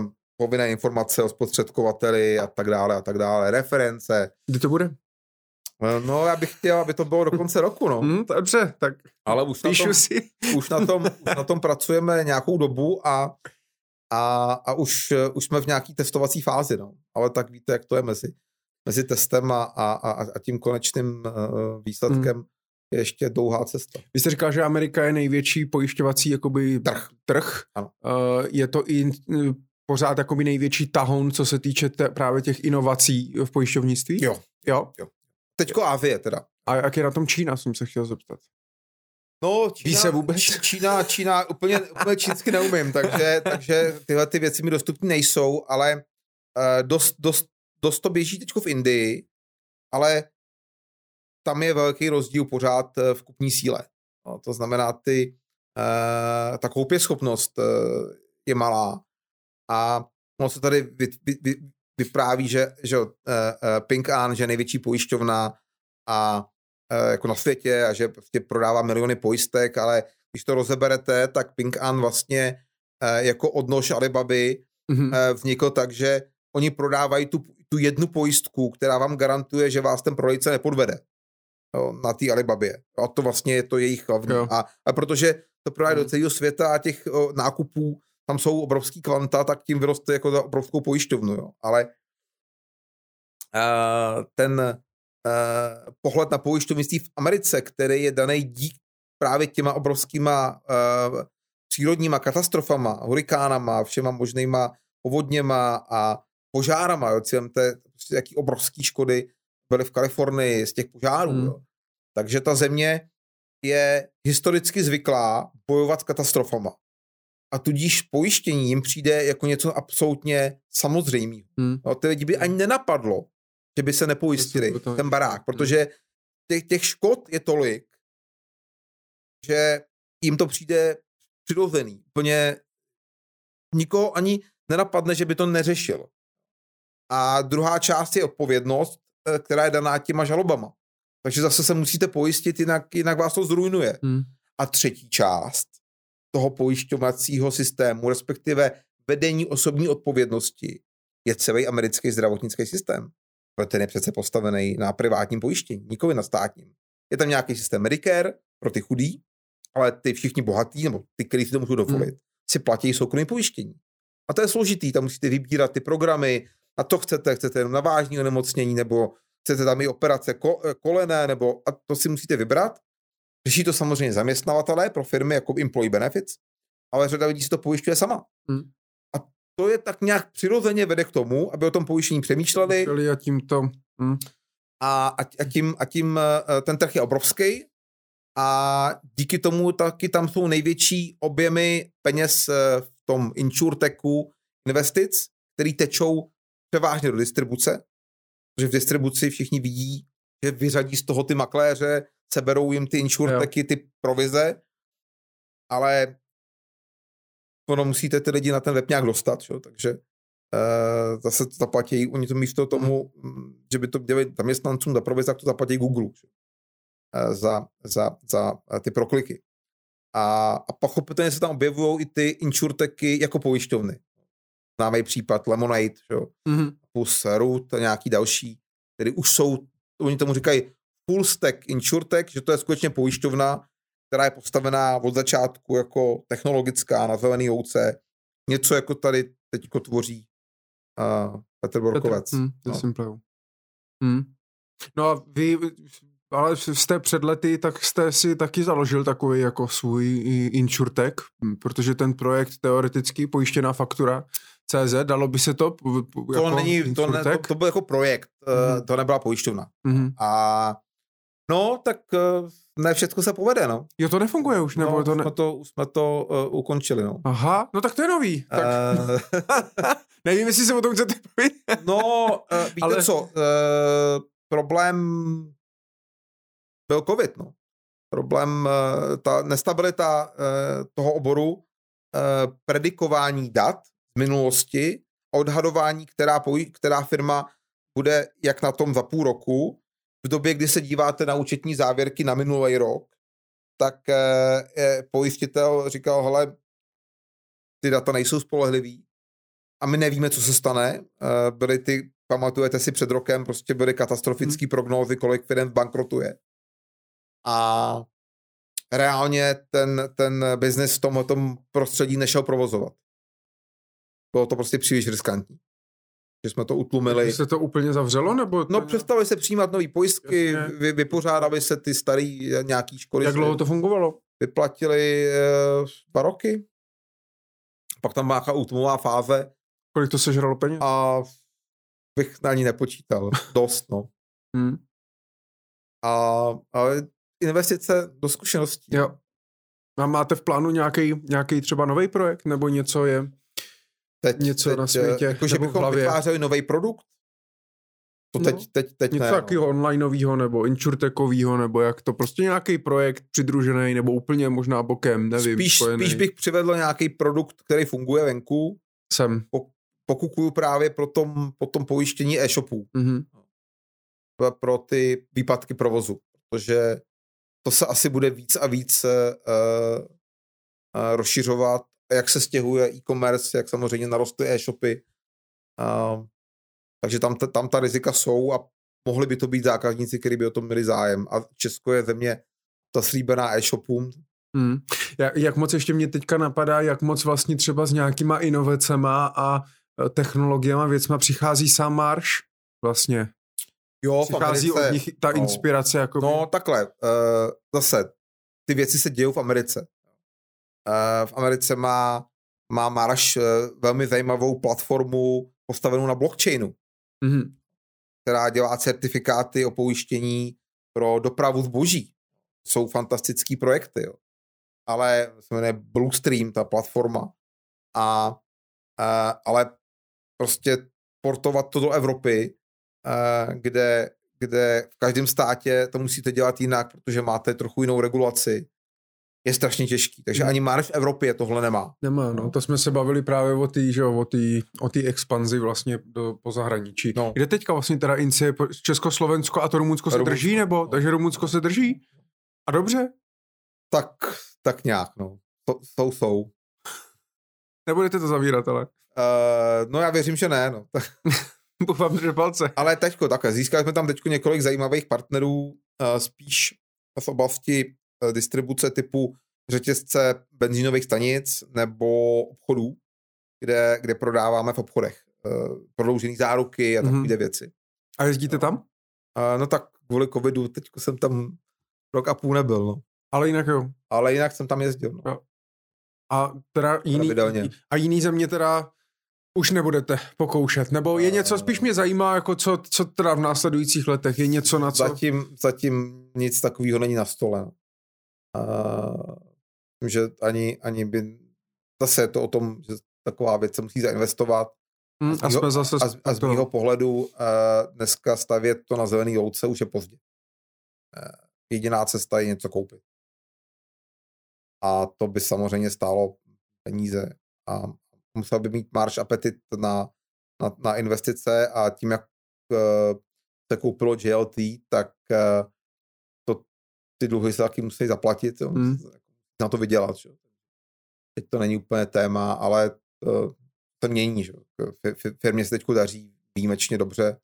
Speaker 2: povinné informace o spotřebiteli a tak dále, reference.
Speaker 1: Kdy to bude?
Speaker 2: No, já bych chtěl, aby to bylo do konce roku, no.
Speaker 1: Dobře, tak
Speaker 2: ale už na tom pracujeme nějakou dobu a už jsme v nějaký testovací fázi, no. Ale tak víte, jak to je mezi testem a tím konečným výsledkem je ještě dlouhá cesta.
Speaker 1: Vy jste říkal, že Amerika je největší pojišťovací jakoby trh.
Speaker 2: Ano.
Speaker 1: Je to i pořád jakoby největší tahoun, co se týče
Speaker 2: právě
Speaker 1: těch inovací v pojišťovnictví?
Speaker 2: Jo. Teďko Asie teda.
Speaker 1: A jak je na tom Čína, jsem se chtěl zeptat.
Speaker 2: No,
Speaker 1: Ví se vůbec?
Speaker 2: Čína úplně čínsky neumím, takže tyhle ty věci mi dostupné nejsou, ale dost to běží teďko v Indii, ale tam je velký rozdíl pořád v kupní síle. No, to znamená, ta koupěschopnost je malá a ono se tady vypráví, že Ping An, že je největší pojišťovna a jako na světě a že prostě prodává miliony pojistek, ale když to rozeberete, tak Ping An vlastně jako odnož Alibaby vznikl tak, že oni prodávají tu jednu pojistku, která vám garantuje, že vás ten prodejce nepodvede na té Alibabě. A to vlastně je to jejich hlavní. A protože to prodávají do celého světa a těch nákupů tam jsou obrovský kvanta, tak tím vyroste jako za obrovskou pojišťovnu. Jo. Ale ten pohled na pojišťovnictví v Americe, který je daný dík právě těma obrovskýma přírodníma katastrofama, hurikánama, všema možnýma povodněma a požárama. Jo. Jaký obrovský škody byly v Kalifornii z těch požárů. Jo. Takže ta země je historicky zvyklá bojovat s katastrofama. A tudíž pojištění jim přijde jako něco absolutně samozřejmého. No, ty lidi by ani nenapadlo, že by se nepojistili ten barák, protože těch škod je tolik, že jim to přijde přirozený. Úplně nikoho ani nenapadne, že by to neřešil. A druhá část je odpovědnost, která je daná těma žalobama. Takže zase se musíte pojistit, jinak vás to zrujnuje. A třetí část toho pojišťovacího systému, respektive vedení osobní odpovědnosti, je celý americký zdravotnický systém. Protože ten je přece postavený na privátním pojištění, nikoli na státním. Je tam nějaký systém Medicare pro ty chudý, ale ty všichni bohatí, nebo ty, kteří si to můžou dovolit, si platí soukromé pojištění. A to je složitý, tam musíte vybírat ty programy, a to chcete jenom na vážné onemocnění, nebo chcete tam i operace kolene, nebo a to si musíte vybrat. Řeší to samozřejmě zaměstnavatelé pro firmy jako Employee Benefits, ale řada lidí si to pojišťuje sama. A to je tak nějak přirozeně vede k tomu, aby o tom pojištění přemýšleli. A tím ten trh je obrovský a díky tomu taky tam jsou největší objemy peněz v tom insurtechu investic, který tečou převážně do distribuce, protože v distribuci všichni vidí, že vyřadí z toho ty makléře, seberou jim ty insurtechy, ty provize, ale ono musíte ty lidi na ten web nějak dostat, čo? Takže zase to zaplatí, oni to místo tomu, že by to dělali zaměstnancům za provize, tak to zaplatí Google za ty prokliky. A pochopitelně se tam objevují i ty insurtechy jako pojišťovny. Známý případ Lemonade, plus Root a nějaký další, který už jsou, oni tomu říkají full stack insurtech, že to je skutečně pojišťovna, která je postavená od začátku jako technologická na zelený louce. Něco jako tady teďko tvoří Petr Borkovec.
Speaker 1: No a vy, ale jste před lety, tak jste si taky založil takový jako svůj insurtech, protože ten projekt teoreticky pojištěná faktura CZ, dalo by se to
Speaker 2: to byl jako projekt, to nebyla pojišťovna. A no, tak ne všechno se povede, no.
Speaker 1: Jo, to nefunguje už, nebo
Speaker 2: jsme to ukončili, no.
Speaker 1: Aha, no tak to je nový. Tak. Nevím, jestli se o tom chcete povědět.
Speaker 2: No, víte co, problém byl COVID, no. Problém, ta nestabilita toho oboru, predikování dat z minulosti a odhadování, která firma bude jak na tom za půl roku. V době, kdy se díváte na účetní závěrky na minulý rok, tak pojistitel říkal, hele, ty data nejsou spolehlivý a my nevíme, co se stane. Byly ty pamatujete si před rokem, prostě byly katastrofické prognózy, kolik firm bankrotuje. A reálně ten biznis v tomhletom prostředí nešel provozovat. Bylo to prostě příliš riskantní. Že jsme to utlumili.
Speaker 1: Takže se to úplně zavřelo? Nebo to
Speaker 2: přestali se přijímat nový pojistky, vypořádali se ty starý nějaký školy.
Speaker 1: Jak dlouho to fungovalo?
Speaker 2: Vyplatili 2 roky. Pak tam byla útlumová fáze.
Speaker 1: Kolik to sežralo peněz?
Speaker 2: A bych na ní nepočítal. Dost, no. Ale investice do zkušeností.
Speaker 1: Jo. A máte v plánu nějaký třeba nový projekt? Nebo něco je něco na světě?
Speaker 2: Jakože bychom vytvářeli nový produkt? To teď
Speaker 1: něco
Speaker 2: ne.
Speaker 1: Něco takového onlineového nebo insurtechového, nebo jak to prostě nějaký projekt přidružený, nebo úplně možná bokem, nevím.
Speaker 2: Spíš bych přivedl nějaký produkt, který funguje venku. Pokukuju právě po tom pojištění e-shopů. Pro ty výpadky provozu. Protože to se asi bude víc a víc rozšiřovat, jak se stěhuje e-commerce, jak samozřejmě narostly e-shopy. Takže tam ta rizika jsou a mohli by to být zákazníci, kteří by o tom měli zájem. A Česko je země zaslíbená e-shopům.
Speaker 1: Jak moc ještě mě teďka napadá, jak moc vlastně třeba s nějakýma inovacema a technologiema věcma přichází sám Marš vlastně.
Speaker 2: Jo,
Speaker 1: přichází od nich ta inspirace. Jako
Speaker 2: no takhle, zase, ty věci se dějou v Americe. V Americe má Marš velmi zajímavou platformu postavenou na blockchainu, která dělá certifikáty o pojištění pro dopravu zboží. Jsou fantastický projekty, jo. Ale se jmenuje Bluestream, ta platforma. Ale prostě portovat to do Evropy, kde v každém státě to musíte dělat jinak, protože máte trochu jinou regulaci, je strašně těžký. Takže ani Marš v Evropě tohle nemá.
Speaker 1: Nemá, no. To jsme se bavili právě o té expanzi vlastně po zahraničí. No. Kde teďka vlastně teda Incie, Československo a to Rumunsko se drží, nebo? No. Takže Rumunsko se drží? A dobře?
Speaker 2: Tak nějak, no. Jsou.
Speaker 1: Nebudete to zavírat, ale?
Speaker 2: No já věřím, že ne, no.
Speaker 1: Bufám držet palce.
Speaker 2: Ale teďko, takhle, získali jsme tam teďko několik zajímavých partnerů, spíš v oblasti distribuce typu řetězce benzínových stanic nebo obchodů, kde prodáváme v obchodech prodloužený záruky a takové věci.
Speaker 1: A jezdíte tam?
Speaker 2: No tak kvůli covidu teďko jsem tam 1,5 roku nebyl, no.
Speaker 1: Ale jinak jo.
Speaker 2: Ale jinak jsem tam jezdil, no.
Speaker 1: Jo. A teda jiný země teda už nebudete pokoušet, nebo je něco, spíš mě zajímá, jako co teda v následujících letech, je něco na co?
Speaker 2: Zatím nic takového není na stole. Že ani by, zase je to o tom, že taková věc se musí zainvestovat. A z mýho pohledu dneska stavět to na zelený louce už je pozdě. Jediná cesta je něco koupit. A to by samozřejmě stálo peníze a musel by mít Marš apetit na investice a tím, jak se koupilo JLT, tak ty dluhy se taky musí zaplatit, na to vydělat. Že? Teď to není úplně téma, ale to mění. Že? Firmě se teď daří výjimečně dobře,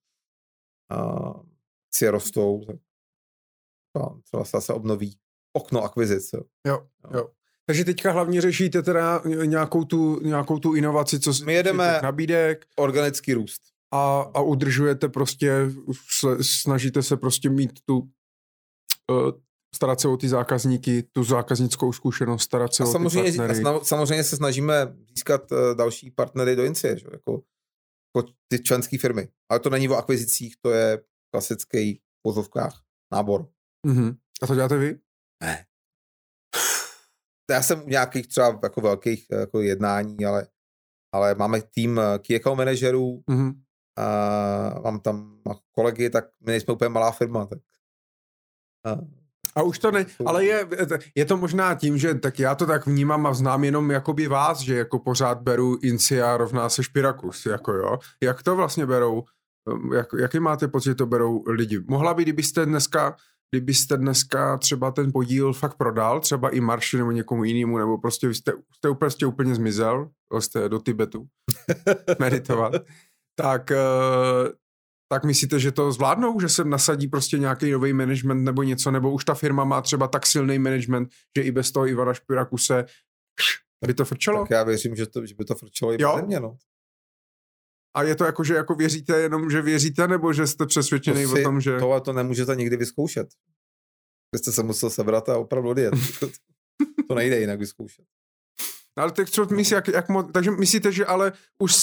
Speaker 2: si rostou, tak třeba se obnoví okno akvizice.
Speaker 1: Jo. Takže teďka hlavně řešíte teda nějakou tu inovaci, co se
Speaker 2: jedeme
Speaker 1: nabídek.
Speaker 2: Organický růst.
Speaker 1: A udržujete prostě, snažíte se prostě mít starat se o ty zákazníky, tu zákaznickou zkušenost, starat se o ty partnery.
Speaker 2: Samozřejmě se snažíme získat další partnery do Incie, jako ty členské firmy. Ale to není o akvizicích, to je klasický v pozovkách nábor.
Speaker 1: A to děláte vy?
Speaker 2: Ne. Já jsem u nějakých třeba jako velkých jako jednání, ale máme tým key account manažerů, mám tam kolegy, tak my nejsme úplně malá firma. Tak,
Speaker 1: a už to ne, ale je to možná tím, že tak já to tak vnímám a znám jenom jakoby vás, že jako pořád beru Incia rovná se Špirakus, jako jo. Jak to vlastně berou, jaký máte pocit, že to berou lidi? Mohla by, kdybyste dneska třeba ten podíl fakt prodal, třeba i Marši nebo někomu jinému, nebo prostě jste úplně zmizel, jste do Tibetu meditovat, tak myslíte, že to zvládnou, že se nasadí prostě nějaký nový management nebo něco, nebo už ta firma má třeba tak silný management, že i bez toho Ivana Špirakuse by to frčelo?
Speaker 2: Tak já věřím, že by to frčelo i bez mě, no.
Speaker 1: A je to jako, že jako věříte jenom, že věříte, nebo že jste přesvědčený o tom, že...
Speaker 2: Tohle to nemůžete nikdy vyzkoušet. Vy jste se musel sebrat a opravdu odjet. To nejde jinak vyzkoušet.
Speaker 1: Ale tak co myslí, takže myslíte, že ale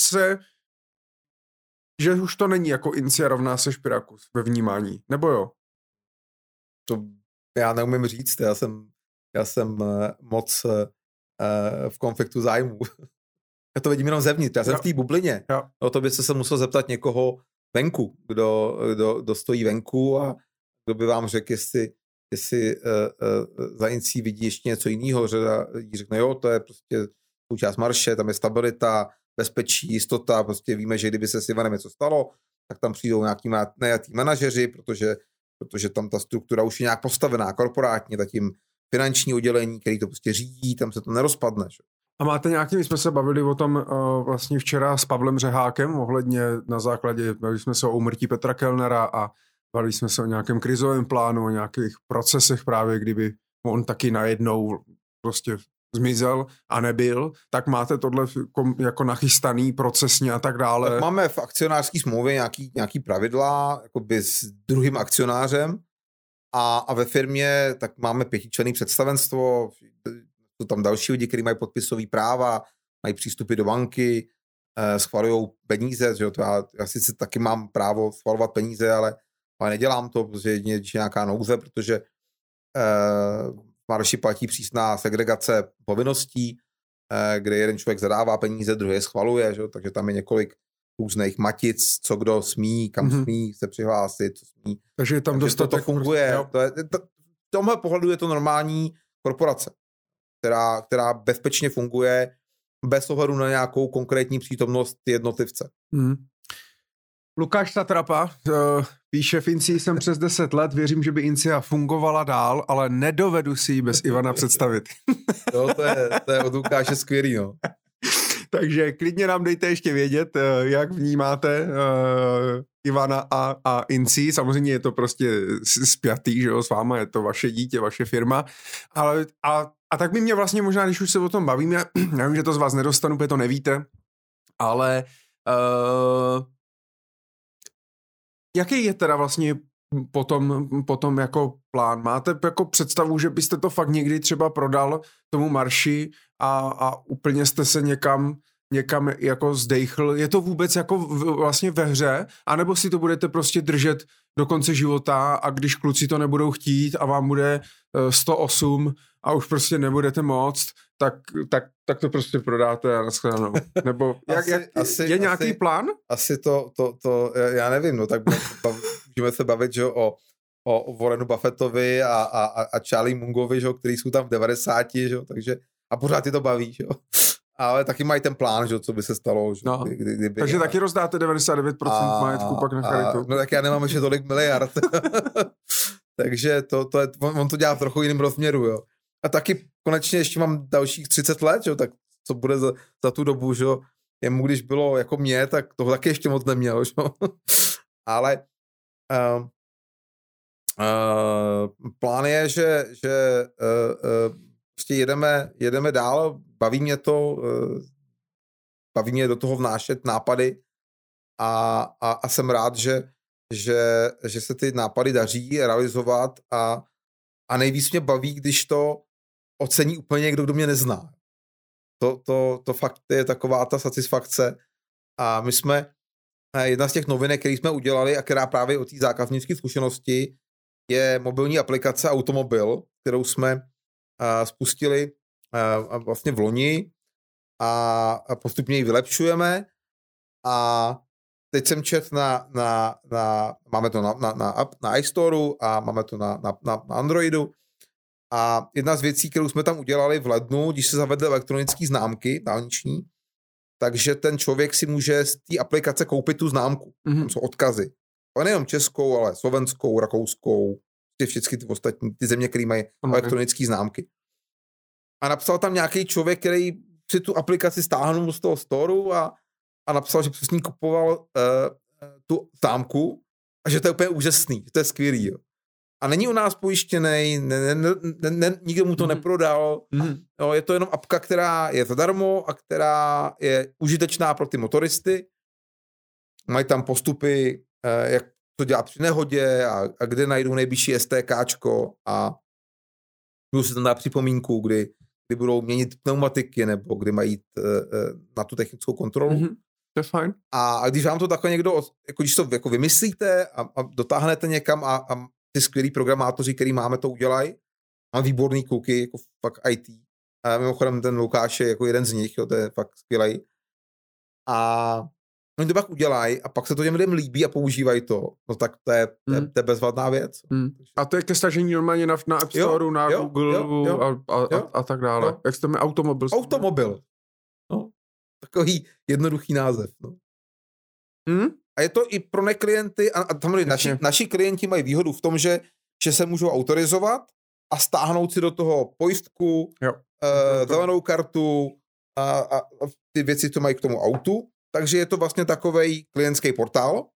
Speaker 1: že už to není jako Incia rovná se Špirakus ve vnímání, nebo jo?
Speaker 2: To já neumím říct, já jsem moc v konfliktu zájmů. Já to vidím jenom zevnitř, já jsem v té bublině. O to byste se musel zeptat někoho venku, kdo stojí venku a kdo by vám řekl, jestli za Incí vidí ještě něco jiného, že jí řekne, jo, to je prostě součást marše, tam je stabilita, bezpečí, jistota, prostě víme, že kdyby se s Ivanem něco stalo, tak tam přijdou nějaký najatý manažeři, protože tam ta struktura už je nějak postavená, korporátně, tak tím finanční oddělení, který to prostě řídí, tam se to nerozpadne. Že?
Speaker 1: A máte nějaký, my jsme se bavili o tom vlastně včera s Pavlem Řehákem, ohledně na základě, bavili jsme se o úmrtí Petra Kellnera a bavili jsme se o nějakém krizovém plánu, o nějakých procesech právě, kdyby on taky najednou prostě zmizel a nebyl, tak máte tohle jako nachystaný procesně a tak dále.
Speaker 2: Tak máme v akcionářské smlouvě nějaký pravidla jakoby s druhým akcionářem a ve firmě tak máme 5členné představenstvo, jsou tam další lidi, kteří mají podpisové práva, mají přístupy do banky, schvalují peníze, že jo, to já sice taky mám právo schvalovat peníze, ale nedělám to, protože je nějaká nouze, protože marši platí přísná segregace povinností, kde jeden člověk zadává peníze, druhý je schvaluje, že? Takže tam je několik různých matic, co kdo smí, kam smí se přihlásit, co smí.
Speaker 1: Takže tam dostatek.
Speaker 2: To funguje. V tomhle pohledu je to normální korporace, která bezpečně funguje bez ohledu na nějakou konkrétní přítomnost jednotlivce.
Speaker 1: Lukáš Satrapa píše, v Incii jsem přes 10 let, věřím, že by Incia fungovala dál, ale nedovedu si ji bez Ivana představit.
Speaker 2: No, to je od Lukáše skvělý, no.
Speaker 1: Takže klidně nám dejte ještě vědět, jak vnímáte Ivana a Incii. Samozřejmě je to prostě spjatý, že jo, s váma, je to vaše dítě, vaše firma. Ale, a tak by mě vlastně možná, když už se o tom bavíme, já vím, že to z vás nedostanu, protože to nevíte, ale jaký je teda vlastně potom jako plán? Máte jako představu, že byste to fakt někdy třeba prodal tomu marši a úplně jste se někam jako zdejchl? Je to vůbec jako vlastně ve hře? A nebo si to budete prostě držet do konce života a když kluci to nebudou chtít a vám bude 108 a už prostě nebudete moct, tak to prostě prodáte a nashledanou. Nebo je nějaký plán?
Speaker 2: Asi to já nevím, no tak můžeme se bavit, že o Warrenu Buffettovi a Charlie Mungovi, že, který jsou tam v 90, že, takže a pořád je to baví, že. Ale taky mají ten plán, že, co by se stalo. Že,
Speaker 1: no. Takže taky rozdáte 99% majetku pak na charitu.
Speaker 2: No tak já nemám ještě tolik miliard. Takže on to dělá v trochu jiným rozměru, jo. A taky konečně ještě mám dalších 30 let, že, tak co bude za tu dobu, že jemu když bylo jako mě, tak toho taky ještě moc neměl, že. Ale plán je, že prostě jedeme dál, baví mě do toho vnášet nápady a jsem rád, že se ty nápady daří realizovat a nejvíc mě baví, když to ocení úplně někdo, kdo mě nezná. To fakt je taková ta satisfakce a my jsme jedna z těch novinek, které jsme udělali a která právě o té zákaznické zkušenosti je mobilní aplikace Automobil, kterou jsme spustili vlastně v loni a postupně ji vylepšujeme a teď jsem čet máme to na iStoreu a máme to na Androidu a jedna z věcí, kterou jsme tam udělali v lednu, když se zavedly elektronické známky dálniční, takže ten člověk si může z té aplikace koupit tu známku. Tam jsou odkazy. Ale nejenom českou, ale slovenskou, rakouskou, všechny ty ostatní, ty země, které mají elektronické známky. A napsal tam nějaký člověk, který si tu aplikaci stáhnul z toho storu a napsal, že přes ní kupoval tu známku a že to je úplně úžasný, že to je skvělý. Jo. A není u nás pojištěnej, nikdo mu to neprodal. Jo, je to jenom apka, která je zadarmo a která je užitečná pro ty motoristy. Mají tam postupy, jak to dělat při nehodě a kde najdou nejbližší STKčko a budou si tam dát připomínku, kdy budou měnit pneumatiky nebo kdy mají jít na tu technickou kontrolu.
Speaker 1: To je fajn.
Speaker 2: A když vám to takhle někdo, jako když to jako vymyslíte a dotáhnete někam a ty skvělí programátoři, který máme, to udělají, mám výborný kluky, jako fakt IT. A mimochodem ten Lukáš je jako jeden z nich, jo, to je fakt skvělý. A oni to pak udělají a pak se to těm lidem líbí a používají to. No tak to je bezvadná věc.
Speaker 1: A to je ke stažení normálně na App Store, na Google a tak dále. Jo. Jak se to jmenuje?
Speaker 2: Automobil. No, takový jednoduchý název. No. A je to i pro neklienty a tam naši klienti mají výhodu v tom, že se můžou autorizovat a stáhnout si do toho pojistku, zelenou kartu a ty věci, co mají k tomu autu. Takže je to vlastně takovej klientský portál,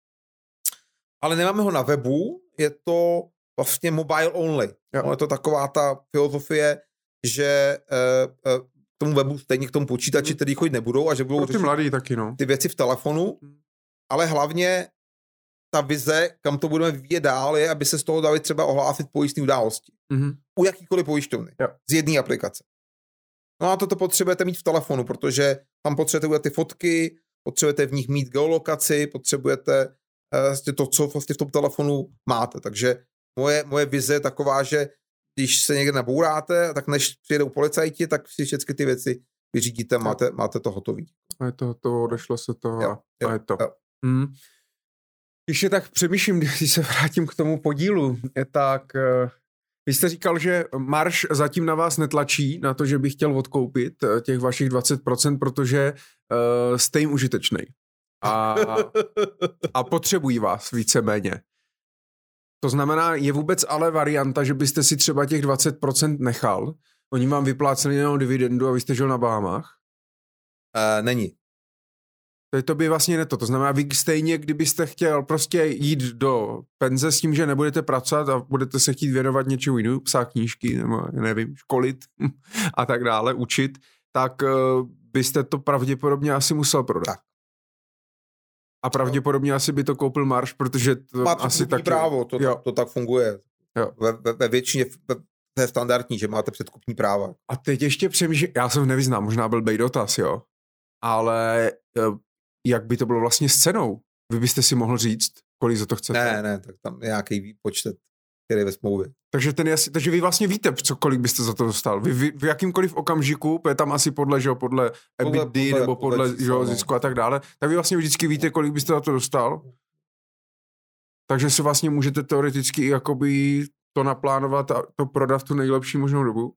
Speaker 2: ale nemáme ho na webu, je to vlastně mobile only. No, je to taková ta filozofie, že k tomu webu stejně k tomu počítači tedy chodit nebudou a že budou
Speaker 1: ty mladý taky, no.
Speaker 2: Ty věci v telefonu, ale hlavně ta vize, kam to budeme vyvíjet dál, je, aby se z toho dali třeba ohlásit pojistné události. U jakýkoliv pojišťovny. Z jedné aplikace. No a toto potřebujete mít v telefonu, protože tam potřebujete udělat ty fotky, potřebujete v nich mít geolokaci, potřebujete to, co vlastně v tom telefonu máte. Takže moje vize je taková, že když se někde nabouráte, tak než přijedou policajti, tak si všechny ty věci vyřídíte, máte to hotový.
Speaker 1: A je to hotovo, odešlo se to a je to. Ještě tak přemýšlím, když se vrátím k tomu podílu, tak vy jste říkal, že Marš zatím na vás netlačí na to, že by chtěl odkoupit těch vašich 20%, protože jste jim užitečnej. A potřebují vás víceméně. To znamená, je vůbec ale varianta, že byste si třeba těch 20% nechal, oni vám vypláceli jenom dividendu a vy jste žil na Bahamách?
Speaker 2: Není.
Speaker 1: To by vlastně neto. To znamená, vy stejně, kdybyste chtěl prostě jít do penze s tím, že nebudete pracovat a budete se chtít věnovat něčemu jinému, psát knížky, nebo nevím, školit a tak dále, učit, tak byste to pravděpodobně asi musel prodat. Tak. A pravděpodobně asi by to koupil Marš, protože to
Speaker 2: máte
Speaker 1: asi taky...
Speaker 2: právo, to tak funguje. Ve většině to je standardní, že máte předkupní práva.
Speaker 1: A teď ještě přemýšlím, já jsem nevyznám, možná byl bej dotaz, jo, ale jak by to bylo vlastně s cenou? Vy byste si mohl říct, kolik za to chcete?
Speaker 2: Ne, tak tam je nějaký výpočet, který je ve smlouvě.
Speaker 1: Takže vy vlastně víte, kolik byste za to dostal. Vy v jakýmkoliv okamžiku, je tam asi podle EBITDA nebo podle zisku a tak dále, tak vy vlastně vždycky víte, kolik byste za to dostal. Takže si vlastně můžete teoreticky jakoby to naplánovat a to prodat v tu nejlepší možnou dobu.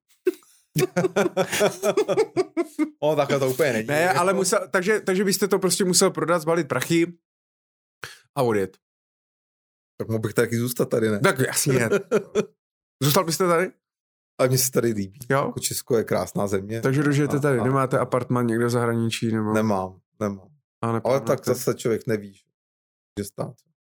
Speaker 2: Takhle to úplně není.
Speaker 1: Ne, ale takže byste to prostě musel prodat, zbalit prachy a odjet.
Speaker 2: Tak mohl bych taky zůstat tady, ne?
Speaker 1: Tak jasně. Zůstal byste tady?
Speaker 2: Ale mně se tady líbí.
Speaker 1: Jo?
Speaker 2: Jako Česko je krásná země.
Speaker 1: Takže dožijete tady, nemáte apartman někde v zahraničí? Nebo...
Speaker 2: Nemám. Ale tak zase člověk neví, že stát.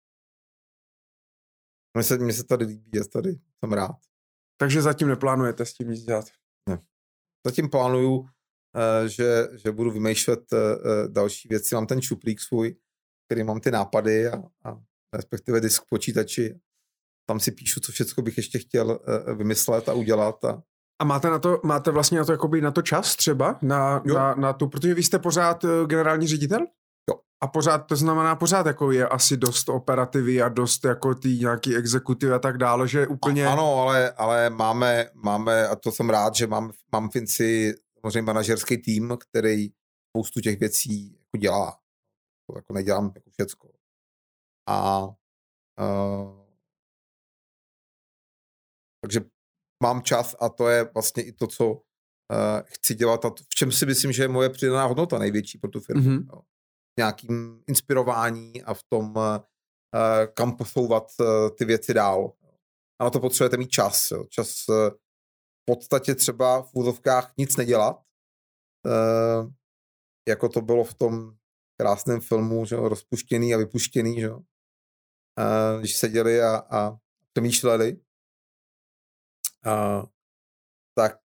Speaker 2: Mně se tady líbí, já tady jsem rád.
Speaker 1: Takže zatím neplánujete s tím nic dělat?
Speaker 2: Ne. Zatím plánuju, že budu vymýšlet další věci. Mám ten šuplík svůj, který mám ty nápady a respektive disk v počítači. Tam si píšu, co všechno bych ještě chtěl vymyslet a udělat.
Speaker 1: A máte vlastně na to, jakoby na to čas třeba? Na tu, protože vy jste pořád generální ředitel?
Speaker 2: Jo.
Speaker 1: A to znamená pořád jako je asi dost operativy a dost jako ty nějaký exekutivy a tak dále, že úplně...
Speaker 2: Ano, ale máme, a to jsem rád, že mám Finci samozřejmě manažerský tým, který spoustu těch věcí jako dělá. To jako nedělám jako všecko. Takže mám čas a to je vlastně i to, co chci dělat a v čem si myslím, že je moje přidaná hodnota největší pro tu firmu. Mm-hmm. Nějakým inspirování a v tom, kam posouvat ty věci dál. A na to potřebujete mít čas. Jo. Čas v podstatě třeba v úzovkách nic nedělat, jako to bylo v tom krásném filmu, že jo, Rozpuštěný a vypuštěný, že jo. Když seděli a přemýšleli, tak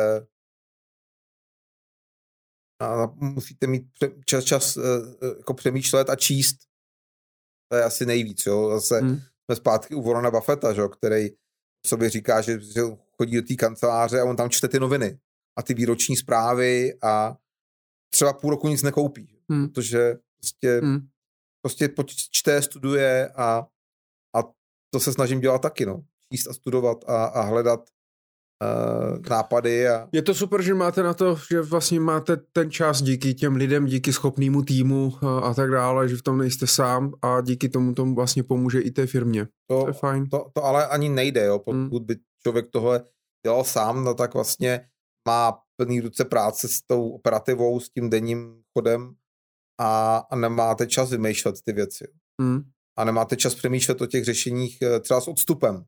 Speaker 2: musíte mít čas jako přemýšlet a číst. To je asi nejvíc, jo. Zase jsme zpátky u Warrena Buffetta, že jo, který sobě říká, že chodí do té kanceláře a on tam čte ty noviny a ty výroční zprávy a třeba půl roku nic nekoupí, protože prostě čte, studuje a to se snažím dělat taky, no. Číst a studovat a hledat nápady.
Speaker 1: Je to super, že máte na to, že vlastně máte ten čas díky těm lidem, díky schopnému týmu a tak dále, že v tom nejste sám a díky tomu vlastně pomůže i té firmě. To je fajn.
Speaker 2: To ale ani nejde, jo. Pokud by člověk tohle dělal sám, no tak vlastně má plný ruce práce s tou operativou, s tím denním chodem a nemáte čas vymýšlet ty věci. A nemáte čas přemýšlet o těch řešeních třeba s odstupem.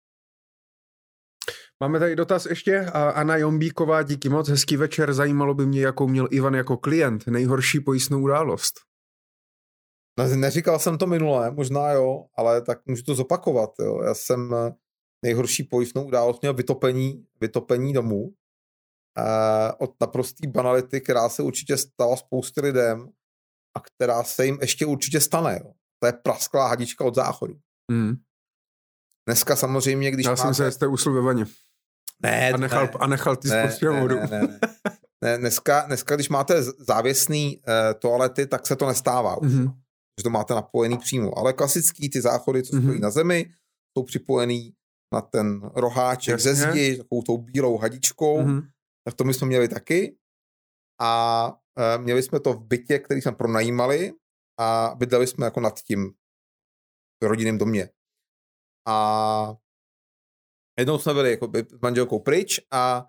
Speaker 1: Máme tady dotaz ještě. Anna Jombíková, díky moc, hezký večer. Zajímalo by mě, jakou měl Ivan jako klient nejhorší pojistnou událost.
Speaker 2: Neříkal jsem to minule, možná jo, ale tak můžu to zopakovat. Jo. Já jsem nejhorší pojistnou událost měl vytopení domu od naprostý banality, která se určitě stala spoustě lidem a která se jim ještě určitě stane. Jo. To je prasklá hadička od záchodu. Dneska samozřejmě, když
Speaker 1: já jsem se jste usl ve vaně.
Speaker 2: Ne,
Speaker 1: a nechal ty spustřenou vodu.
Speaker 2: Ne, dneska, když máte závěsný toalety, tak se to nestává už. Že to máte napojený přímo. Ale klasický ty záchody, co stojí na zemi, jsou připojený na ten roháček ze zdi, takovou tou bílou hadičkou. Tak to my jsme měli taky. A měli jsme to v bytě, který jsme pronajímali a bydleli jsme jako nad tím rodinným domě. A jednou jsme byli jako s manželkou pryč a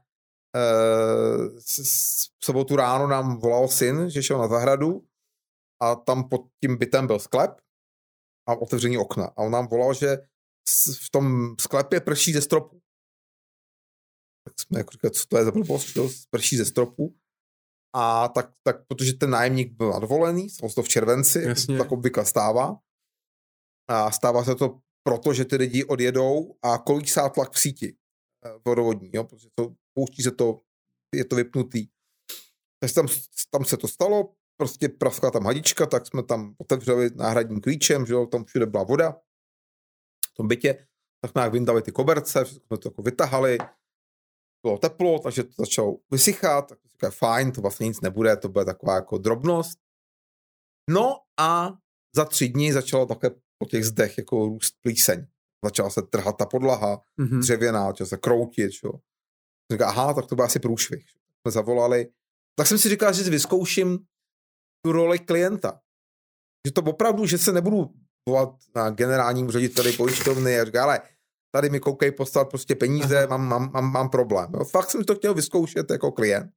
Speaker 2: v sobotu ráno nám volal syn, že šel na zahradu a tam pod tím bytem byl sklep a otevření okna. A on nám volal, že v tom sklepě prší ze stropu. Tak jsme jako říkali, co to je za blbost, že prší ze stropu. A tak protože ten nájemník byl nadvolený, stalo se to v červenci, to tak obvykle stává. A stává se to proto, že ty lidi odjedou a kolísá tlak v síti vodovodní, jo, protože pouští se to, je to vypnutý. Takže tam se to stalo, prostě praskla tam hadička, tak jsme tam otevřeli náhradním klíčem, že jo, tam všude byla voda v tom bytě, tak jsme jak vyndali ty koberce, jsme to jako vytahali, bylo teplo, takže to začalo vysychat, tak říkali, fajn, to vlastně nic nebude, to bude taková jako drobnost. No a za 3 dny začalo také po těch zdech jako růst plíseň. Začala se trhat ta podlaha, dřevěná, začala se kroutit, jo. Říká, aha, tak to bude asi průšvih. Jsme zavolali. Tak jsem si říkal, že si vyzkouším tu roli klienta. Že to opravdu, že se nebudu volat na generálním řediteli pojišťovny a říká, ale tady mi koukej poslat prostě peníze, mám problém. Jo. Fakt jsem to chtěl vyzkoušet jako klient.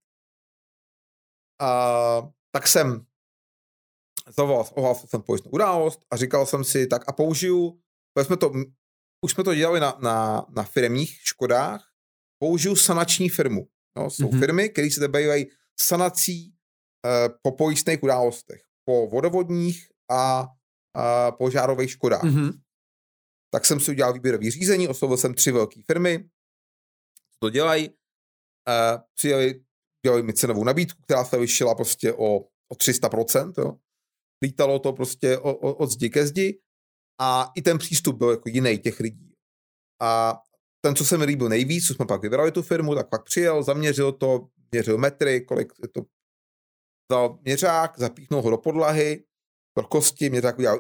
Speaker 2: Tak jsem zavolal jsem pojistnou událost a říkal jsem si, tak a použiju, už jsme to dělali na firemních škodách, použiju sanační firmu. No, jsou firmy, které se zabývají sanací po pojistných událostech, po vodovodních a požárových škodách. Tak jsem si udělal výběrový řízení, oslovil jsem 3 velké firmy, to dělají, dělali mi cenovou nabídku, která se vyšila prostě o 300%, jo. Lítalo to prostě od zdi ke zdi a i ten přístup byl jako jiný těch lidí. A ten, co se mi líbil nejvíc, co jsme pak vybrali tu firmu, tak pak přijel, zaměřil to, měřil metry, kolik je to, dal měřák, zapíchnul ho do podlahy, vlhkosti, měřák udělal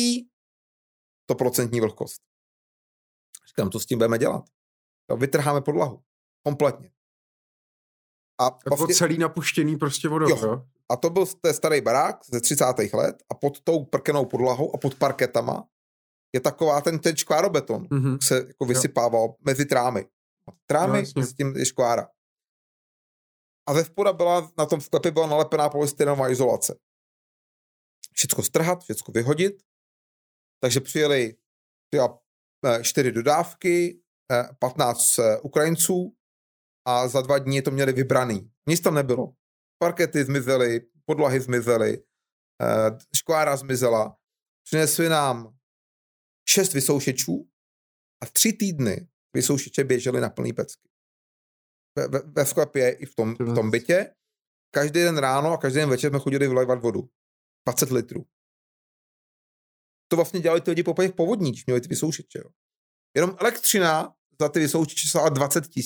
Speaker 2: 100% vlhkost. Říkám, co s tím budeme dělat? Vytrháme podlahu. Kompletně.
Speaker 1: A vlastně, celý napuštěný prostě vodou, jo?
Speaker 2: A to byl starý barák ze 30. let a pod tou prkenou podlahou a pod parketama je taková ten škvárobeton, se jako vysypával mezi trámy. Trámy, s tím je škvára. A ze spoda byla, na tom sklepě byla nalepená polystyrenová izolace. Všecko strhat, všecko vyhodit. Takže přijeli 4 dodávky, 15 Ukrajinců a za 2 dny to měli vybraný. Nic tam nebylo. Parkety zmizely, podlahy zmizely, škvára zmizela, přinesli nám 6 vysoušečů a 3 týdny vysoušeče běžely na plný pecky. Ve sklepě i v tom bytě. Každý den ráno a každý den večer jsme chodili vylévat vodu. 20 litrů. To vlastně dělali ty lidi po povodní, když měli ty vysoušeče. Jo. Jenom elektřina za ty vysoušeče stála 20 000.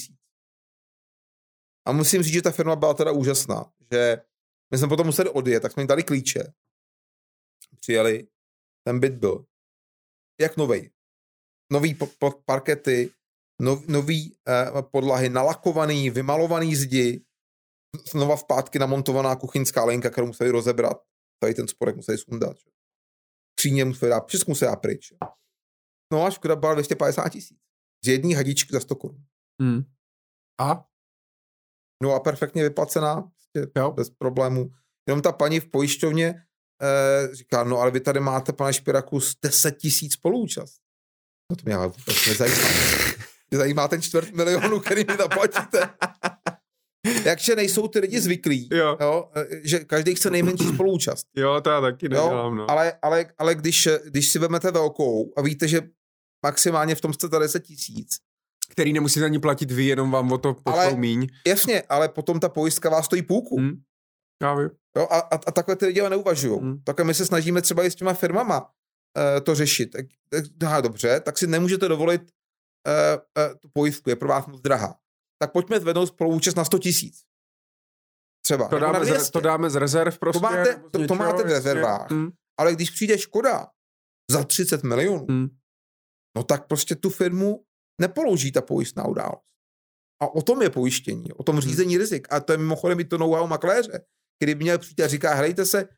Speaker 2: A musím říct, že ta firma byla teda úžasná, že my jsme potom museli odjet, tak jsme jim dali klíče. Přijeli, ten byt byl jak novej. Nový parkety, nový podlahy, nalakovaný, vymalovaný zdi, znova zpátky namontovaná kuchyňská linka, kterou museli rozebrat. Tady ten sporek museli sundat. Kříně museli dát, všechno museli dát pryč. No a škoda byla 250 000. Z jedné hadičky za 100 korun.
Speaker 1: A?
Speaker 2: No a perfektně vyplacená, bez problémů. Jenom ta paní v pojišťovně říká, no ale vy tady máte, pane Špiraku, 10 000 spoluúčast. No to mě ale vůbec nezajímá. Mě zajímá ten 250 000, který mi zaplatíte. Jakže nejsou ty lidi zvyklí, jo, že každý chce nejmenší spoluúčast.
Speaker 1: Jo, to já taky nedělám, no.
Speaker 2: Ale když si vezmete velkou a víte, že maximálně v tom jste 10 000.
Speaker 1: Který nemusíte ani platit vy, jenom vám o to pošlou míň.
Speaker 2: Jasně, ale potom ta pojistka vás stojí půlku.
Speaker 1: Já vím.
Speaker 2: Jo, a takhle ty lidi neuvažují. Takhle my se snažíme třeba i s těma firmama to řešit. Dobře, tak si nemůžete dovolit tu pojistku, je pro vás moc drahá. Tak pojďme zvednout spoluúčast na 100 000. Třeba.
Speaker 1: To dáme z rezerv prostě.
Speaker 2: To máte v rezervách. Ale když přijde škoda za 30 milionů, no tak prostě tu firmu nepoloží ta pojistná událost. A o tom je pojištění, o tom řízení rizik. A to je mimochodem i to know-how makléře, který by měl přijít a říká, helejte se,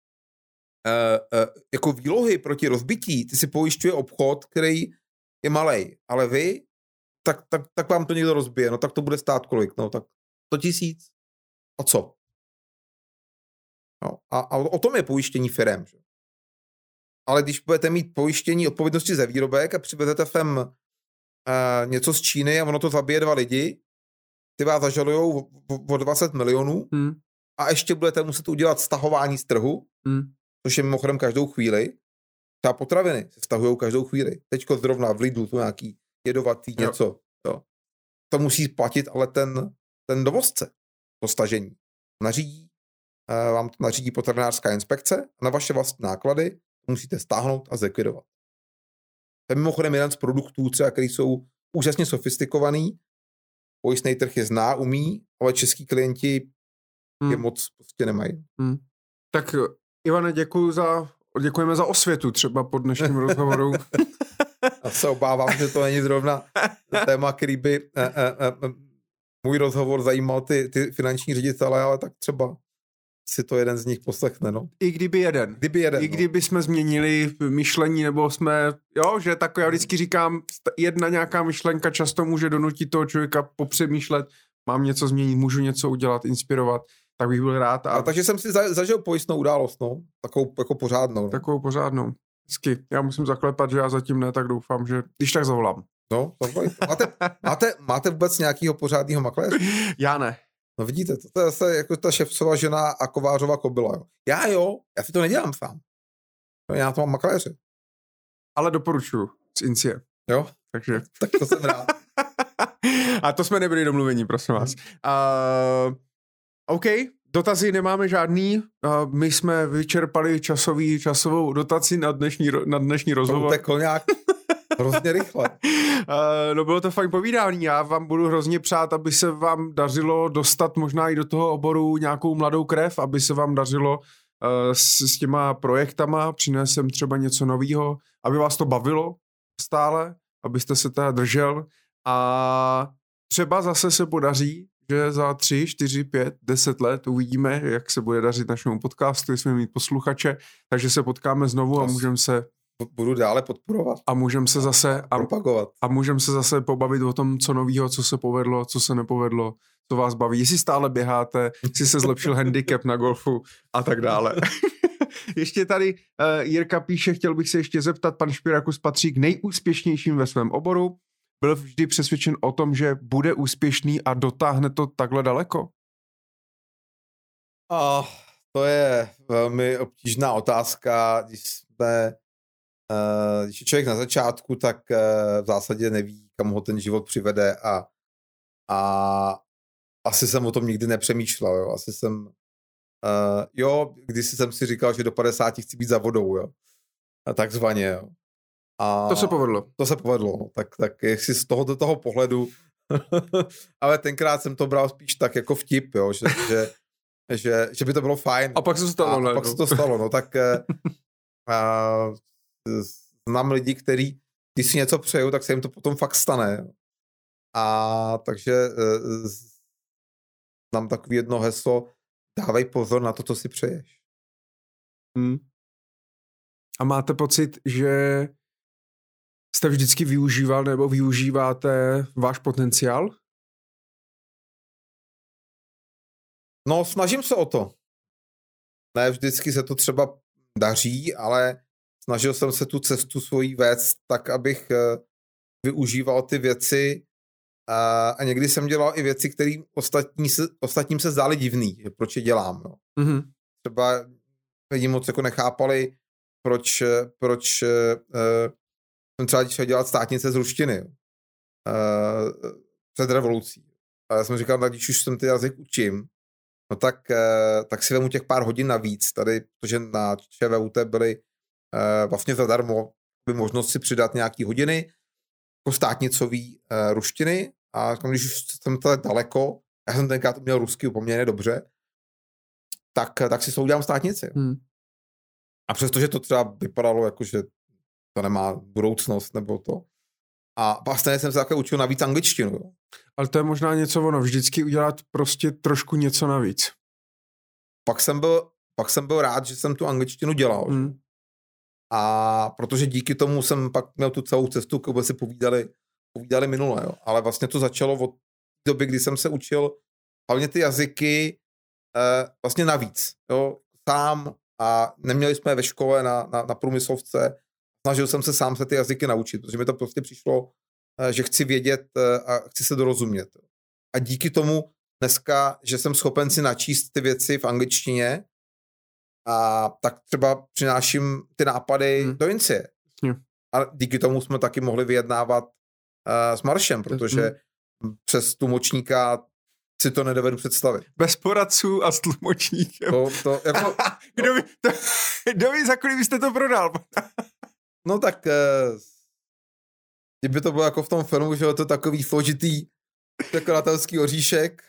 Speaker 2: jako výlohy proti rozbití, ty si pojišťuje obchod, který je malej, ale vy, tak vám to někdo rozbije, no tak to bude stát kolik, no tak 100 000. A co? No, a o tom je pojištění firem. Že? Ale když budete mít pojištění odpovědnosti za výrobek a přivezete sem něco z Číny a ono to zabije 2 lidi, ty vás zažalujou o 20 milionů a ještě budete muset udělat stahování z trhu, což je mimochodem každou chvíli. Třeba potraviny se stahujou každou chvíli. Teďko zrovna v Lidlu to nějaký jedovatý něco. Jo. To musí platit ale ten dovozce, to stažení. Vám to nařídí potravinářská inspekce a na vaše vlastní náklady musíte stáhnout a zlikvidovat. To je mimochodem jeden z produktů, třeba, který jsou úžasně sofistikovaný. Pojistný trh je zná, umí, ale český klienti je moc prostě nemají.
Speaker 1: Tak Ivane, děkujeme za osvětu třeba po dnešním rozhovoru.
Speaker 2: Já se obávám, že to není zrovna téma, který by můj rozhovor zajímal ty finanční ředitele, ale tak třeba si to jeden z nich poslechne, no.
Speaker 1: I kdyby jeden. Kdyby jsme změnili myšlení, nebo jsme, že tak já vždycky říkám, jedna nějaká myšlenka často může donutit toho člověka popřemýšlet, mám něco změnit, můžu něco udělat, inspirovat, tak bych byl rád.
Speaker 2: Takže jsem si zažil pojistnou událost, no. Takovou jako pořádnou. No.
Speaker 1: Takovou pořádnou. Hezky. Já musím zaklepat, že já zatím ne, tak doufám, že když tak zavolám.
Speaker 2: No, máte vůbec nějakýho pořádného makléře?
Speaker 1: Já ne.
Speaker 2: No vidíte, to je zase jako ta šefcova žena a kovářova kobyla, jo. Já si to nedělám sám. Já to mám makléře.
Speaker 1: Ale doporučuju z Incie.
Speaker 2: Jo?
Speaker 1: Takže.
Speaker 2: Tak to jsem rád.
Speaker 1: A to jsme nebyli domluvení, prosím vás. OK, dotazy nemáme žádný. My jsme vyčerpali časovou dotaci na dnešní rozhovor.
Speaker 2: To uteklo nějak hrozně rychle.
Speaker 1: No bylo to fajn povídání. Já vám budu hrozně přát, aby se vám dařilo dostat možná i do toho oboru nějakou mladou krev, aby se vám dařilo s těma projektama, přinesem třeba něco nového, aby vás to bavilo stále, abyste se teda držel a třeba zase se podaří, že za 3, 4, 5, 10 let uvidíme, jak se bude dařit našemu podcastu, jestli budeme mít posluchače, takže se potkáme znovu a můžeme se
Speaker 2: budu dále podporovat.
Speaker 1: A můžeme se zase
Speaker 2: propagovat.
Speaker 1: A můžeme se zase pobavit o tom, co novýho, co se povedlo, co se nepovedlo, co vás baví, jestli stále běháte, jestli se zlepšil handicap na golfu a tak dále. Ještě tady Jirka píše, chtěl bych se ještě zeptat, pan Špirakus patří k nejúspěšnějším ve svém oboru. Byl vždy přesvědčen o tom, že bude úspěšný a dotáhne to takhle daleko?
Speaker 2: To je velmi obtížná otázka. Když je člověk na začátku, tak v zásadě neví, kam ho ten život přivede a asi jsem o tom nikdy nepřemýšlel. Jo. Asi jsem když jsem si říkal, že do 50 chci být za vodou, jo. A takzvaně, jo. A
Speaker 1: to se povedlo.
Speaker 2: To se povedlo, no. Tak jestli z toho pohledu, ale tenkrát jsem to bral spíš tak jako vtip, jo, že by to bylo fajn.
Speaker 1: A pak se to stalo.
Speaker 2: A pak se to stalo, no, tak znám lidi, kteří, když si něco přejou, tak se jim to potom fakt stane. Jo. A takže znám takový jedno heslo, dávej pozor na to, co si přeješ.
Speaker 1: A máte pocit, že jste vždycky využíval nebo využíváte váš potenciál?
Speaker 2: No, snažím se o to. Ne vždycky se to třeba daří, ale snažil jsem se tu cestu svojí vést tak, abych využíval ty věci a někdy jsem dělal i věci, které ostatním se zdály divný, že proč je dělám. No.
Speaker 1: Mm-hmm.
Speaker 2: Třeba lidi moc jako nechápali, proč jsem třeba šel dělat státnice z ruštiny před revolucí. A já jsem říkal, tak když už jsem ty jazyk učím, no tak si vemu těch pár hodin navíc tady, protože na ČVUT byly vlastně zadarmo by možnost si přidat nějaký hodiny jako státnicový ruštiny a když už jsem tady daleko, já jsem tenkrát měl rusky poměrně dobře, tak si s tou udělám státnici. A přestože to třeba vypadalo jako, že to nemá budoucnost nebo to. A vlastně jsem se také učil navíc angličtinu. Jo.
Speaker 1: Ale to je možná něco vždycky udělat prostě trošku něco navíc.
Speaker 2: Pak jsem byl rád, že jsem tu angličtinu dělal. A protože díky tomu jsem pak měl tu celou cestu, kterou si povídali minule. Jo. Ale vlastně to začalo od doby, kdy jsem se učil hlavně ty jazyky vlastně navíc. Jo. Sám a neměli jsme ve škole na průmyslovce. Snažil jsem se sám se ty jazyky naučit, protože mi to prostě přišlo, že chci vědět a chci se dorozumět. A díky tomu dneska, že jsem schopen si načíst ty věci v angličtině, a tak třeba přináším ty nápady do Incie. A díky tomu jsme taky mohli vyjednávat s Maršem, protože přes tlumočníka si to nedovedu představit.
Speaker 1: Bez poradců a s tlumočníkem.
Speaker 2: Jako,
Speaker 1: Kdo ví, za kolik byste to prodal?
Speaker 2: No tak, kdyby to bylo jako v tom filmu, že je to takový složitý překladatelský oříšek,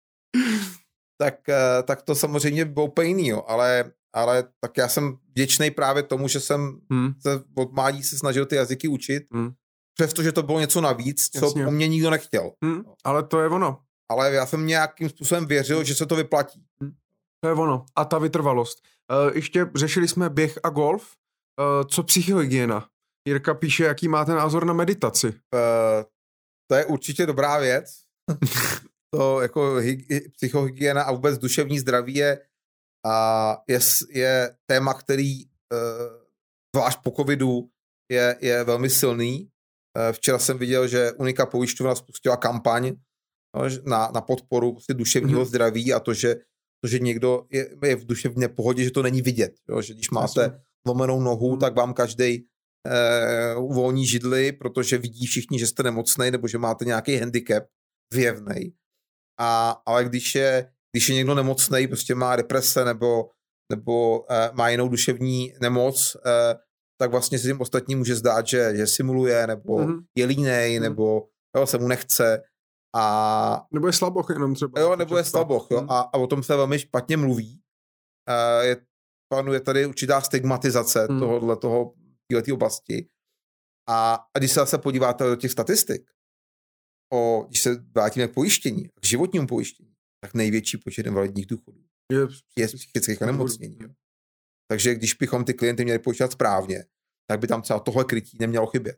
Speaker 2: tak to samozřejmě bylo úplně jiný, jo. Ale tak já jsem vděčnej právě tomu, že jsem se od mládí se snažil ty jazyky učit, přestože to bylo něco navíc, co po mně nikdo nechtěl.
Speaker 1: Ale to je ono.
Speaker 2: Ale já jsem nějakým způsobem věřil, že se to vyplatí.
Speaker 1: To je ono. A ta vytrvalost. Ještě řešili jsme běh a golf. Co psychohygiena? Jirka píše, jaký máte názor na meditaci.
Speaker 2: To je určitě dobrá věc. To jako psychohygiena a vůbec duševní zdraví je téma, který zvlášť po covidu je velmi silný. Včera jsem viděl, že Unika pojišťovna spustila kampaň na podporu duševního zdraví a to, že někdo je v duševní pohodě, že to není vidět. Jo? Že když máte lomenou nohu, tak vám každej uvolní židli, protože vidí všichni, že jste nemocnej nebo že máte nějaký handicap zjevnej. Ale když je někdo nemocnej, prostě má deprese nebo má jinou duševní nemoc, tak vlastně se tím ostatním může zdát, že simuluje nebo je línej nebo se mu nechce.
Speaker 1: Nebo je slaboch jenom třeba.
Speaker 2: Jo, nebo je slaboch. Jo. A o tom se velmi špatně mluví. Panuje tady určitá stigmatizace této oblasti. A když se zase podíváte do těch statistik, když se vrátíme k pojištění, k životnímu pojištění, tak největší počet invalidních důchodů je psychických onemocnění. Takže když bychom ty klienty měli pojišťovat správně, tak by tam třeba tohle krytí nemělo chybět.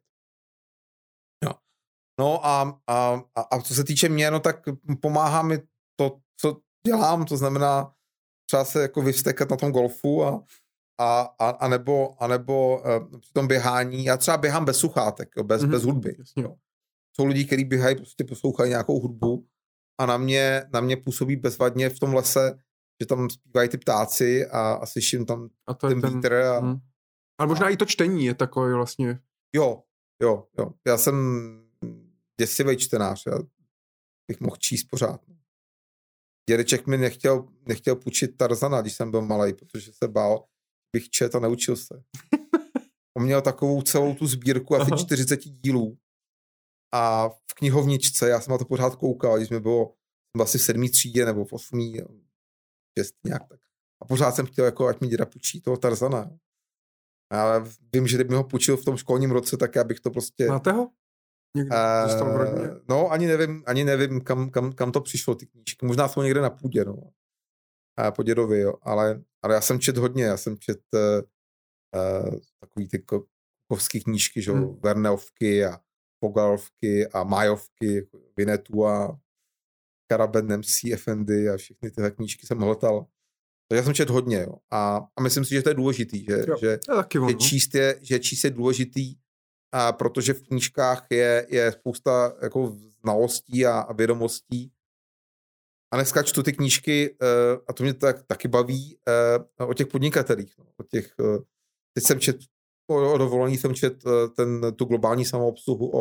Speaker 2: No a co se týče mě, no tak pomáhá mi to, co dělám, to znamená třeba se jako vyvstekat na tom golfu a nebo při tom běhání. Já třeba běhám bez sluchátek, bez hudby. Jo. Jsou lidi, kteří běhají, prostě poslouchají nějakou hudbu a na mě působí bezvadně v tom lese, že tam zpívají ty ptáci a slyším tam ten vítr.
Speaker 1: Ale možná i to čtení je takové vlastně.
Speaker 2: Jo. Já jsem děsivý čtenář. Já bych mohl číst pořád. Dědeček mi nechtěl půjčit Tarzana, když jsem byl malej, protože se bál, bych čet a neučil se. On měl takovou celou tu sbírku asi 40 dílů a v knihovničce, já jsem na to pořád koukal, když mi bylo asi v 7. třídě nebo v 8. 6. nějak tak. A pořád jsem chtěl, jako, ať mi děda půjčí toho Tarzana. Ale vím, že kdyby ho půjčil v tom školním roce, tak já bych to prostě...
Speaker 1: Máte ho? Někde zůstal v rodině?
Speaker 2: No, ani nevím, kam to přišlo, ty knížky. Možná jsou někde na půdě, no. Po dědovi, jo. Ale já jsem čet hodně, já jsem čet takový ty kovský knížky, že Verneovky a Pogalovky a Májovky, Vinetu a Karaben, Nemsí, Efendi a všechny tyhle knížky jsem hltal. Takže já jsem čet hodně, jo. A myslím si, že to je důležitý, že číst je důležitý, protože v knížkách je spousta jako znalostí a vědomostí. A dneska čtu ty knížky, a to mě taky baví, o těch podnikatelích. No. Teď jsem čet, o dovolení jsem čet tu globální samoobsluhu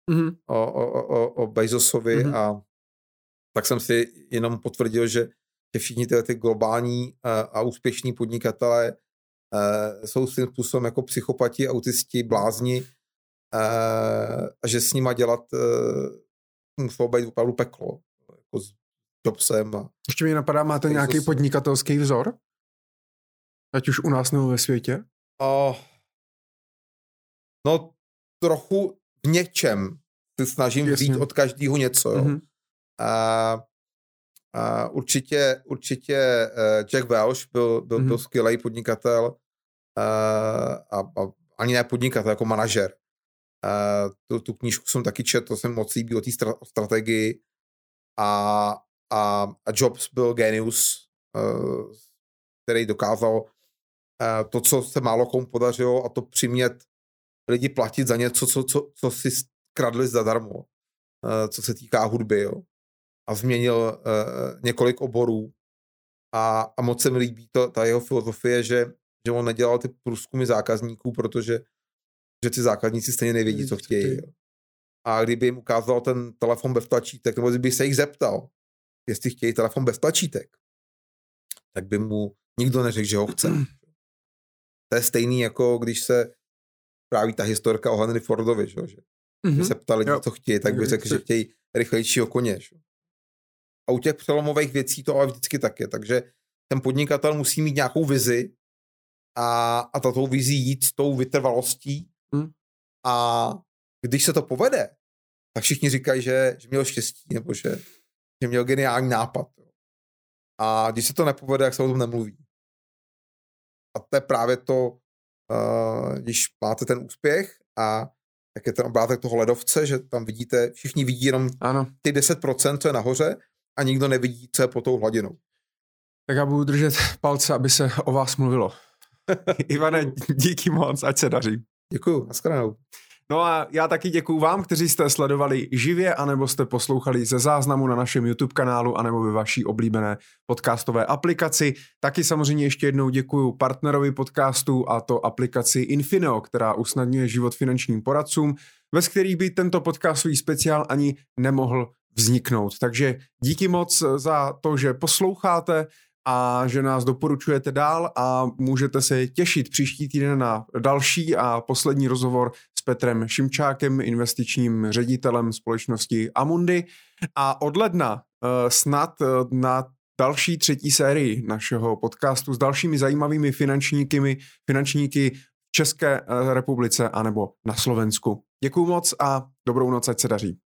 Speaker 2: o Bezosovi a tak jsem si jenom potvrdil, že všichni ty globální a úspěšní podnikatelé jsou svým způsobem jako psychopati, autisti, blázni a že s nima dělat muselo být opravdu peklo. Jako s Jobsem.
Speaker 1: Ještě mi napadá, máte nějaký podnikatelský vzor? Ať už u nás nebo ve světě?
Speaker 2: No trochu v něčem se snažím vzít od každého něco. Jo. Určitě Jack Welch byl skvělý podnikatel a ani ne podnikatel, jako manažer. Tu knížku jsem taky četl, to jsem moc líbí o té strategii a Jobs byl genius, který dokázal to, co se málo komu podařilo, a to přimět lidi platit za něco, co si kradli zadarmo, co se týká hudby, jo. A změnil několik oborů a moc se mi líbí ta jeho filozofie, že on nedělal ty průzkumy zákazníků, protože ty zákazníci stejně nevědí, co chtějí. Jo. A kdyby jim ukázal ten telefon bez tlačítek, nebo kdyby se jich zeptal, jestli chtějí telefon bez tlačítek, tak by mu nikdo neřekl, že ho chce. To je stejný, jako když se právě ta historka o Henry Fordovi, že by se ptali lidi, co chtějí, tak by řekl, že chtějí rychlejšího koně. Že? A u těch přelomových věcí to ale vždycky tak je. Takže ten podnikatel musí mít nějakou vizi a tato vizi jít s tou vytrvalostí. A když se to povede, tak všichni říkají, že měl štěstí, nebo že měl geniální nápad. A když se to nepovede, tak se o tom nemluví. A to je právě to, když máte ten úspěch a jak je ten obrázek toho ledovce, že tam vidíte, všichni vidí jenom ty 10%, co je nahoře, a nikdo nevidí, co je pod tou hladinou.
Speaker 1: Tak já budu držet palce, aby se o vás mluvilo. Ivane, díky moc, ať se daří.
Speaker 2: Děkuju, nashledanou.
Speaker 1: No a já taky děkuju vám, kteří jste sledovali živě, anebo jste poslouchali ze záznamu na našem YouTube kanálu, anebo ve vaší oblíbené podcastové aplikaci. Taky samozřejmě ještě jednou děkuju partnerovi podcastu, a to aplikaci Infineo, která usnadňuje život finančním poradcům, bez kterých by tento podcastový speciál ani nemohl vzniknout. Takže díky moc za to, že posloucháte a že nás doporučujete dál, a můžete se těšit příští týden na další a poslední rozhovor s Petrem Šimčákem, investičním ředitelem společnosti Amundi, a od ledna snad na další 3. sérii našeho podcastu s dalšími zajímavými finančníky v České republice anebo na Slovensku. Děkuju moc a dobrou noc, ať se daří.